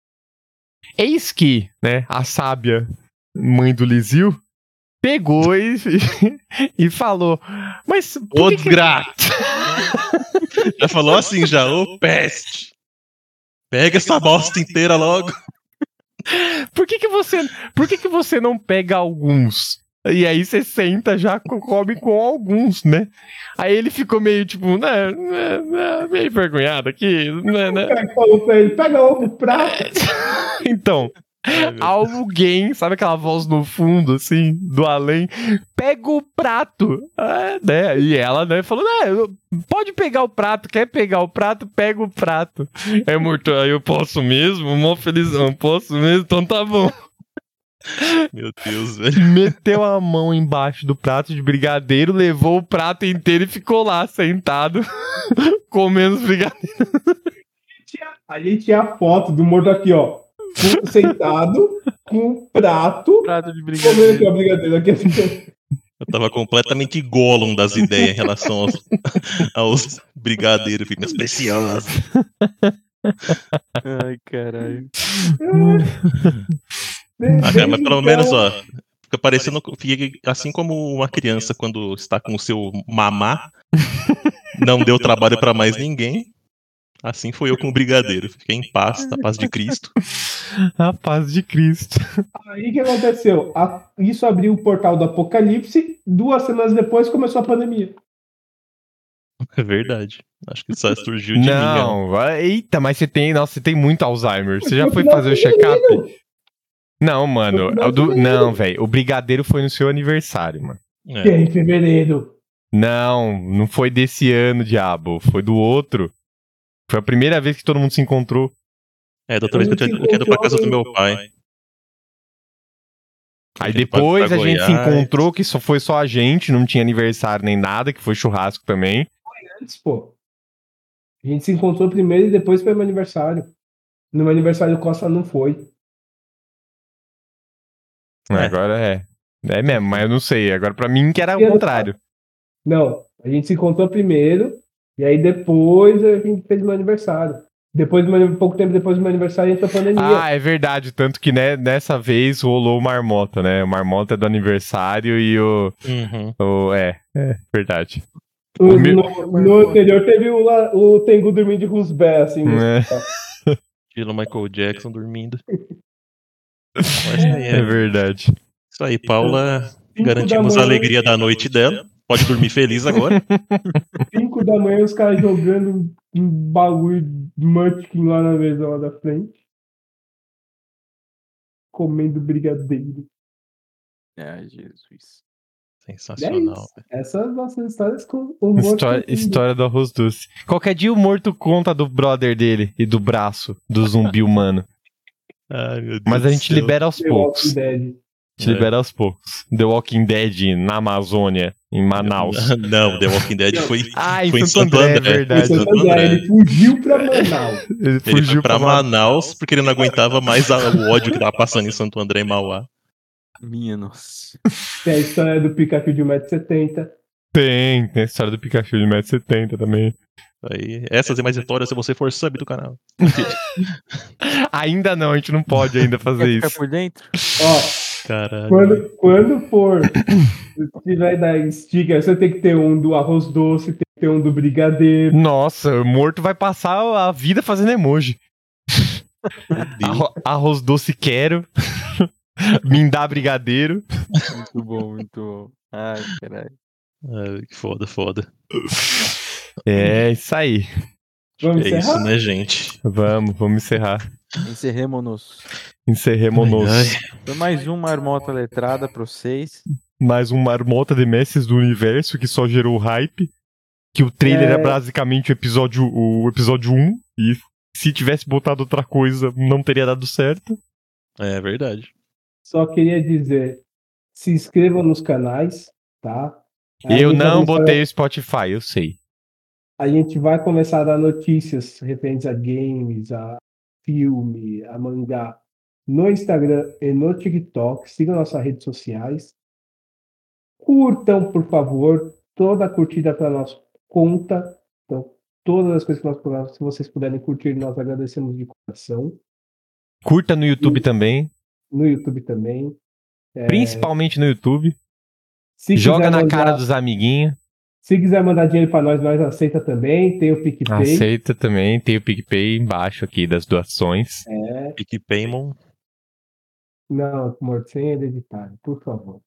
Eis que, né, a sábia mãe do Lizio pegou e, e falou: Mas por Ô, que que- desgraça! Já falou assim já, ô peste! Pega essa bosta inteira logo. Por que que você, por que que você não pega alguns? E aí você senta já co- come com alguns, né? Aí ele ficou meio tipo, né, né, né, meio envergonhado aqui, né, né? O cara falou pra ele, pega o prato. Então, Ai, meu alguém, sabe aquela voz no fundo, assim, do além, pega o prato, é, né? E ela, né, falou, né, pode pegar o prato, quer pegar o prato, pega o prato. É, morto, aí eu posso mesmo? Mó felizão, posso mesmo? Então tá bom. Meu Deus, velho. Meteu a mão embaixo do prato de brigadeiro, levou o prato inteiro e ficou lá, sentado, comendo os brigadeiros. A gente tinha a foto do morto aqui, ó. com- sentado, com um prato, Prato de comendo aqui brigadeiro. a brigadeira aqui assim. Eu tava completamente Gollum das ideias em relação aos, aos brigadeiros, fica preciosos. Ai, caralho. Ah, cara, mas pelo Então, menos, ó, fica parecendo, fica assim como uma criança quando está com o seu mamá, não deu trabalho pra mais ninguém. Assim foi eu com o brigadeiro. Fiquei em paz, na paz de Cristo. A paz de Cristo. Aí o que aconteceu? A- Isso abriu o portal do Apocalipse. Duas semanas depois começou a pandemia. É verdade. Acho que só surgiu de mim, ó. Não, vai- eita, mas você tem, nossa, você tem muito Alzheimer. Você já foi fazer o check-up? Não, mano. No o do- fevereiro. não, velho. O brigadeiro foi no seu aniversário, mano. É. Que é em fevereiro. Não, não foi desse ano, diabo. Foi do outro. Foi a primeira vez que todo mundo se encontrou. É, da outra vez que eu tinha eu tinha ido pra casa do meu pai. Aí Ele foi depois pra a gente se Goiás. encontrou, que só foi só a gente, não tinha aniversário nem nada, que foi churrasco também. Antes, pô. A gente se encontrou primeiro e depois foi meu aniversário. No meu aniversário o Costa não foi. É. Agora é. É mesmo, mas eu não sei. Agora pra mim que era o Eu- contrário. Não, a gente se encontrou primeiro e aí depois a gente fez meu aniversário. Depois, do meu- pouco tempo depois do meu aniversário, entrou a pandemia. Ah, é verdade. Tanto que né, nessa vez rolou o Marmota, né? O Marmota é do aniversário e o. Uhum. o é, é verdade. no, o meu- no- no anterior teve o, la- o Tengu dormindo com os pés, assim. no É. hospital. Estilo Michael Jackson dormindo. Mas aí É é verdade. isso aí, Paula. Cinco Garantimos da a manhã- alegria da noite dela. Pode dormir feliz agora. Cinco da manhã, os caras jogando um bagulho de Munchkin lá na mesa lá da frente. Comendo brigadeiro. Ai, Jesus. E é Sensacional. isso. Essas nossas histórias com o morto. História, história do arroz doce. Qualquer dia o morto conta do brother dele e do braço do zumbi humano. Ai, meu Deus Mas a do gente céu. libera aos The poucos. Walking Dead. Te É. libera aos poucos. The Walking Dead na Amazônia, em Manaus. Não, The Walking Dead foi, Ah, em foi em Santo Santo André, é André. verdade. Santo Santo André, André. ele fugiu pra Manaus. Ele Ele fugiu foi pra pra Manaus porque ele não aguentava mais a- o ódio que tava passando em Santo André e Mauá. Minha nossa. Tem a história do Pikachu de um metro e setenta. Tem, tem a história do Pikachu de um metro e setenta também. Aí, essas e mais histórias se você for sub do canal. Ainda não, a gente não pode ainda fazer Quer ficar isso. por dentro? Ó, Caralho. quando, quando for, se tiver dar sticker, você tem que ter um do arroz doce, tem que ter um do brigadeiro. Nossa, o morto vai passar a vida fazendo emoji. Meu Deus. Arro- arroz doce quero. Me dá brigadeiro. Muito bom, muito bom. Ai, caralho. Ai, que foda, foda. É isso aí. Vamos É encerrar? isso, né, gente? Vamos, vamos encerrar. Encerremos-nos. Encerremos Ai, Foi mais um Marmota Letrada pra vocês. mais um marmota de mestres do universo que só gerou hype. Que o trailer é, É. basicamente o episódio, o episódio um. E se tivesse botado outra coisa, não teria dado certo. É verdade. Só queria dizer, se inscrevam nos canais, tá? A Eu gente vai não começar- botei o Spotify, eu sei. A gente vai começar a dar notícias referentes a games, a filme, a mangá no Instagram e no TikTok. Sigam nossas redes sociais. Curtam, por favor, toda a curtida para nossa conta. Então, todas as coisas que nós programamos, se vocês puderem curtir, nós agradecemos de coração. Curta no YouTube também. No YouTube também. Principalmente no YouTube. Se Joga quiser na mandar- cara dos amiguinhos. Se quiser mandar dinheiro para nós, nós aceita também. Tem o PicPay. Aceita também. Tem o PicPay embaixo aqui das doações. É. PicPaymon. Não, amor, sem hereditário, por favor.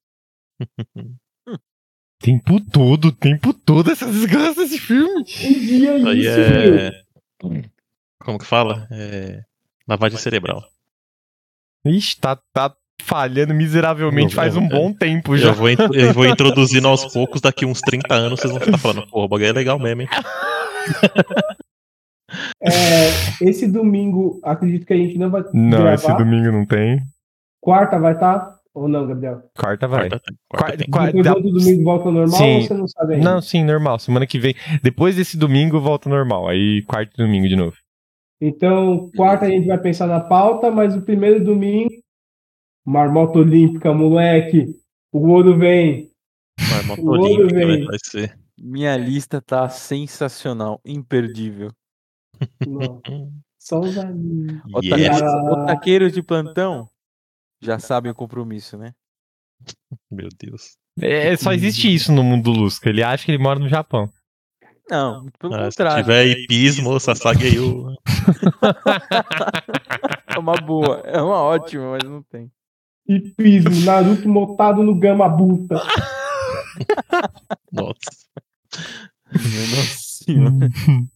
Tempo todo, tempo todo essas desgraças desse filme. Um dia Isso aí isso, viu? é. Como que fala? É. Lavagem cerebral. Ixi, tá, tá falhando miseravelmente Eu- faz eu- um bom tempo já. Eu vou, in- eu vou introduzindo aos poucos, daqui uns trinta anos vocês vão estar falando, pô, o bagulho é legal mesmo, hein? É, esse domingo, acredito que a gente não vai Não, gravar. esse domingo não tem. Quarta vai estar? Ou não, Gabriel? Quarta vai. Quarta, quarta Quarta- tem. quarta- Depois dá- do outro domingo volta ao normal Sim. ou você não sabe ainda? Não, sim, normal. Semana que vem. Depois desse domingo volta normal. Aí quarta e domingo de novo. Então, quarta a gente vai pensar na pauta, mas o primeiro domingo, Marmota Olímpica, moleque, o ouro vem. Marmota O olho olímpica, vem. velho, vai ser. Minha lista tá sensacional, imperdível. Não, só os amigos. Yes. Otaqueiros, otaqueiros de plantão já sabem o compromisso, né? Meu Deus. É, só existe isso no mundo do Lusca. Ele acha que ele mora no Japão. Não, muito pelo Ah, se contrário. tiver hipismo, Sasagi aí, o. É uma boa, é uma ótima, mas não tem. Hipismo, Naruto montado no Gamabuta. Nossa. Minha nossa senhora.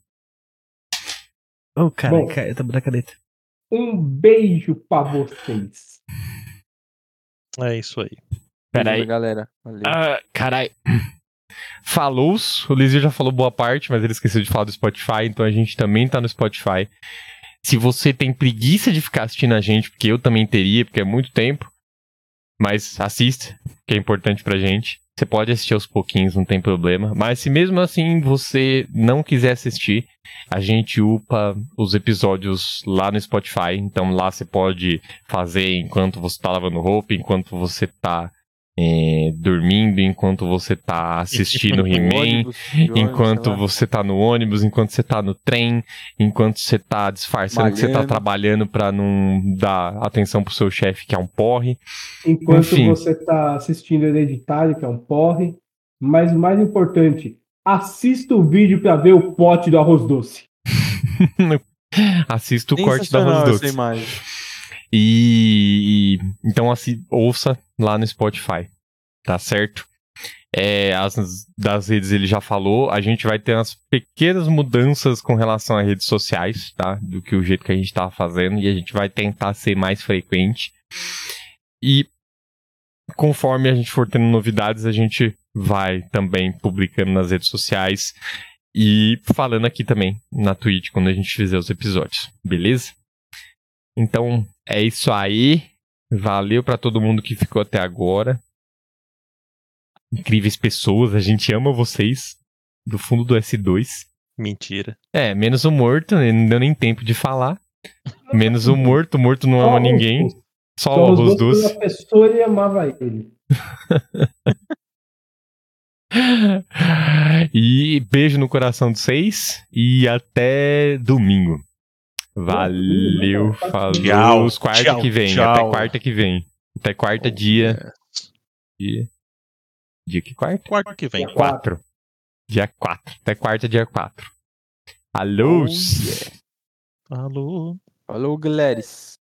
Ô, cara, Bom. cara, tá na caneta. Um beijo pra vocês. É isso aí. Peraí. Galera, valeu. Ah, carai. Falou, o Lizzie já falou boa parte, mas ele esqueceu de falar do Spotify, então a gente também tá no Spotify. Se você tem preguiça de ficar assistindo a gente, porque eu também teria, porque é muito tempo, mas assista, que é importante pra gente. Você pode assistir aos pouquinhos, não tem problema. Mas se mesmo assim você não quiser assistir, a gente upa os episódios lá no Spotify. Então lá você pode fazer enquanto você tá lavando roupa, enquanto você tá é, dormindo, enquanto você tá assistindo He-Man, Ônibus, de ônibus, enquanto sei lá. você tá no ônibus, enquanto você tá no trem, enquanto você tá disfarçando que você tá Malhando. trabalhando pra não dar atenção pro seu chefe, que é um porre. Enquanto Enfim. você tá assistindo Hereditário, que é um porre. Mas o mais importante, assista o vídeo pra ver o pote do arroz doce. Assista o corte da Sensacional Arroz essa Doce. imagem. E, e- então assim, ouça lá no Spotify, tá certo? É, as das redes ele já falou, a gente vai ter umas pequenas mudanças com relação às redes sociais, tá? Do que o jeito que a gente tava fazendo, e a gente vai tentar ser mais frequente. E conforme a gente for tendo novidades, a gente vai também publicando nas redes sociais e falando aqui também na Twitch quando a gente fizer os episódios, beleza? Então, é isso aí. Valeu pra todo mundo que ficou até agora. Incríveis pessoas, a gente ama vocês. Do fundo do S dois. Mentira. É, menos o morto, né? Não deu nem tempo de falar. Menos o morto, o morto não ama ninguém. Só o arroz doce. A pessoa e amava ele. E beijo no coração de vocês. E até domingo. Valeu, falou. Tchau, Quarta tchau, que vem. tchau. Até quarta que vem. Até quarta, Oh, dia. é. Dia. Dia que quarta? Quarto que vem. Quatro. Dia quatro. Até quarta, dia quatro. Alô? Oh, yeah. Alô. Falou, galeres.